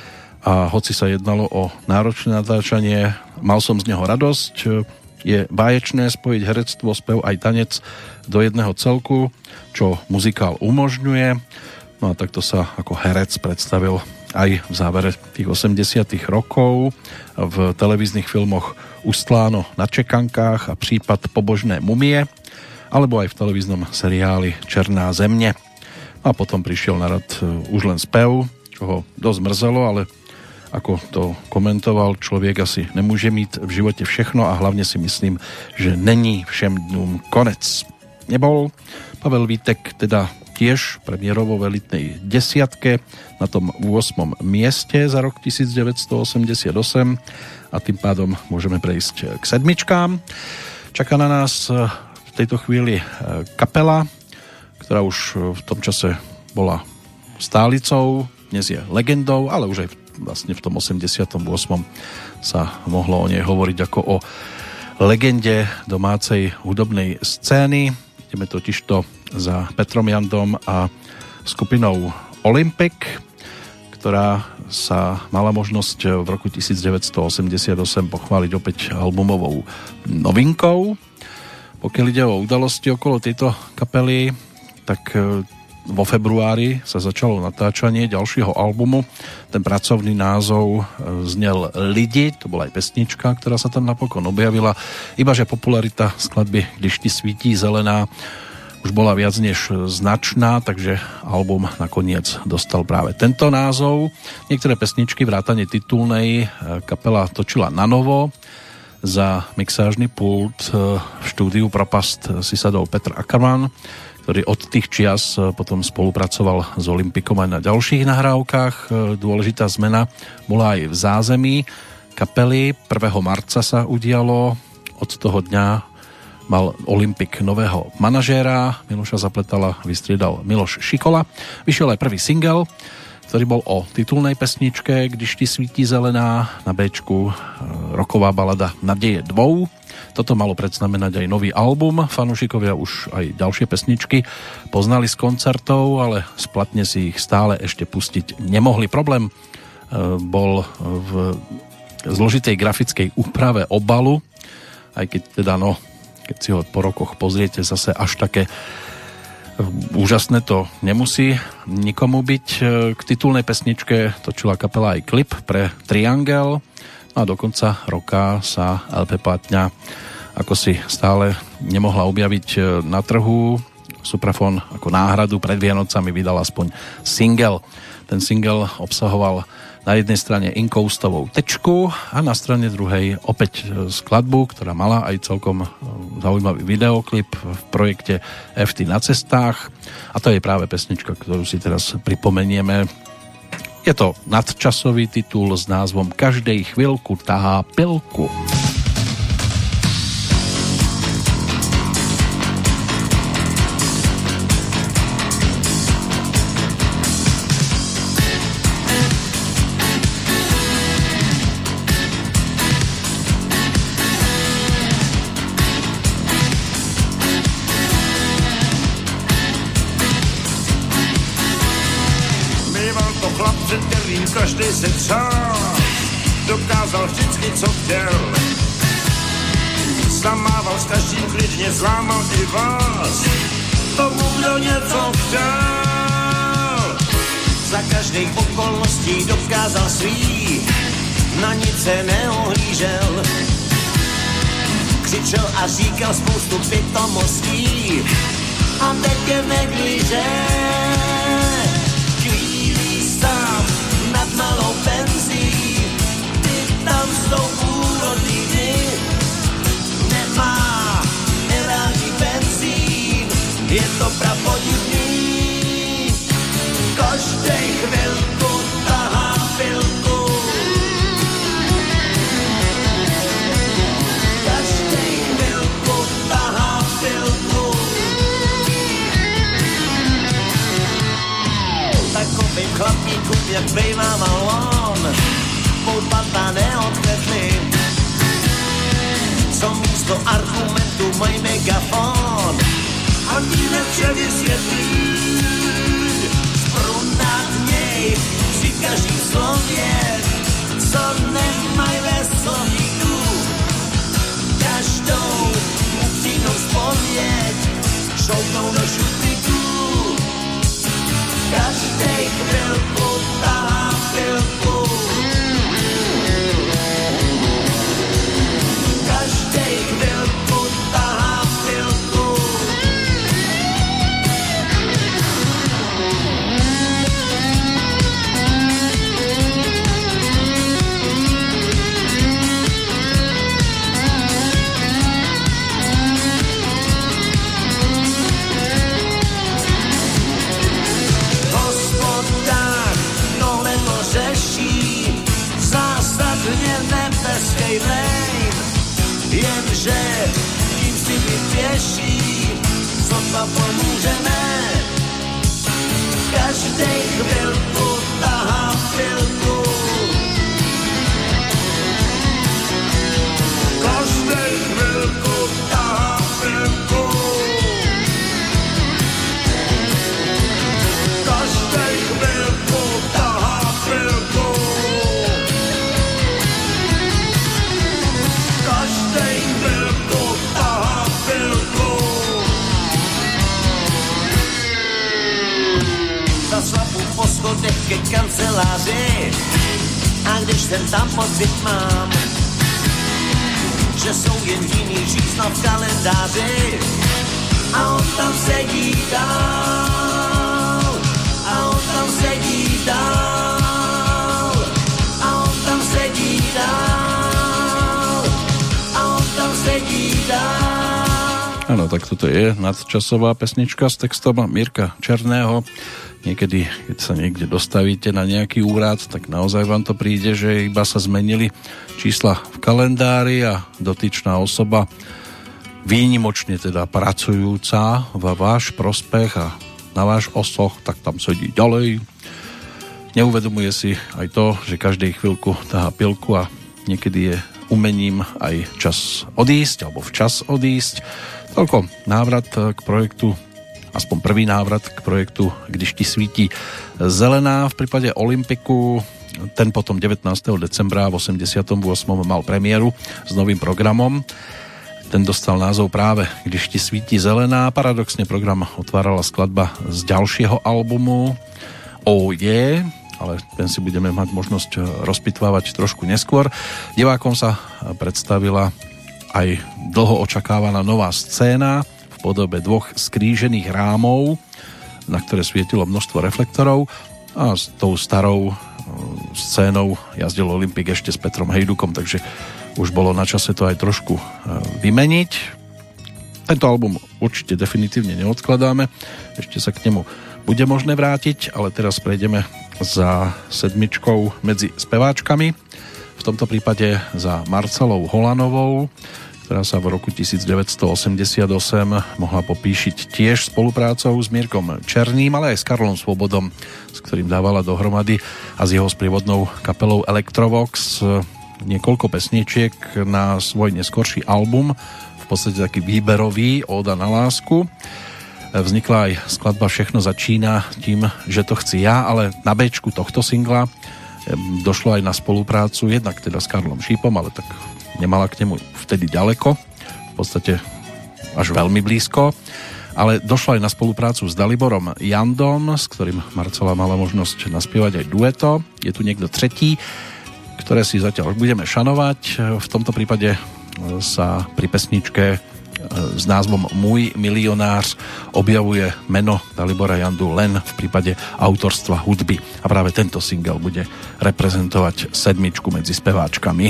a hoci sa jednalo o náročné natáčanie, mal som z neho radosť. Je báječné spojiť herectvo, spev aj tanec do jedného celku, čo muzikál umožňuje. No a takto sa ako herec predstavil aj v závere tých 80. rokov v televíznych filmoch Ustláno na čekankách a Případ pobožné mumie, alebo aj v televíznom seriáli Černá země. A potom prišiel na rad už len spev, čo ho dosť mrzelo, ale ako to komentoval, člověk asi nemůže mít v životě všechno a hlavně si myslím, že není všem dnům konec. Nebol. Pavel Vítek teda tiež premiérovo v elitnej 10 na tom 8. mieste za rok 1988 a tým pádom môžeme prejsť k 7. Čaká na nás v tejto chvíli kapela, ktorá už v tom čase bola stálicou, dnes je legendou, ale už aj vlastne v tom 88. sa mohlo o nej hovoriť ako o legende domácej hudobnej scény. Ideme totižto za Petrom Jandom a skupinou Olympic, ktorá sa mala možnosť v roku 1988 pochváliť opäť albumovou novinkou. Pokiaľ ide o udalosti okolo tejto kapely, tak vo februári sa začalo natáčanie ďalšieho albumu. Ten pracovný názov znel Lidi, to bola aj pesnička, ktorá sa tam napokon objavila. Ibaže popularita skladby Když ti svítí zelená už bola viac než značná, takže album nakoniec dostal práve tento názov. Niektoré pesničky vrátane titulnej kapela točila na novo. Za mixážny pult v štúdiu Propast si sadol Petr Ackermann, ktorý od tých čias potom spolupracoval s Olympikom aj na ďalších nahrávkach. Dôležitá zmena bola aj v zázemí kapely. 1. marca sa udialo. Od toho dňa mal Olympik nového manažéra. Miloša Zapletala vystriedal Miloš Šikola. Vyšiel aj prvý single, ktorý bol o titulnej pesničke Když ti svítí zelená, na Bčku roková balada Nadeje dvou. Toto malo predznamenať aj nový album. Fanúšikovia už aj ďalšie pesničky poznali z koncertov, ale splatne si ich stále ešte pustiť nemohli. Problém bol v zložitej grafickej úprave obalu, aj keď teda keď si ho po rokoch pozriete, zase až také úžasné to nemusí nikomu byť. K titulnej pesničke točila kapela aj klip pre Triangel. No a do konca roka sa LP platňa ako si stále nemohla objaviť na trhu. Suprafon ako náhradu pred Vianocami vydal aspoň single. Ten single obsahoval na jednej strane inkoustovou tečku a na strane druhej opäť skladbu, ktorá mala aj celkom zaujímavý videoklip v projekte FT na cestách. A to je práve pesnička, ktorú si teraz pripomenieme. Je to nadčasový titul s názvom Každej chvíľku tahá pilku. Každý si sám dokázal vždycky, co chtěl. Zamával s každým klidně, zlámal i vás. tomu, kdo něco chtěl. Za každej okolností dokázal svý, na nic se neohlížel. Křičel a říkal spoustu pitomostí a teď je neglíže. Kvílí sám nad malou penzí, ty tam s tou úrodný dny. Nemá neráží benzín, je to prapodivný. Každej chvilku tahá pilku, každej chvilku tahá pilku. Takovým chlapíkům, jak bejvával on, poutbata neodchetli, co místo argumentu mají megafon a ti vše vysvětlí. Sprunat něj při každým slově, co nemají ve slovíku. Každou upřímnou zpověď šoupnou do šuplíku. Každej chvilku tahá pilku, každej chvilku tahá pilku. Hospodář tohle to řeší, zásadně nebeskej lejn, jenže tím si vypěší, co to pomůžeme. Každej chvilku tahá pilku, každej chvilku tahá pilku, každej chvilku tahá pilku, každej chvilku tahá pilku. Zašlapu po schodech ke kanceláři a když ten tam pocit mám, že jsou jen jiný čísla v kalendáři a on tam sedí dál, a on tam sedí dál, a on tam sedí dál, a on tam sedí dál. Áno, tak toto je nadčasová pesnička s textom Mirka Černého. Niekedy, keď sa niekde dostavíte na nejaký úrad, tak naozaj vám to príde, že iba sa zmenili čísla v kalendári a dotyčná osoba, výnimočne teda pracujúca vo váš prospech a na váš osoch, tak tam sedí ďalej. Neuvedomuje si aj to, že každej chvíľku tahá pilku a niekedy je umením aj čas odísť, alebo včas odísť. Toľko návrat k projektu, aspoň prvý návrat k projektu Když ti svítí zelená. V prípade Olympiku ten potom 19. decembra v 88. mal premiéru s novým programom. Ten dostal názov práve Když ti svítí zelená. Paradoxne program otvárala skladba z ďalšieho albumu Oh yeah, ale ten si budeme mať možnosť rozpitvávať trošku neskôr. Divákom sa predstavila aj dlho očakávaná nová scéna v podobe dvoch skrížených rámov, na ktoré svietilo množstvo reflektorov, a s tou starou scénou jazdil Olympik ešte s Petrom Hejdukom, takže už bolo na čase to aj trošku vymeniť. Tento album určite definitívne neodkladáme, ešte sa k nemu bude možné vrátiť, ale teraz prejdeme za sedmičkou medzi speváčkami. V tomto prípade za Marcelou Holanovou, ktorá sa v roku 1988 mohla popíšiť tiež spoluprácou s Mirkom Černým, ale aj s Karlom Svobodom, s ktorým dávala dohromady, a s jeho sprievodnou kapelou Electrovox niekoľko pesničiek na svoj neskorší album, v podstate taký výberový, Óda na lásku. Vznikla aj skladba Všechno začína tím, že to chci ja, ale na Bčku tohto singla došlo aj na spoluprácu, jednak teda s Karlom Šípom, ale tak nemala k nemu vtedy ďaleko, v podstate až veľmi blízko. ale došlo aj na spoluprácu s Daliborom Jandom, s ktorým Marcela mala možnosť naspievať aj dueto. Je tu niekto tretí, ktoré si zatiaľ budeme šanovať. V tomto prípade sa pri pesničke s názvom Môj milionář objavuje meno Dalibora Jandu len v prípade autorstva hudby. A práve tento single bude reprezentovať sedmičku medzi speváčkami.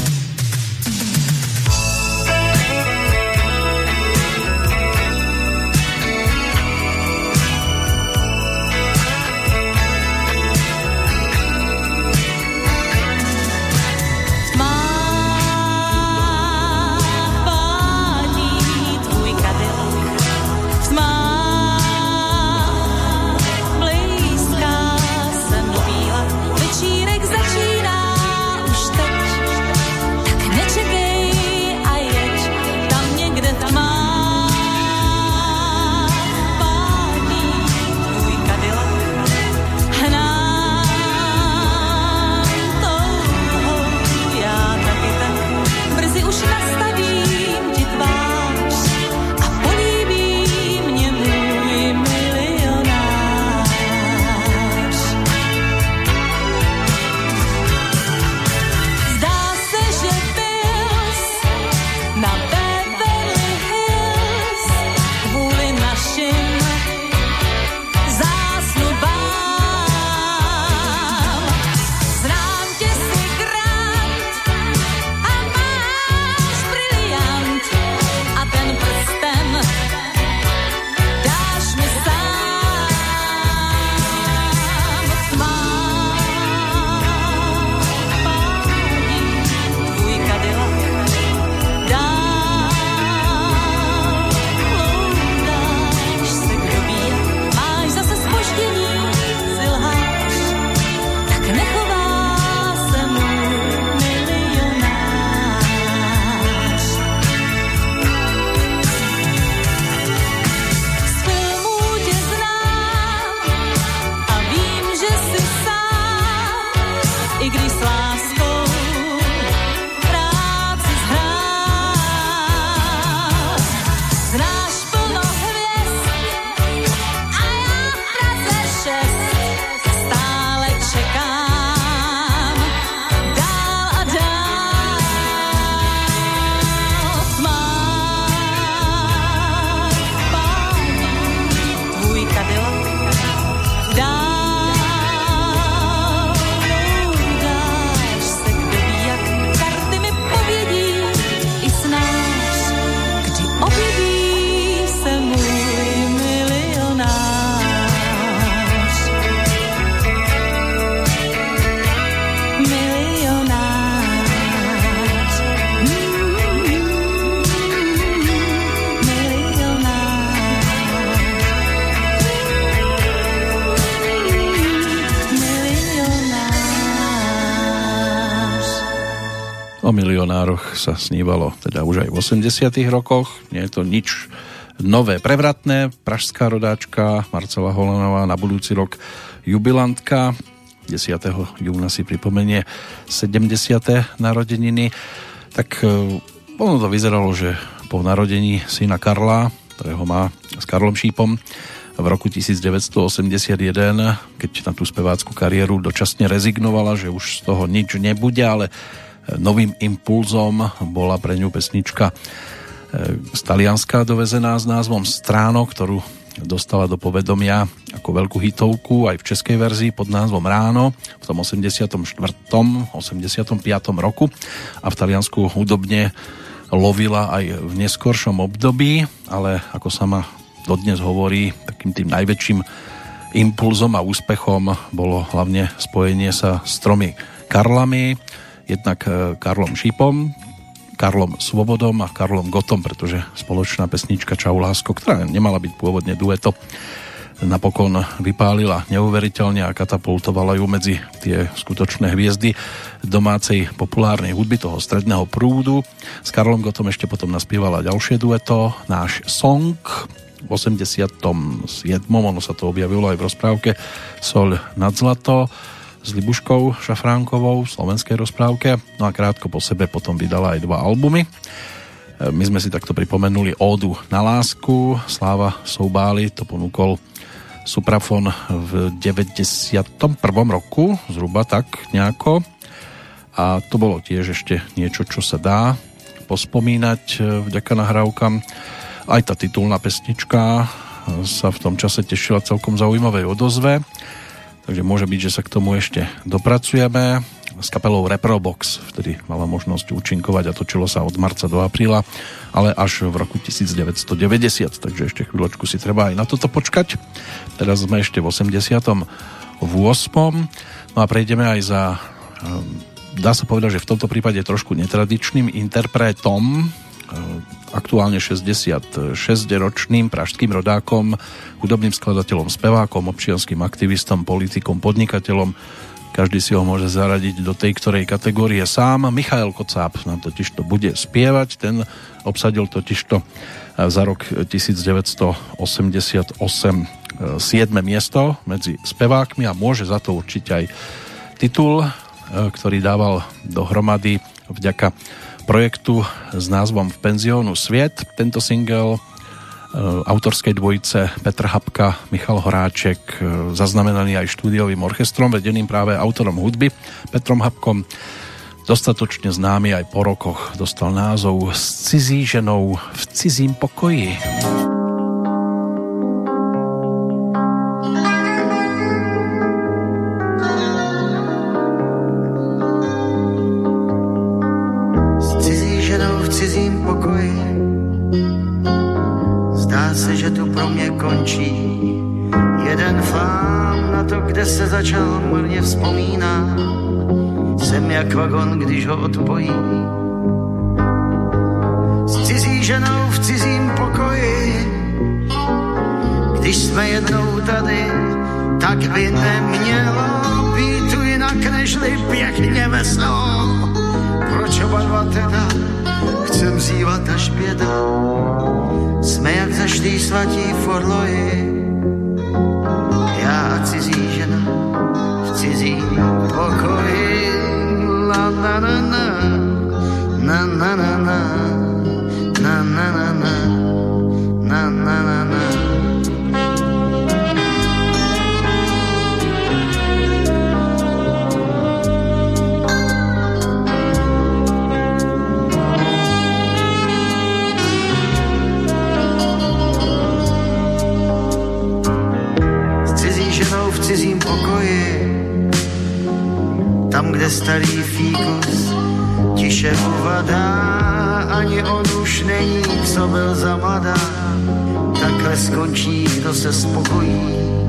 O milionároch sa snívalo teda už aj v 80. rokoch. Nie je to nič nové, prevratné. Pražská rodáčka Marcela Holanová na budúci rok jubilantka. 10. júna si pripomenie 70. narodeniny. Tak ono to vyzeralo, že po narodení syna Karla, ktorého má s Karlom Šípom, v roku 1981, keď na tú spevácku kariéru dočasne rezignovala, že už z toho nič nebude, ale novým impulzom bola pre ňu pesnička z Talianska dovezená s názvom Stráno, ktorú dostala do povedomia ako veľkú hitovku aj v českej verzii pod názvom Ráno v tom 84. 85. roku a v Taliansku hudobne lovila aj v neskoršom období, ale ako sama dodnes hovorí, takým tým najväčším impulzom a úspechom bolo hlavne spojenie sa s tromi Karlami, jednak Karlom Šípom, Karlom Svobodom a Karlom Gottom, pretože spoločná pesnička Čau lásko, ktorá nemala byť pôvodne dueto, napokon vypálila neuveriteľne a katapultovala ju medzi tie skutočné hviezdy domácej populárnej hudby, toho stredného prúdu. S Karlom Gottom ešte potom naspievala ďalšie dueto, Náš song, v 87. ono sa to objavilo aj v rozprávke Soľ nad zlato s Libuškou Šafránkovou v slovenskej rozprávke. No a krátko po sebe potom vydala aj 2 albumy. My sme si takto pripomenuli ódu na lásku. Sláva Soubály to ponúkol Suprafon v 91. roku, zhruba tak nejako. A to bolo tiež ešte niečo, čo sa dá pospomínať vďaka nahrávkam. Aj tá titulná pesnička sa v tom čase tešila celkom zaujímavej odozve, takže môže byť, že sa k tomu ešte dopracujeme. S kapelou Reprobox vtedy mala možnosť účinkovať a točilo sa od marca do apríla, ale až v roku 1990, takže ešte chvíľočku si treba aj na toto počkať. Teraz sme ešte v 88. No a prejdeme aj za, dá sa povedať, že v tomto prípade trošku netradičným interpretom, aktuálne 66-ročným pražským rodákom, hudobným skladateľom, spevákom, občianskym aktivistom, politikom, podnikateľom. Každý si ho môže zaradiť do tej ktorej kategórie sám. Michael Kocáb nám totižto bude spievať. Ten obsadil totižto za rok 1988 7. miesto medzi spevákmi a môže za to určiť aj titul, ktorý dával dohromady vďaka projektu s názvom V penziónu Sviet. Tento single autorskej dvojice Petr Habka, Michal Horáček, zaznamenaný aj štúdiovým orchestrom vedeným práve autorom hudby Petrom Habkom, dostatočne známy aj po rokoch, dostal názov S cizí ženou v cizím pokoji. S cizí ženou v cizím pokoji zdá se, že tu pro mě končí jeden fám na to, kde se začal marně vzpomínat. Jsem jak vagon, když ho odpojí. S cizí ženou v cizím pokoji, když jsme jednou tady, tak by nemělo být tu jinak nežli pěkně veselo. Proč oba dva teda chcem zívat až běda? Jsme jak zašlí svatí v orloji, já a cizí žena v cizím pokoji. La na na na, na na na na, na na na na, na na na na. V cizím pokoji, tam, kde starý fíkus tiše uvadá, ani on už není, co byl za mladá. Takhle skončí, kdo se spokojí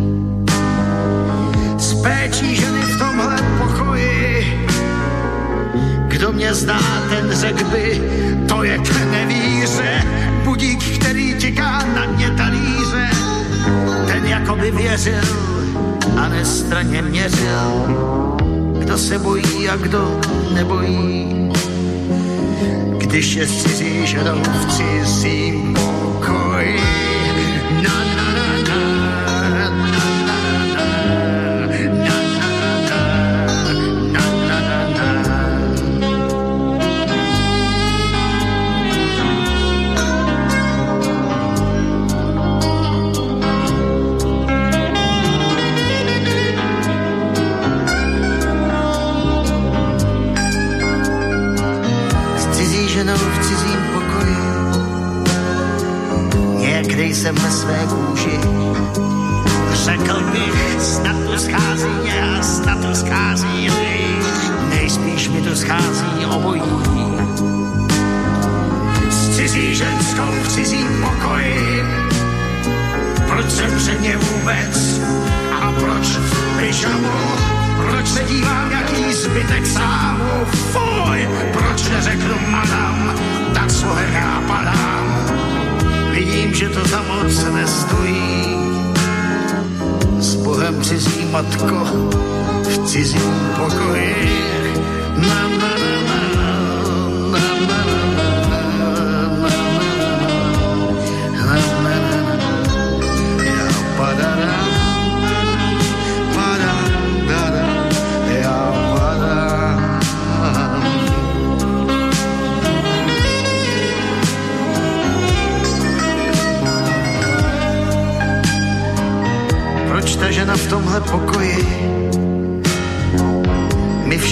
s péčí ženy v tomhle pokoji. Kdo mě zná, ten řek by, to je k nevíře, budík, který tiká na dně talíře. Ten jakoby věřil a nestranně měřil, kdo se bojí a kdo nebojí. Když je s cizí ženou v cizím pokoji. Na na na na, na na na na, na na na na, na na na. V cizím pokoji někdy jsem ve své kůži řekl bych, snad tu schází a snad tu schází nejspíš mi tu schází obojí. S cizí ženskou v cizím pokoji, proč jsem před ně vůbec a proč v pyžamu, proč se dívám jaký zbytek sámu, fuj, proč neřeknu madam, tak svohem já padám. Vidím, že to za moc nestojí. S Bohem cizí matko v cizím pokoji. Na na na na, na na na na, na na na na, já padám, padám, já padám.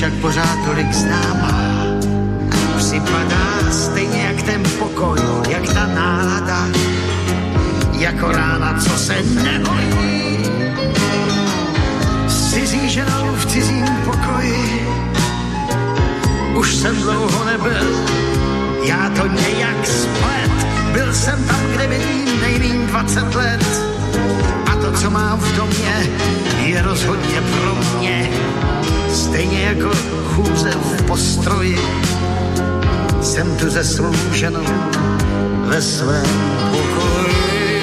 však pořád tolik známá. Připadá stejně jak ten pokoj, jak ta nálada, jako rána, co se nehojí. S cizí ženou v cizím pokoji už jsem dlouho nebyl, já to nějak splet. Byl jsem tam, kde bydlím nejmíň 20 let. A to, co mám v domě, je rozhodně pro mě. Stejně jako chůze v postroji, jsem tu se svou ženou ve svém pokoji.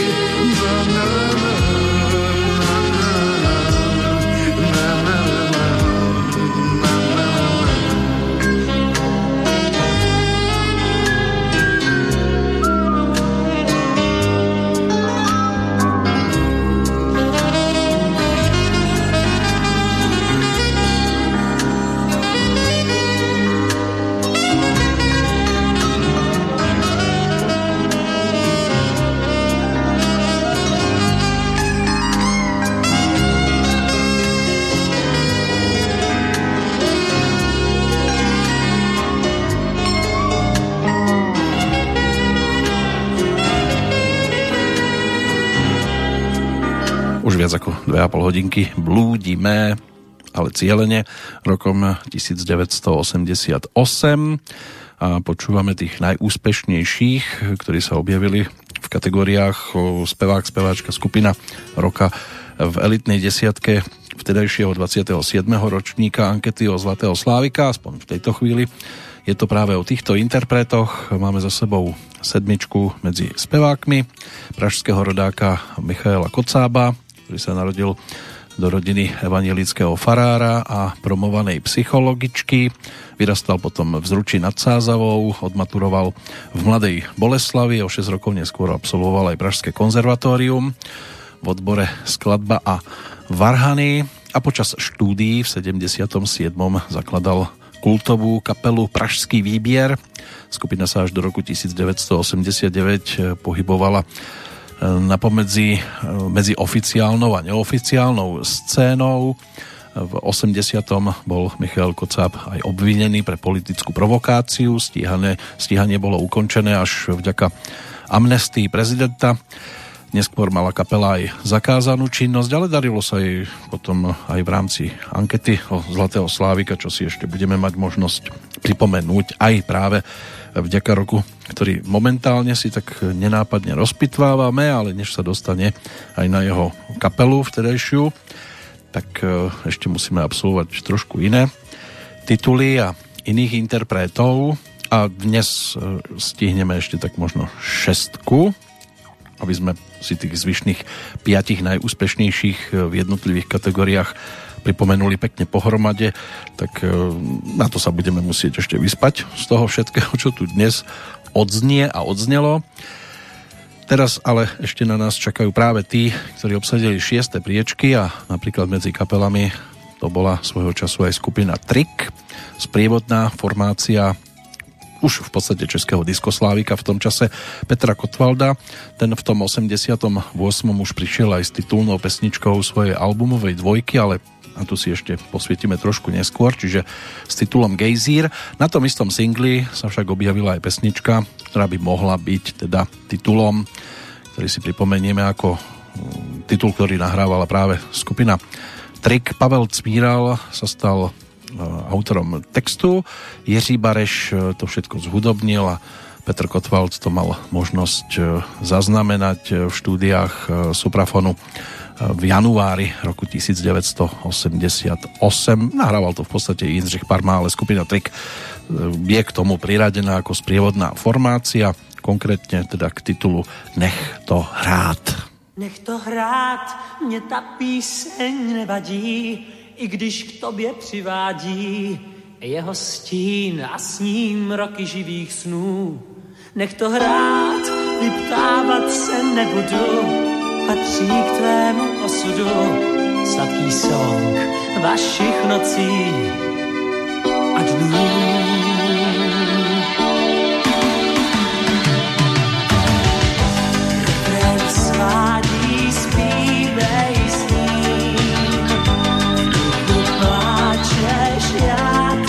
Viac ako 2,5 hodinky blúdime, ale cielene rokom 1988 a počúvame tých najúspešnejších, ktorí sa objavili v kategóriách spevák, speváčka, skupina roka v elitnej desiatke vtedajšieho 27. ročníka ankety o Zlatého Slávika, aspoň v tejto chvíli. Je to práve o týchto interpretoch. Máme za sebou sedmičku medzi spevákmi pražského rodáka Michaela Kocába, ktorý sa narodil do rodiny evanjelického farára a promovanej psychologičky. Vyrastal potom v Zruči nad Sázavou, odmaturoval v Mladej Boleslavi, o 6 rokov neskôr absolvoval aj Pražské konzervatórium v odbore skladba a varhany a počas štúdií v 77. zakladal kultovú kapelu Pražský výbier. Skupina sa až do roku 1989 pohybovala medzi oficiálnou a neoficiálnou scénou. V 80. bol Michael Kocáb aj obvinený pre politickú provokáciu. Stíhanie bolo ukončené až vďaka amnestii prezidenta. Neskôr mala kapela aj zakázanú činnosť, ale darilo sa jej potom aj v rámci ankety o Zlatého Slávika, čo si ešte budeme mať možnosť pripomenúť aj práve vďaka roku, ktorý momentálne si tak nenápadne rozpitvávame, ale než sa dostane aj na jeho kapelu vtedajšiu, tak ešte musíme absolvovať trošku iné tituly a iných interpretov a dnes stihneme ešte tak možno 6, aby sme si tých zvyšných 5 najúspešnejších v jednotlivých kategóriách pripomenuli pekne pohromade, tak na to sa budeme musieť ešte vyspať z toho všetkého, čo tu dnes odznie a odznelo. Teraz ale ešte na nás čakajú práve tí, ktorí obsadili 6. priečky a napríklad medzi kapelami to bola svojho času aj skupina Trik, sprievodná formácia už v podstate českého diskoslávika v tom čase Petra Kotvalda. Ten v tom 88. už prišiel aj s titulnou pesničkou svojej albumovej dvojky, ale a tu si ešte posvietime trošku neskôr, čiže s titulom Gejzír. Na tom istom singli sa však objavila aj pesnička, ktorá by mohla byť teda titulom, ktorý si pripomenieme ako titul, ktorý nahrávala práve skupina Trik. Pavel Cmíral sa stal autorom textu, Jiří Bareš to všetko zhudobnil a Petr Kotwald to mal možnosť zaznamenať v štúdiách Suprafonu v januári roku 1988. Nahrával to v podstate Jindřich Parma, ale skupina Trik je k tomu priradená ako sprievodná formácia, konkrétne teda k titulu Nech to hrát. Nech to hrát, mě ta píseň nevadí, i když k tobě přivádí jeho stín a s ním roky živých snů. Nech to hrát, vyptávat se nebudu, patří k tvému osudu. Sladký song vašich nocí a dnů. Refrén svádí, zpívej s ním, tu pláčeš, já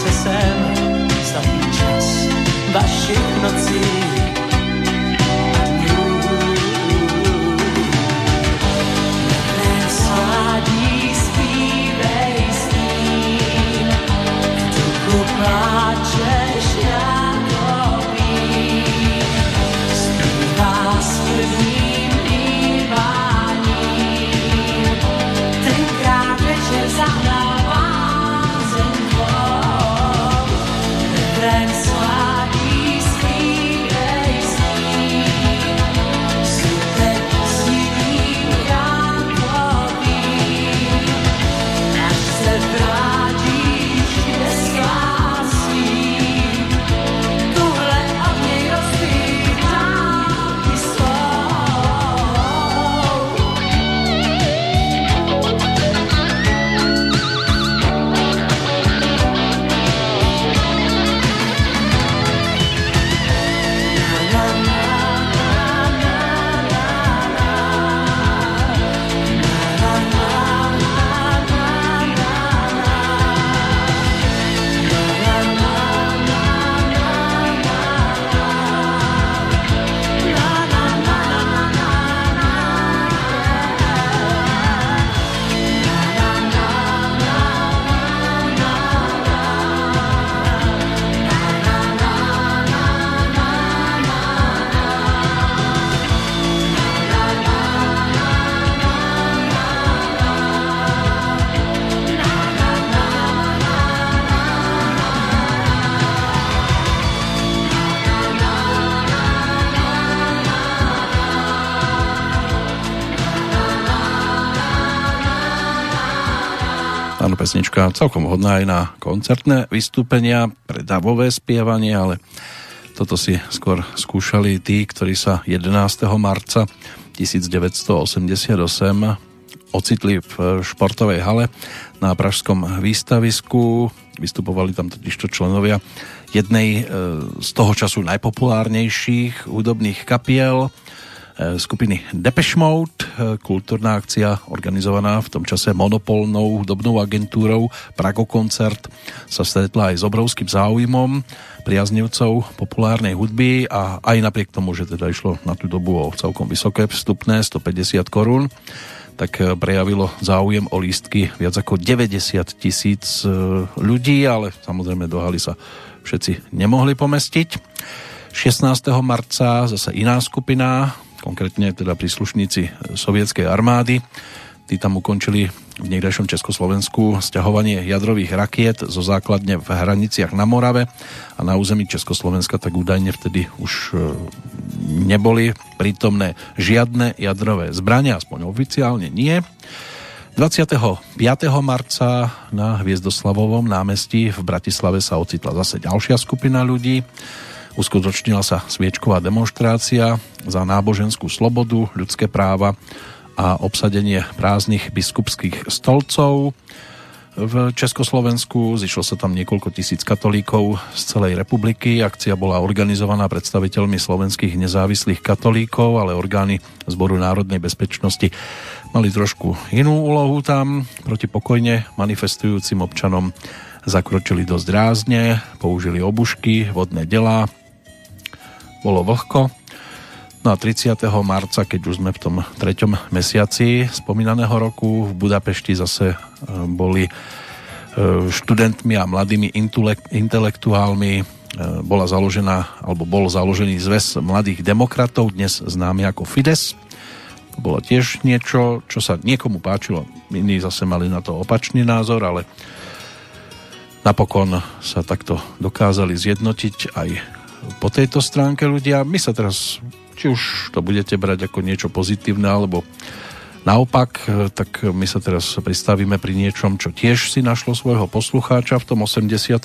se sem, zlatý čas vašich nocí. Svádí, zpívej s ním, duchu pláčeš jako vín, zpívá s prvním píváním, tenkrát večer zahrávám zemkou, refrén svádí, zpívej s ním, sutek s jiným jako vín, až se vrátíš nesvásím, tuhle od něj rozpívám i pesnička celkom hodná aj na koncertné vystúpenia, pre davové spievanie, ale toto si skôr skúšali tí, ktorí sa 11. marca 1988 ocitli v športovej hale na pražskom výstavisku. Vystupovali tam totižto členovia jednej z toho času najpopulárnejších hudobných kapiel, skupiny Depeche Mode. Kultúrna akcia organizovaná v tom čase monopolnou hudobnou agentúrou Pragokoncert sa stretla aj s obrovským záujmom priaznivcov populárnej hudby a aj napriek tomu, že teda išlo na tú dobu o celkom vysoké vstupné 150 korún, tak prejavilo záujem o lístky viac ako 90,000 ľudí, ale samozrejme do haly sa všetci nemohli pomestiť. 16. marca zase iná skupina, konkrétne teda príslušníci sovietskej armády. Tí tam ukončili v niekdejšom Československu sťahovanie jadrových rakiet zo základne v Hraniciach na Morave a na území Československa tak údajne vtedy už neboli prítomné žiadne jadrové zbrane, aspoň oficiálne nie. 25. marca na Hviezdoslavovom námestí v Bratislave sa ocitla zase ďalšia skupina ľudí. Uskutočnila sa sviečková demonštrácia za náboženskú slobodu, ľudské práva a obsadenie prázdnych biskupských stolcov. V Československu zišlo sa tam niekoľko tisíc katolíkov z celej republiky. Akcia bola organizovaná predstaviteľmi slovenských nezávislých katolíkov, ale orgány Zboru národnej bezpečnosti mali trošku inú úlohu tam. Proti pokojne manifestujúcim občanom zakročili dosť rázne, použili obušky, vodné delá. Bolo vlhko. No a 30. marca, keď už sme v tom 3. mesiaci spomínaného roku, v Budapešti zase boli študentmi a mladými intelektuálmi bol založený zväz mladých demokratov, dnes známy ako Fides. To bolo tiež niečo, čo sa niekomu páčilo, iní zase mali na to opačný názor, ale napokon sa takto dokázali zjednotiť aj po tejto stránke ľudia. My sa teraz, či už to budete brať ako niečo pozitívne, alebo naopak, tak my sa teraz pristavíme pri niečom, čo tiež si našlo svojho poslucháča v tom 88.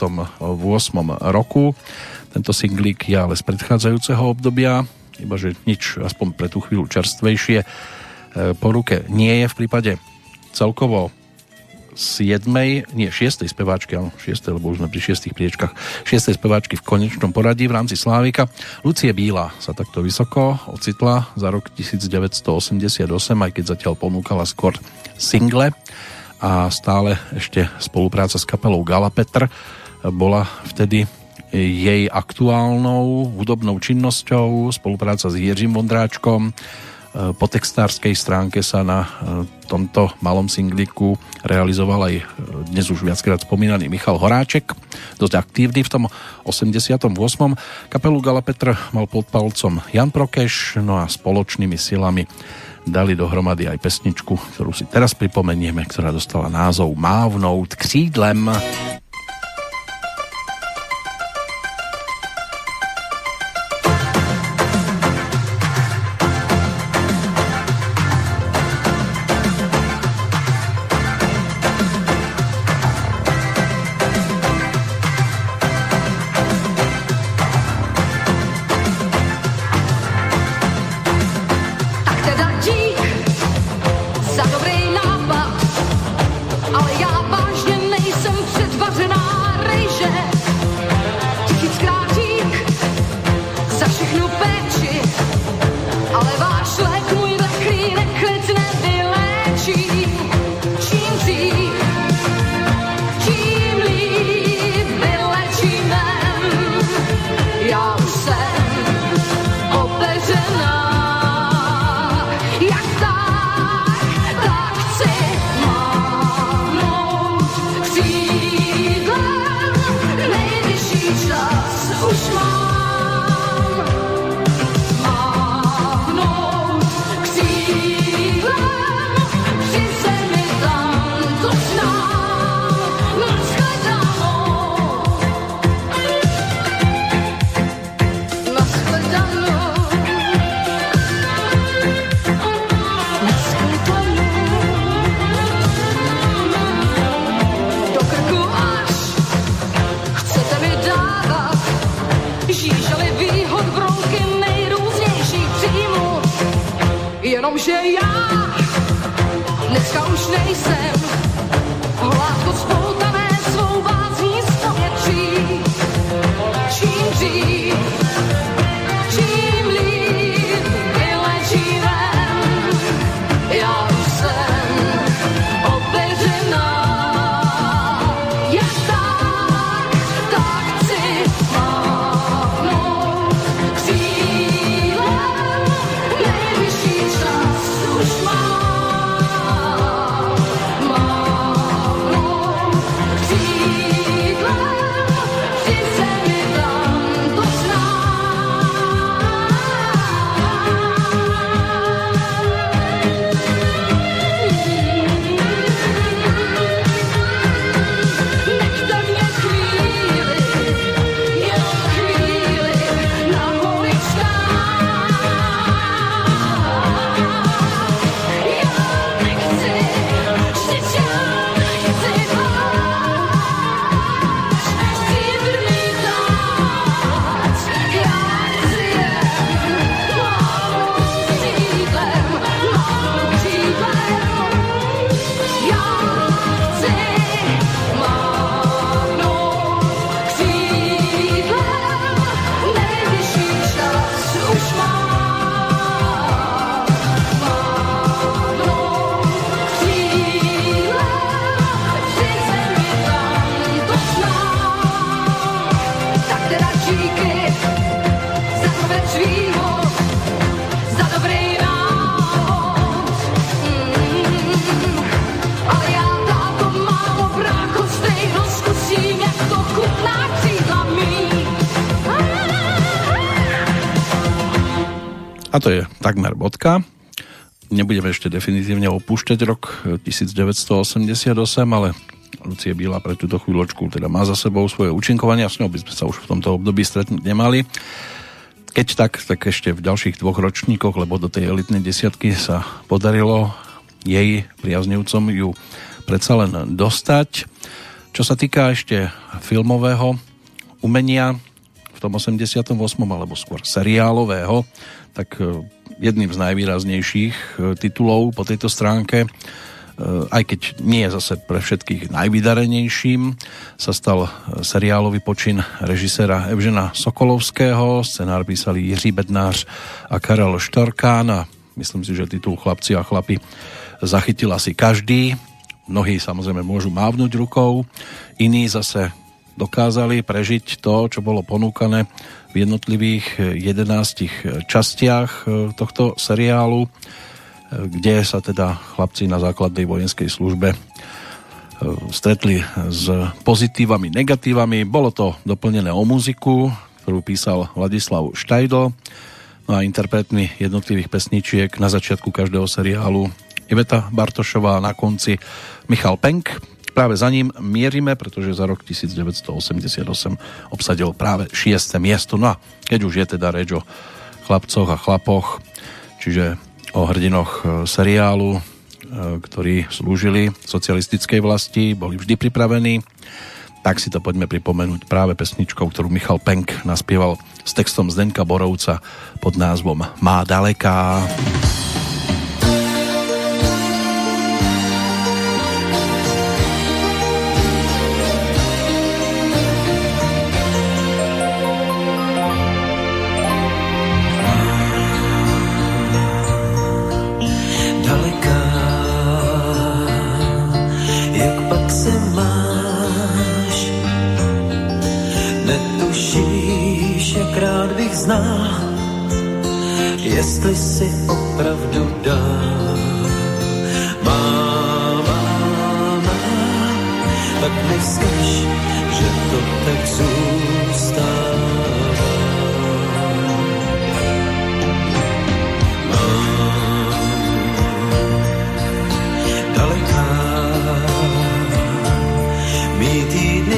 roku. Tento singlík je ale z predchádzajúceho obdobia, ibaže nič, aspoň pre tú chvíľu čerstvejšie, po ruke nie je v prípade celkovo 6. speváčky, áno, 6. lebo už sme pri 6 priečkach, 6. speváčky v konečnom poradí v rámci Slávika. Lucie Bíla sa takto vysoko ocitla za rok 1988, aj keď zatiaľ ponúkala skôr single a stále ešte spolupráca s kapelou Gala Petr bola vtedy jej aktuálnou hudobnou činnosťou, spolupráca s Jiřím Vondráčkom. Po textárskej stránke sa na tomto malom singliku realizoval aj dnes už viackrát spomínaný Michal Horáček, dosť aktívny v tom 88. Kapelu Gala Petr mal pod palcom Jan Prokeš, no a spoločnými silami dali dohromady aj pesničku, ktorú si teraz pripomenieme, ktorá dostala názov Mávnout křídlem. Jenomže já dneska už nejsem hládko spoutané svou bázní z povětří. Čím dřív, čím líp vylečíme, já už jsem opeřená. Jak tak chci mávnout křídlem, nejvyšší čas už mám. Mávnout křídlem, chci se mi tam to Nechte mě chvíli, jenom chvíli na holičkách. Já nechci křičet, chci pláč, chci vrmítát. Já chci jen mávnout křídlem, mávnout křídlem. Já chci mávnout křídlem, nejvyšší čas už mám. Mávnout křídlem, chci se mi tam to tak teda díky za tvé příhod, za dobrý návod. Ale já táto málo brácho stejno zkusím, jak to chutná křídla mít. A to je takmer bodka. Nebudeme ešte definitívne opúšťať rok 1988, ale Lucie Bílá pre túto chvíľočku teda má za sebou svoje účinkovanie a s ňou by sme sa už v tomto období stretnúť nemali. Keď tak ešte v ďalších 2 ročníkoch, lebo do tej elitnej desiatky sa podarilo jej priaznivcom ju predsa len dostať. Čo sa týka ešte filmového umenia v tom 88. alebo skôr seriálového, tak jedným z najvýraznejších titulov po tejto stránke, aj keď nie je zase pre všetkých najvydarenejším, sa stal seriálový počin režiséra Evžena Sokolovského. Scenár písali Jiří Bednář a Karel Štorkán a myslím si, že titul Chlapci a chlapi zachytil asi každý. Mnohí samozrejme môžu mávnuť rukou, iní zase dokázali prežiť to, čo bolo ponúkané v jednotlivých 11 častiach tohto seriálu, kde sa teda chlapci na základnej vojenskej službe stretli s pozitívami, negatívami. Bolo to doplnené o muziku, ktorú písal Ladislav Štajdl, no a interpretmi jednotlivých pesničiek na začiatku každého seriálu Iveta Bartošová, na konci Michal Penk. Práve za ním mierime, pretože za rok 1988 obsadil práve 6. miesto. No a keď už je teda reč o chlapcoch a chlapoch, čiže o hrdinoch seriálu, ktorí slúžili socialistickej vlasti, boli vždy pripravení, tak si to poďme pripomenúť práve pesničkou, ktorú Michal Penk naspieval s textom Zdenka Borovca pod názvom Má daleká. Jestli si opravdu dá. Máma, tak mi vzkaž, že to tak zůstává. Daleká, mý týdny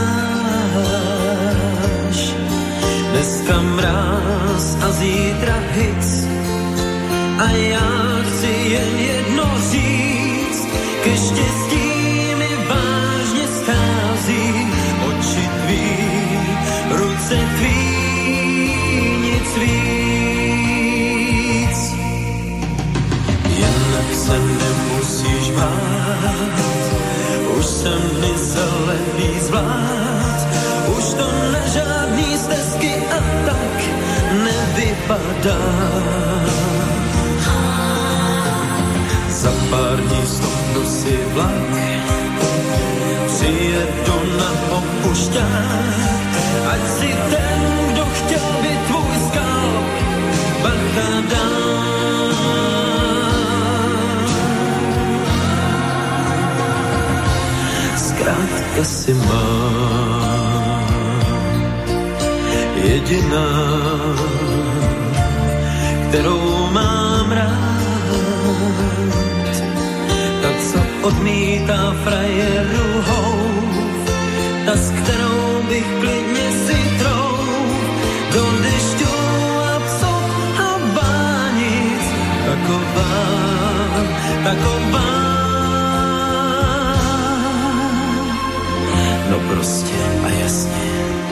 znáš, dneska mráz a zítra hic. A já chci jen jedno říct, ke štěstí mi vážně schází. Oči tvý, ruce tvý, nic víc. Jinak se nemusíš bát, už jsem dny zelený zvlád. Už to na žádný stezky a tak nevypadá. Za pár dní stopnu si vlak, přijedu na opušťák, ať si ten, kdo chtěl by tvůj skalp, bacha dám. Zkrátka si mám, jediná, kterou mám rád. Ta, co odmítá frajeru houf, ta, s kterou bych klidně si trouf do dešťů a psov a bánic. Taková, no prostě a jasně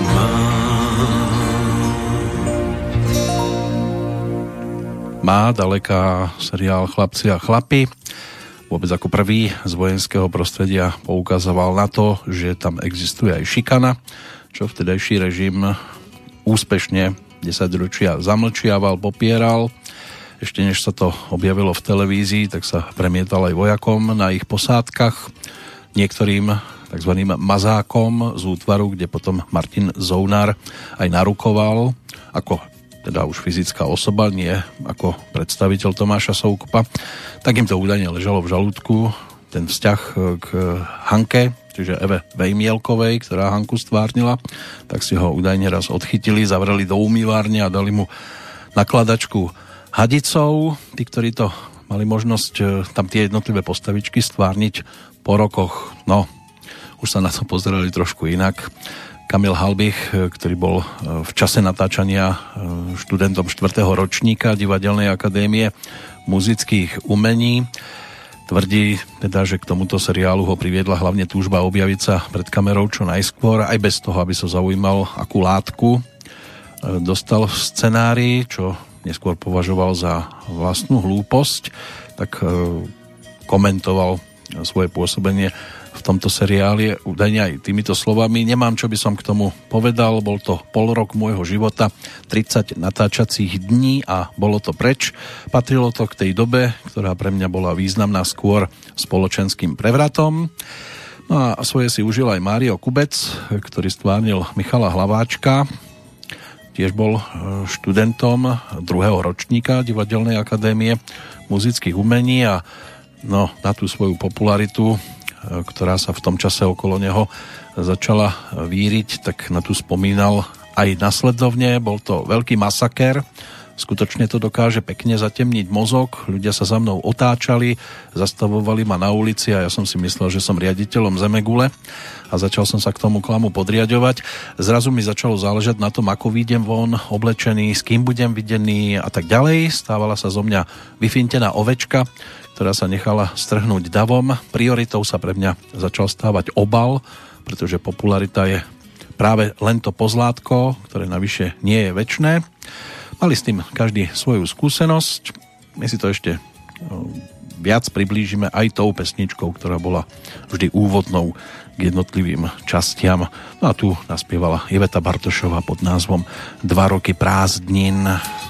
Má daleká, seriál Chlapci a chlapi. Vôbec ako prvý z vojenského prostredia poukazoval na to, že tam existuje aj šikana, čo vtedajší režim úspešne 10 ročia zamlčiaval, popieral. Ešte než sa to objavilo v televízii, tak sa premietal aj vojakom na ich posádkach, niektorým takzvaným mazákom z útvaru, kde potom Martin Zounár aj narukoval, ako teda už fyzická osoba, nie ako predstaviteľ Tomáša Soukupa. Tak im to údajne ležalo v žalúdku, ten vzťah k Hanke, čiže Eve Vejmielkovej, ktorá Hanku stvárnila, tak si ho údajne raz odchytili, zavreli do umývárne a dali mu nakladačku hadicov. Tí, ktorí to mali možnosť tam tie jednotlivé postavičky stvárniť po rokoch, no, už sa na to pozerali trošku inak. Kamil Halbich, ktorý bol v čase natáčania študentom 4. ročníka Divadelnej akadémie muzických umení, tvrdí teda, že k tomuto seriálu ho priviedla hlavne túžba objaviť sa pred kamerou čo najskôr, aj bez toho, aby sa zaujímal, akú látku dostal v scenárii, čo neskôr považoval za vlastnú hlúposť, tak komentoval svoje pôsobenie v tomto seriáli údajne aj týmito slovami: nemám, čo by som k tomu povedal, bol to pol rok môjho života, 30 natáčacích dní a bolo to preč. Patrilo to k tej dobe, ktorá pre mňa bola významná skôr spoločenským prevratom. No a svoje si užil aj Mário Kubec, ktorý stvárnil Michala Hlaváčka. Tiež bol študentom 2. ročníka Divadelnej akadémie muzických umení a no, na tú svoju popularitu, ktorá sa v tom čase okolo neho začala víriť, tak na tú spomínal aj nasledovne. Bol to veľký masakér. Skutočne to dokáže pekne zatemniť mozog. Ľudia sa za mnou otáčali, zastavovali ma na ulici a ja som si myslel, že som riaditeľom Zemegule a začal som sa k tomu klamu podriadovať. Zrazu mi začalo záležať na tom, ako vyjdem von oblečený, s kým budem videný a tak ďalej. Stávala sa zo mňa vyfintená ovečka, ktorá sa nechala strhnúť davom. Prioritou sa pre mňa začal stávať obal, pretože popularita je práve len to pozlátko, ktoré navyše nie je večné. Mali s tým každý svoju skúsenosť. My si to ešte viac priblížime aj tou pesničkou, ktorá bola vždy úvodnou k jednotlivým častiam. No a tu naspievala Iveta Bartošová pod názvom 2 roky prázdnin.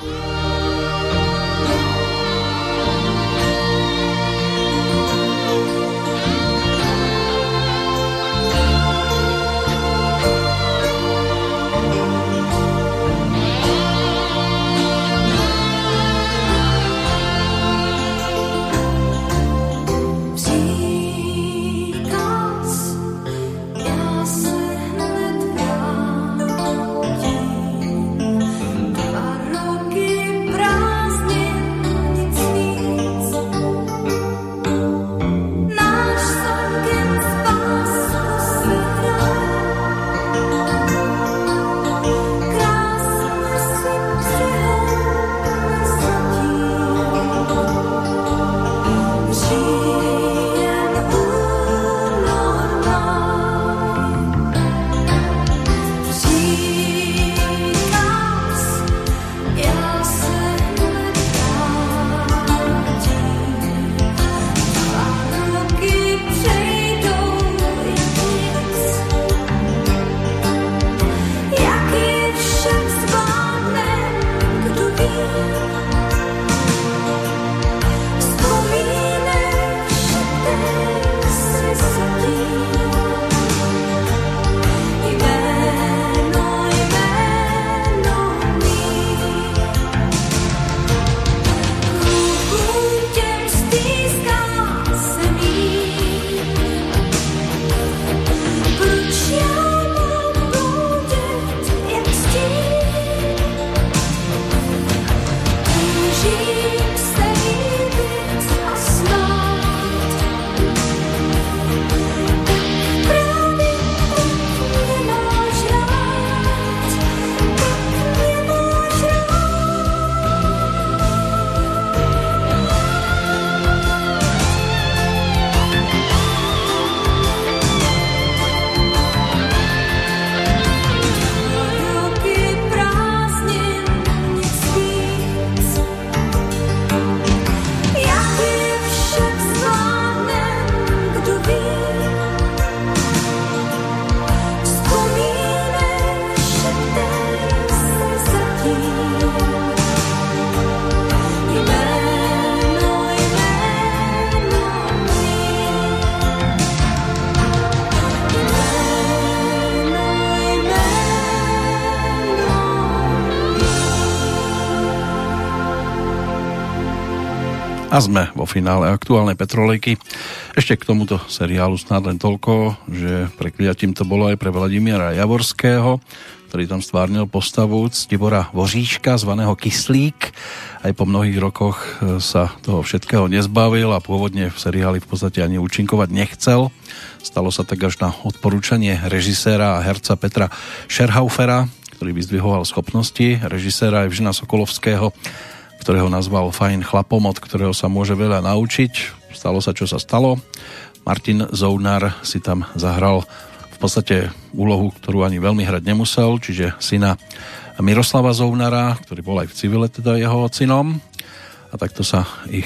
A sme vo finále aktuálnej Petrolejky. Ešte k tomuto seriálu snad len toľko, že prekliatím to bolo aj pre Vladimíra Javorského, ktorý tam stvárnil postavu Ctibora Voříška, zvaného Kyslík. Aj po mnohých rokoch sa toho všetkého nezbavil a pôvodne v seriáli v podstate ani účinkovať nechcel. Stalo sa tak až na odporúčanie režiséra a herca Petra Scherhaufera, ktorý vyzdvihoval schopnosti režiséra Evžena Sokolovského, ktorého nazval fajn chlapom, od ktorého sa môže veľa naučiť. Stalo sa, čo sa stalo. Martin Zounár si tam zahral v podstate úlohu, ktorú ani veľmi hrať nemusel, čiže syna Miroslava Zounára, ktorý bol aj v civile teda jeho ocinom. A takto sa ich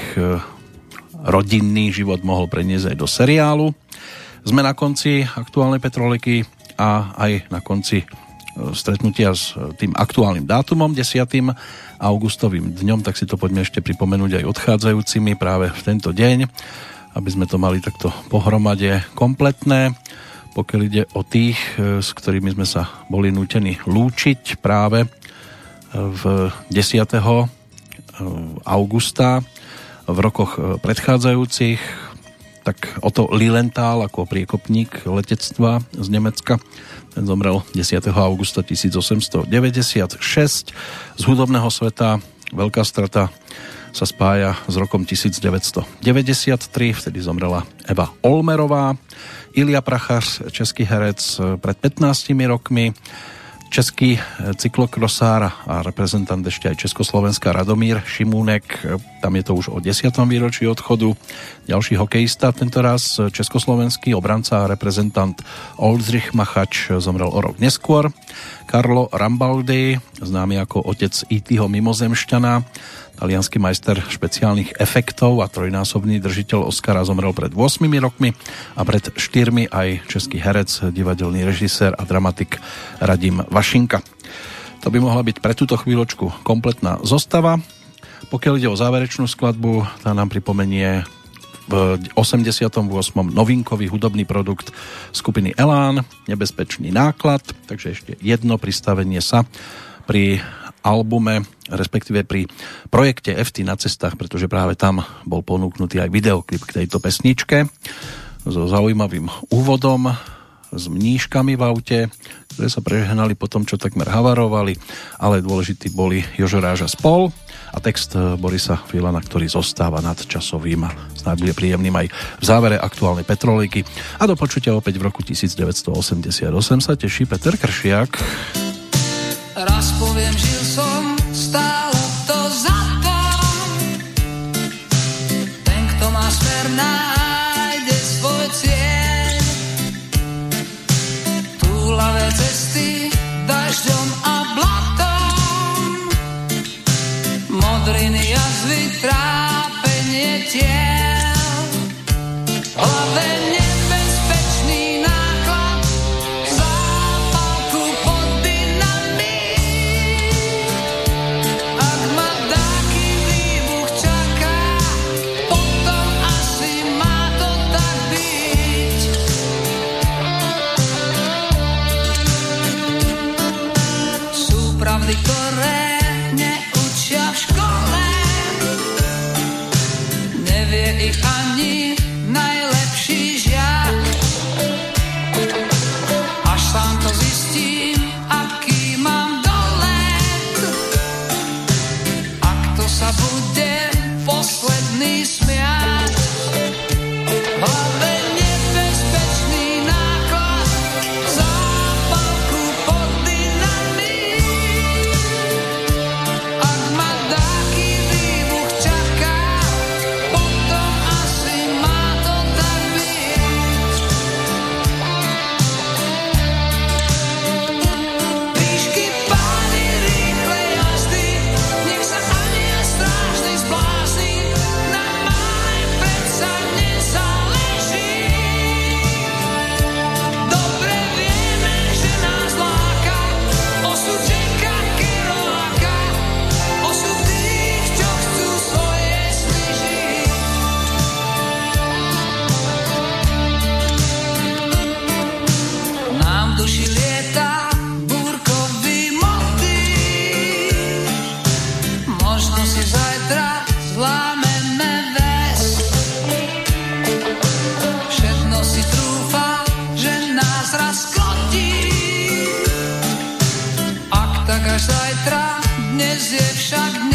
rodinný život mohol preniesť aj do seriálu. Sme na konci aktuálnej Petrolejky a aj na konci stretnutia s tým aktuálnym dátumom 10. augustovým dňom, tak si to poďme ešte pripomenúť aj odchádzajúcimi práve v tento deň. aby sme to mali takto pohromade kompletné. Pokiaľ ide o tých, s ktorými sme sa boli nútení lúčiť práve v 10. augusta v rokoch predchádzajúcich, tak Otto Lilienthal ako priekopník letectva z Nemecka, ten zomrel 10. augusta 1896. Z hudobného sveta veľká strata sa spája s rokom 1993, vtedy zomrela Eva Olmerová. Ilia Prachař, český herec, pred 15 rokmi. Český cyklokrosár a reprezentant ešte aj Československa Radomír Šimůnek, tam je to už o 10. výročí odchodu. Ďalší hokejista, tentoraz československý obranca a reprezentant Oldřich Machač, zomrel o rok neskôr. Carlo Rambaldi, známy ako otec E.T.ho mimozemšťana, taliansky majster špeciálnych efektov a trojnásobný držiteľ Oscara, zomrel pred 8 rokmi a pred 4 aj český herec, divadelný režisér a dramatik Radim Vašinka. To by mohla byť pre túto chvíľočku kompletná zostava. Pokiaľ ide o záverečnú skladbu, tá nám pripomenie v 88. novinkový hudobný produkt skupiny Elán, Nebezpečný náklad, takže ešte jedno pristavenie sa pri albume, respektíve pri projekte FT na cestách, pretože práve tam bol ponúknutý aj videoklip k tejto pesničke so zaujímavým úvodom, s mníškami v aute, ktoré sa prežehnali po tom, čo takmer havarovali, ale dôležití boli Jožo Ráža spol a text Borisa Filana, ktorý zostáva nadčasovým a snáď bude príjemným aj v závere aktuálnej Petrolejky. A do počutia opäť v roku 1988 sa teší Peter Kršiak. Raz poviem, žil som, stálo to za to. Ten, kto má smer, nájde svoj cieľ. Túlavé cesty dažďom a blatom, modriny jazvy, trápenie tiel. Hlave nebezpečný náklad, zápalku pod dynamit. Ak ma taký výbuch čaká, potom asi má to tak byť. Sú pravdy, ktoré neučia v škole, nevie ich ani najlepší žiak. Až sám to zistím, aký mám dolet, ak to sa bude posledný smiať. V hlave nebezpečný náklad, zápalku pod dynamit. Ak ma taký výbuch čaká, potom asi má to tak byť. Výšky, pády, rýchle jazdy, nech sa ani strážny zblázni, na mále predsa nezáleží. Dobre vieme, že nás láka osud Jacka Kerouaka, osud tých, čo chcú svoje sny žiť. Nám v duši lieta búrkový motív, možno si zajtra zlámeme väz. Všetno si trúfa, že nás raz sklotí. Ak tak až zajtra, dnes je však dnes.